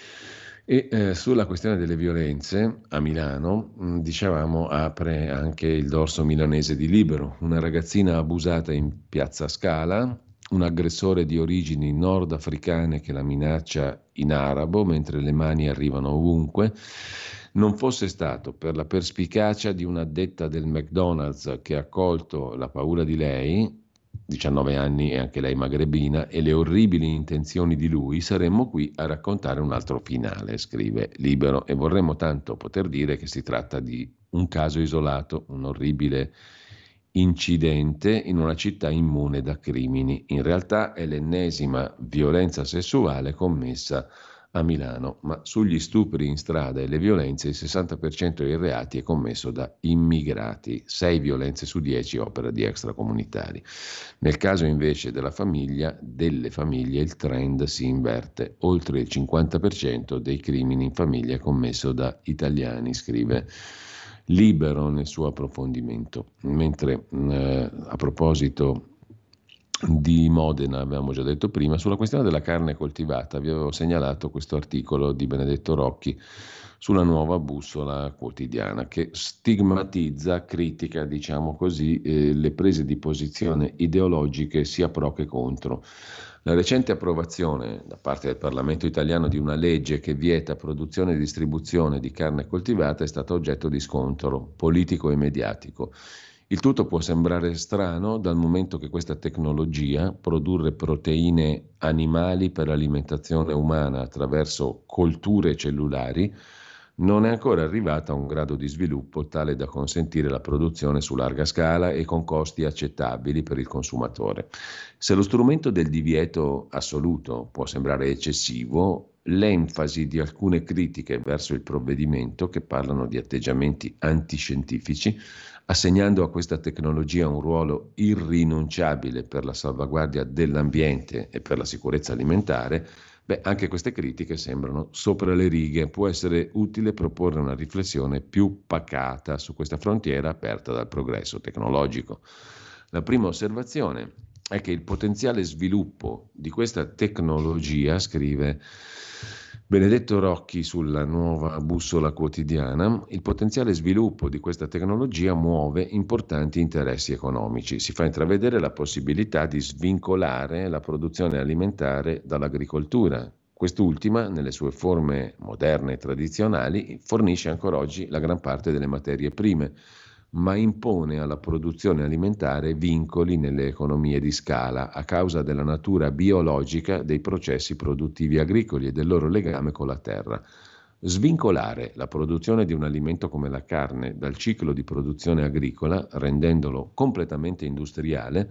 E sulla questione delle violenze a Milano, dicevamo, apre anche il dorso milanese di Libero. Una ragazzina abusata in piazza Scala, un aggressore di origini nordafricane che la minaccia in arabo mentre le mani arrivano ovunque. Non fosse stato per la perspicacia di un'addetta del McDonald's che ha colto la paura di lei, 19 anni e anche lei magrebina, e le orribili intenzioni di lui, saremmo qui a raccontare un altro finale, scrive Libero, e vorremmo tanto poter dire che si tratta di un caso isolato, un orribile incidente in una città immune da crimini. In realtà è l'ennesima violenza sessuale commessa a Milano, ma sugli stupri in strada e le violenze il 60% dei reati è commesso da immigrati, 6 violenze su 10 opera di extracomunitari. Nel caso invece delle famiglie il trend si inverte, oltre il 50% dei crimini in famiglia è commesso da italiani, scrive Libero nel suo approfondimento. Mentre a proposito di Modena, avevamo già detto prima, sulla questione della carne coltivata vi avevo segnalato questo articolo di Benedetto Rocchi sulla Nuova Bussola Quotidiana, che stigmatizza, critica, diciamo così, le prese di posizione ideologiche sia pro che contro. La recente approvazione da parte del Parlamento italiano di una legge che vieta produzione e distribuzione di carne coltivata è stata oggetto di scontro politico e mediatico. Il tutto può sembrare strano dal momento che questa tecnologia, produrre proteine animali per alimentazione umana attraverso colture cellulari, non è ancora arrivata a un grado di sviluppo tale da consentire la produzione su larga scala e con costi accettabili per il consumatore. Se lo strumento del divieto assoluto può sembrare eccessivo, l'enfasi di alcune critiche verso il provvedimento, che parlano di atteggiamenti antiscientifici, assegnando a questa tecnologia un ruolo irrinunciabile per la salvaguardia dell'ambiente e per la sicurezza alimentare, anche queste critiche sembrano sopra le righe. Può essere utile proporre una riflessione più pacata su questa frontiera aperta dal progresso tecnologico. La prima osservazione è che il potenziale sviluppo di questa tecnologia, scrive Benedetto Rocchi sulla Nuova Bussola Quotidiana, il potenziale sviluppo di questa tecnologia muove importanti interessi economici. Si fa intravedere la possibilità di svincolare la produzione alimentare dall'agricoltura. Quest'ultima, nelle sue forme moderne e tradizionali, fornisce ancora oggi la gran parte delle materie prime, ma impone alla produzione alimentare vincoli nelle economie di scala a causa della natura biologica dei processi produttivi agricoli e del loro legame con la terra. Svincolare la produzione di un alimento come la carne dal ciclo di produzione agricola, rendendolo completamente industriale,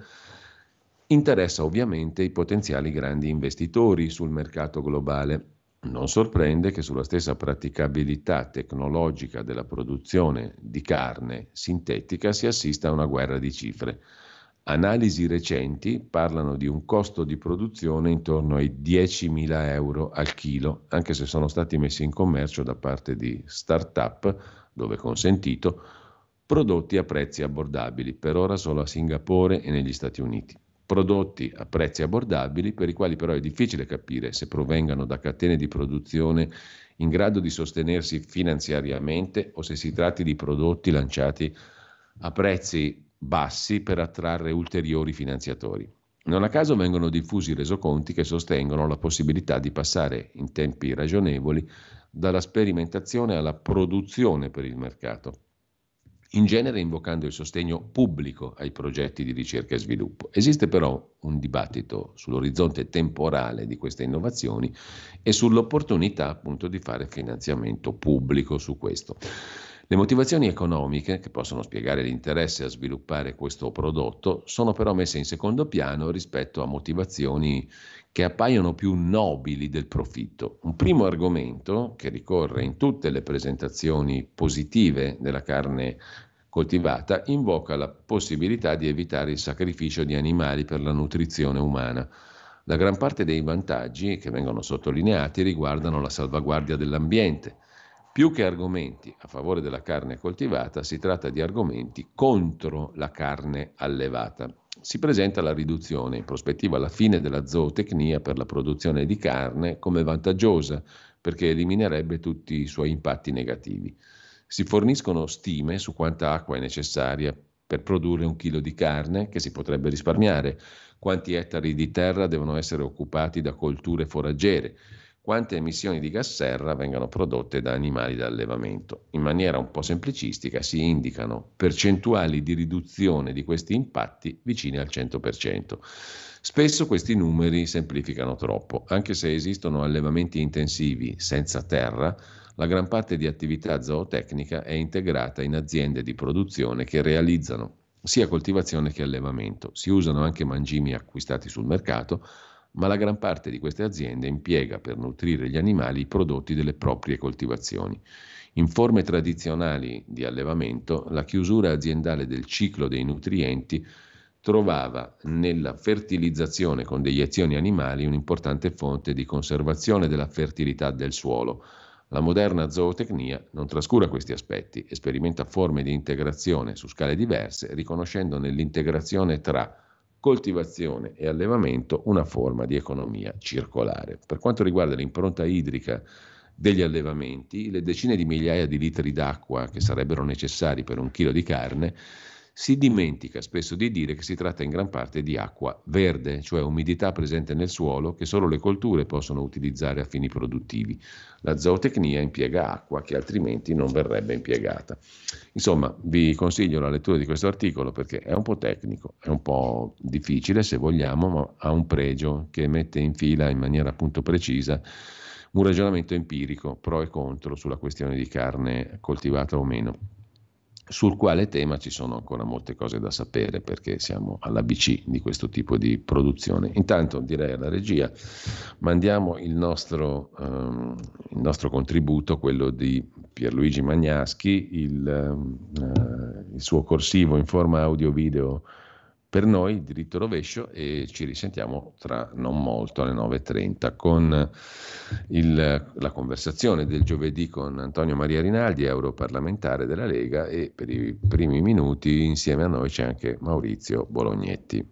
interessa ovviamente i potenziali grandi investitori sul mercato globale. Non sorprende che sulla stessa praticabilità tecnologica della produzione di carne sintetica si assista a una guerra di cifre. Analisi recenti parlano di un costo di produzione intorno ai 10.000 euro al chilo, anche se sono stati messi in commercio da parte di start-up, dove consentito, prodotti a prezzi abbordabili, per ora solo a Singapore e negli Stati Uniti. Prodotti a prezzi abbordabili per i quali però è difficile capire se provengano da catene di produzione in grado di sostenersi finanziariamente o se si tratti di prodotti lanciati a prezzi bassi per attrarre ulteriori finanziatori. Non a caso vengono diffusi resoconti che sostengono la possibilità di passare in tempi ragionevoli dalla sperimentazione alla produzione per il mercato, in genere invocando il sostegno pubblico ai progetti di ricerca e sviluppo. Esiste però un dibattito sull'orizzonte temporale di queste innovazioni e sull'opportunità appunto di fare finanziamento pubblico su questo. Le motivazioni economiche, che possono spiegare l'interesse a sviluppare questo prodotto, sono però messe in secondo piano rispetto a motivazioni che appaiono più nobili del profitto. Un primo argomento, che ricorre in tutte le presentazioni positive della carne coltivata, invoca la possibilità di evitare il sacrificio di animali per la nutrizione umana. La gran parte dei vantaggi che vengono sottolineati riguardano la salvaguardia dell'ambiente. Più che argomenti a favore della carne coltivata, si tratta di argomenti contro la carne allevata. Si presenta la riduzione, in prospettiva la fine della zootecnia per la produzione di carne, come vantaggiosa, perché eliminerebbe tutti i suoi impatti negativi. Si forniscono stime su quanta acqua è necessaria per produrre 1 chilo di carne che si potrebbe risparmiare, quanti ettari di terra devono essere occupati da colture foraggere, quante emissioni di gas serra vengono prodotte da animali da allevamento. In maniera un po' semplicistica si indicano percentuali di riduzione di questi impatti vicine al 100%. Spesso questi numeri semplificano troppo, anche se esistono allevamenti intensivi senza terra. La gran parte di attività zootecnica è integrata in aziende di produzione che realizzano sia coltivazione che allevamento. Si usano anche mangimi acquistati sul mercato, ma la gran parte di queste aziende impiega per nutrire gli animali i prodotti delle proprie coltivazioni. In forme tradizionali di allevamento, la chiusura aziendale del ciclo dei nutrienti trovava nella fertilizzazione con deiezioni animali un'importante fonte di conservazione della fertilità del suolo. La moderna zootecnia non trascura questi aspetti e sperimenta forme di integrazione su scale diverse, riconoscendo nell'integrazione tra coltivazione e allevamento una forma di economia circolare. Per quanto riguarda l'impronta idrica degli allevamenti, le decine di migliaia di litri d'acqua che sarebbero necessari per 1 chilo di carne, si dimentica spesso di dire che si tratta in gran parte di acqua verde, cioè umidità presente nel suolo che solo le colture possono utilizzare a fini produttivi. La zootecnia impiega acqua che altrimenti non verrebbe impiegata. Insomma, vi consiglio la lettura di questo articolo perché è un po' tecnico, è un po' difficile se vogliamo, ma ha un pregio che mette in fila in maniera appunto precisa un ragionamento empirico pro e contro sulla questione di carne coltivata o meno, sul quale tema ci sono ancora molte cose da sapere perché siamo all'ABC di questo tipo di produzione. Intanto direi alla regia, mandiamo il nostro contributo, quello di Pierluigi Magnaschi, il suo corsivo in forma audio-video per noi, diritto rovescio, e ci risentiamo tra non molto alle 9.30 con la conversazione del giovedì con Antonio Maria Rinaldi, europarlamentare della Lega, e per i primi minuti insieme a noi c'è anche Maurizio Bolognetti.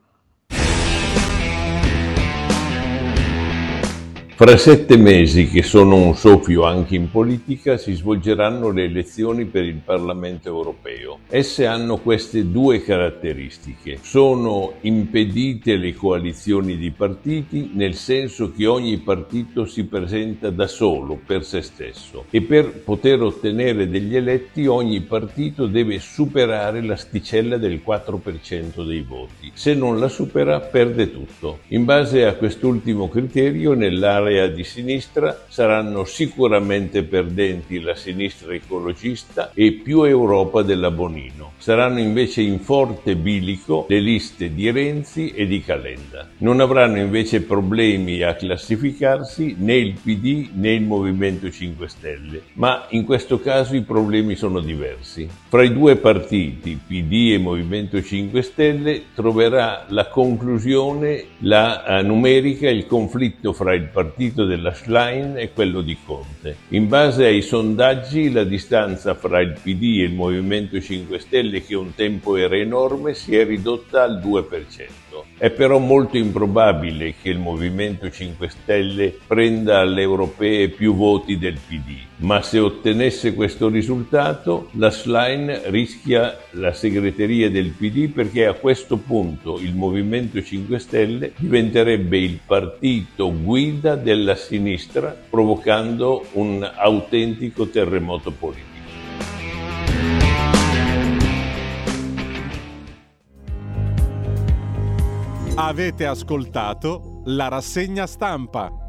Fra 7 mesi, che sono un soffio anche in politica, si svolgeranno le elezioni per il Parlamento europeo. Esse hanno queste 2 caratteristiche. Sono impedite le coalizioni di partiti, nel senso che ogni partito si presenta da solo, per se stesso, e per poter ottenere degli eletti ogni partito deve superare l'asticella del 4% dei voti. Se non la supera, perde tutto. In base a quest'ultimo criterio, nell'area di sinistra saranno sicuramente perdenti la sinistra ecologista e Più Europa della Bonino. Saranno invece in forte bilico le liste di Renzi e di Calenda. Non avranno invece problemi a classificarsi né il PD né il Movimento 5 Stelle, ma in questo caso i problemi sono diversi. Fra i 2 partiti, PD e Movimento 5 Stelle, troverà la conclusione la numerica, il conflitto fra il partito della Schlein e quello di Conte. In base ai sondaggi, la distanza fra il PD e il Movimento 5 Stelle, che un tempo era enorme, si è ridotta al 2%. È però molto improbabile che il Movimento 5 Stelle prenda alle europee più voti del PD, ma se ottenesse questo risultato, la Schlein rischia la segreteria del PD, perché a questo punto il Movimento 5 Stelle diventerebbe il partito guida della sinistra, provocando un autentico terremoto politico. Avete ascoltato la rassegna stampa.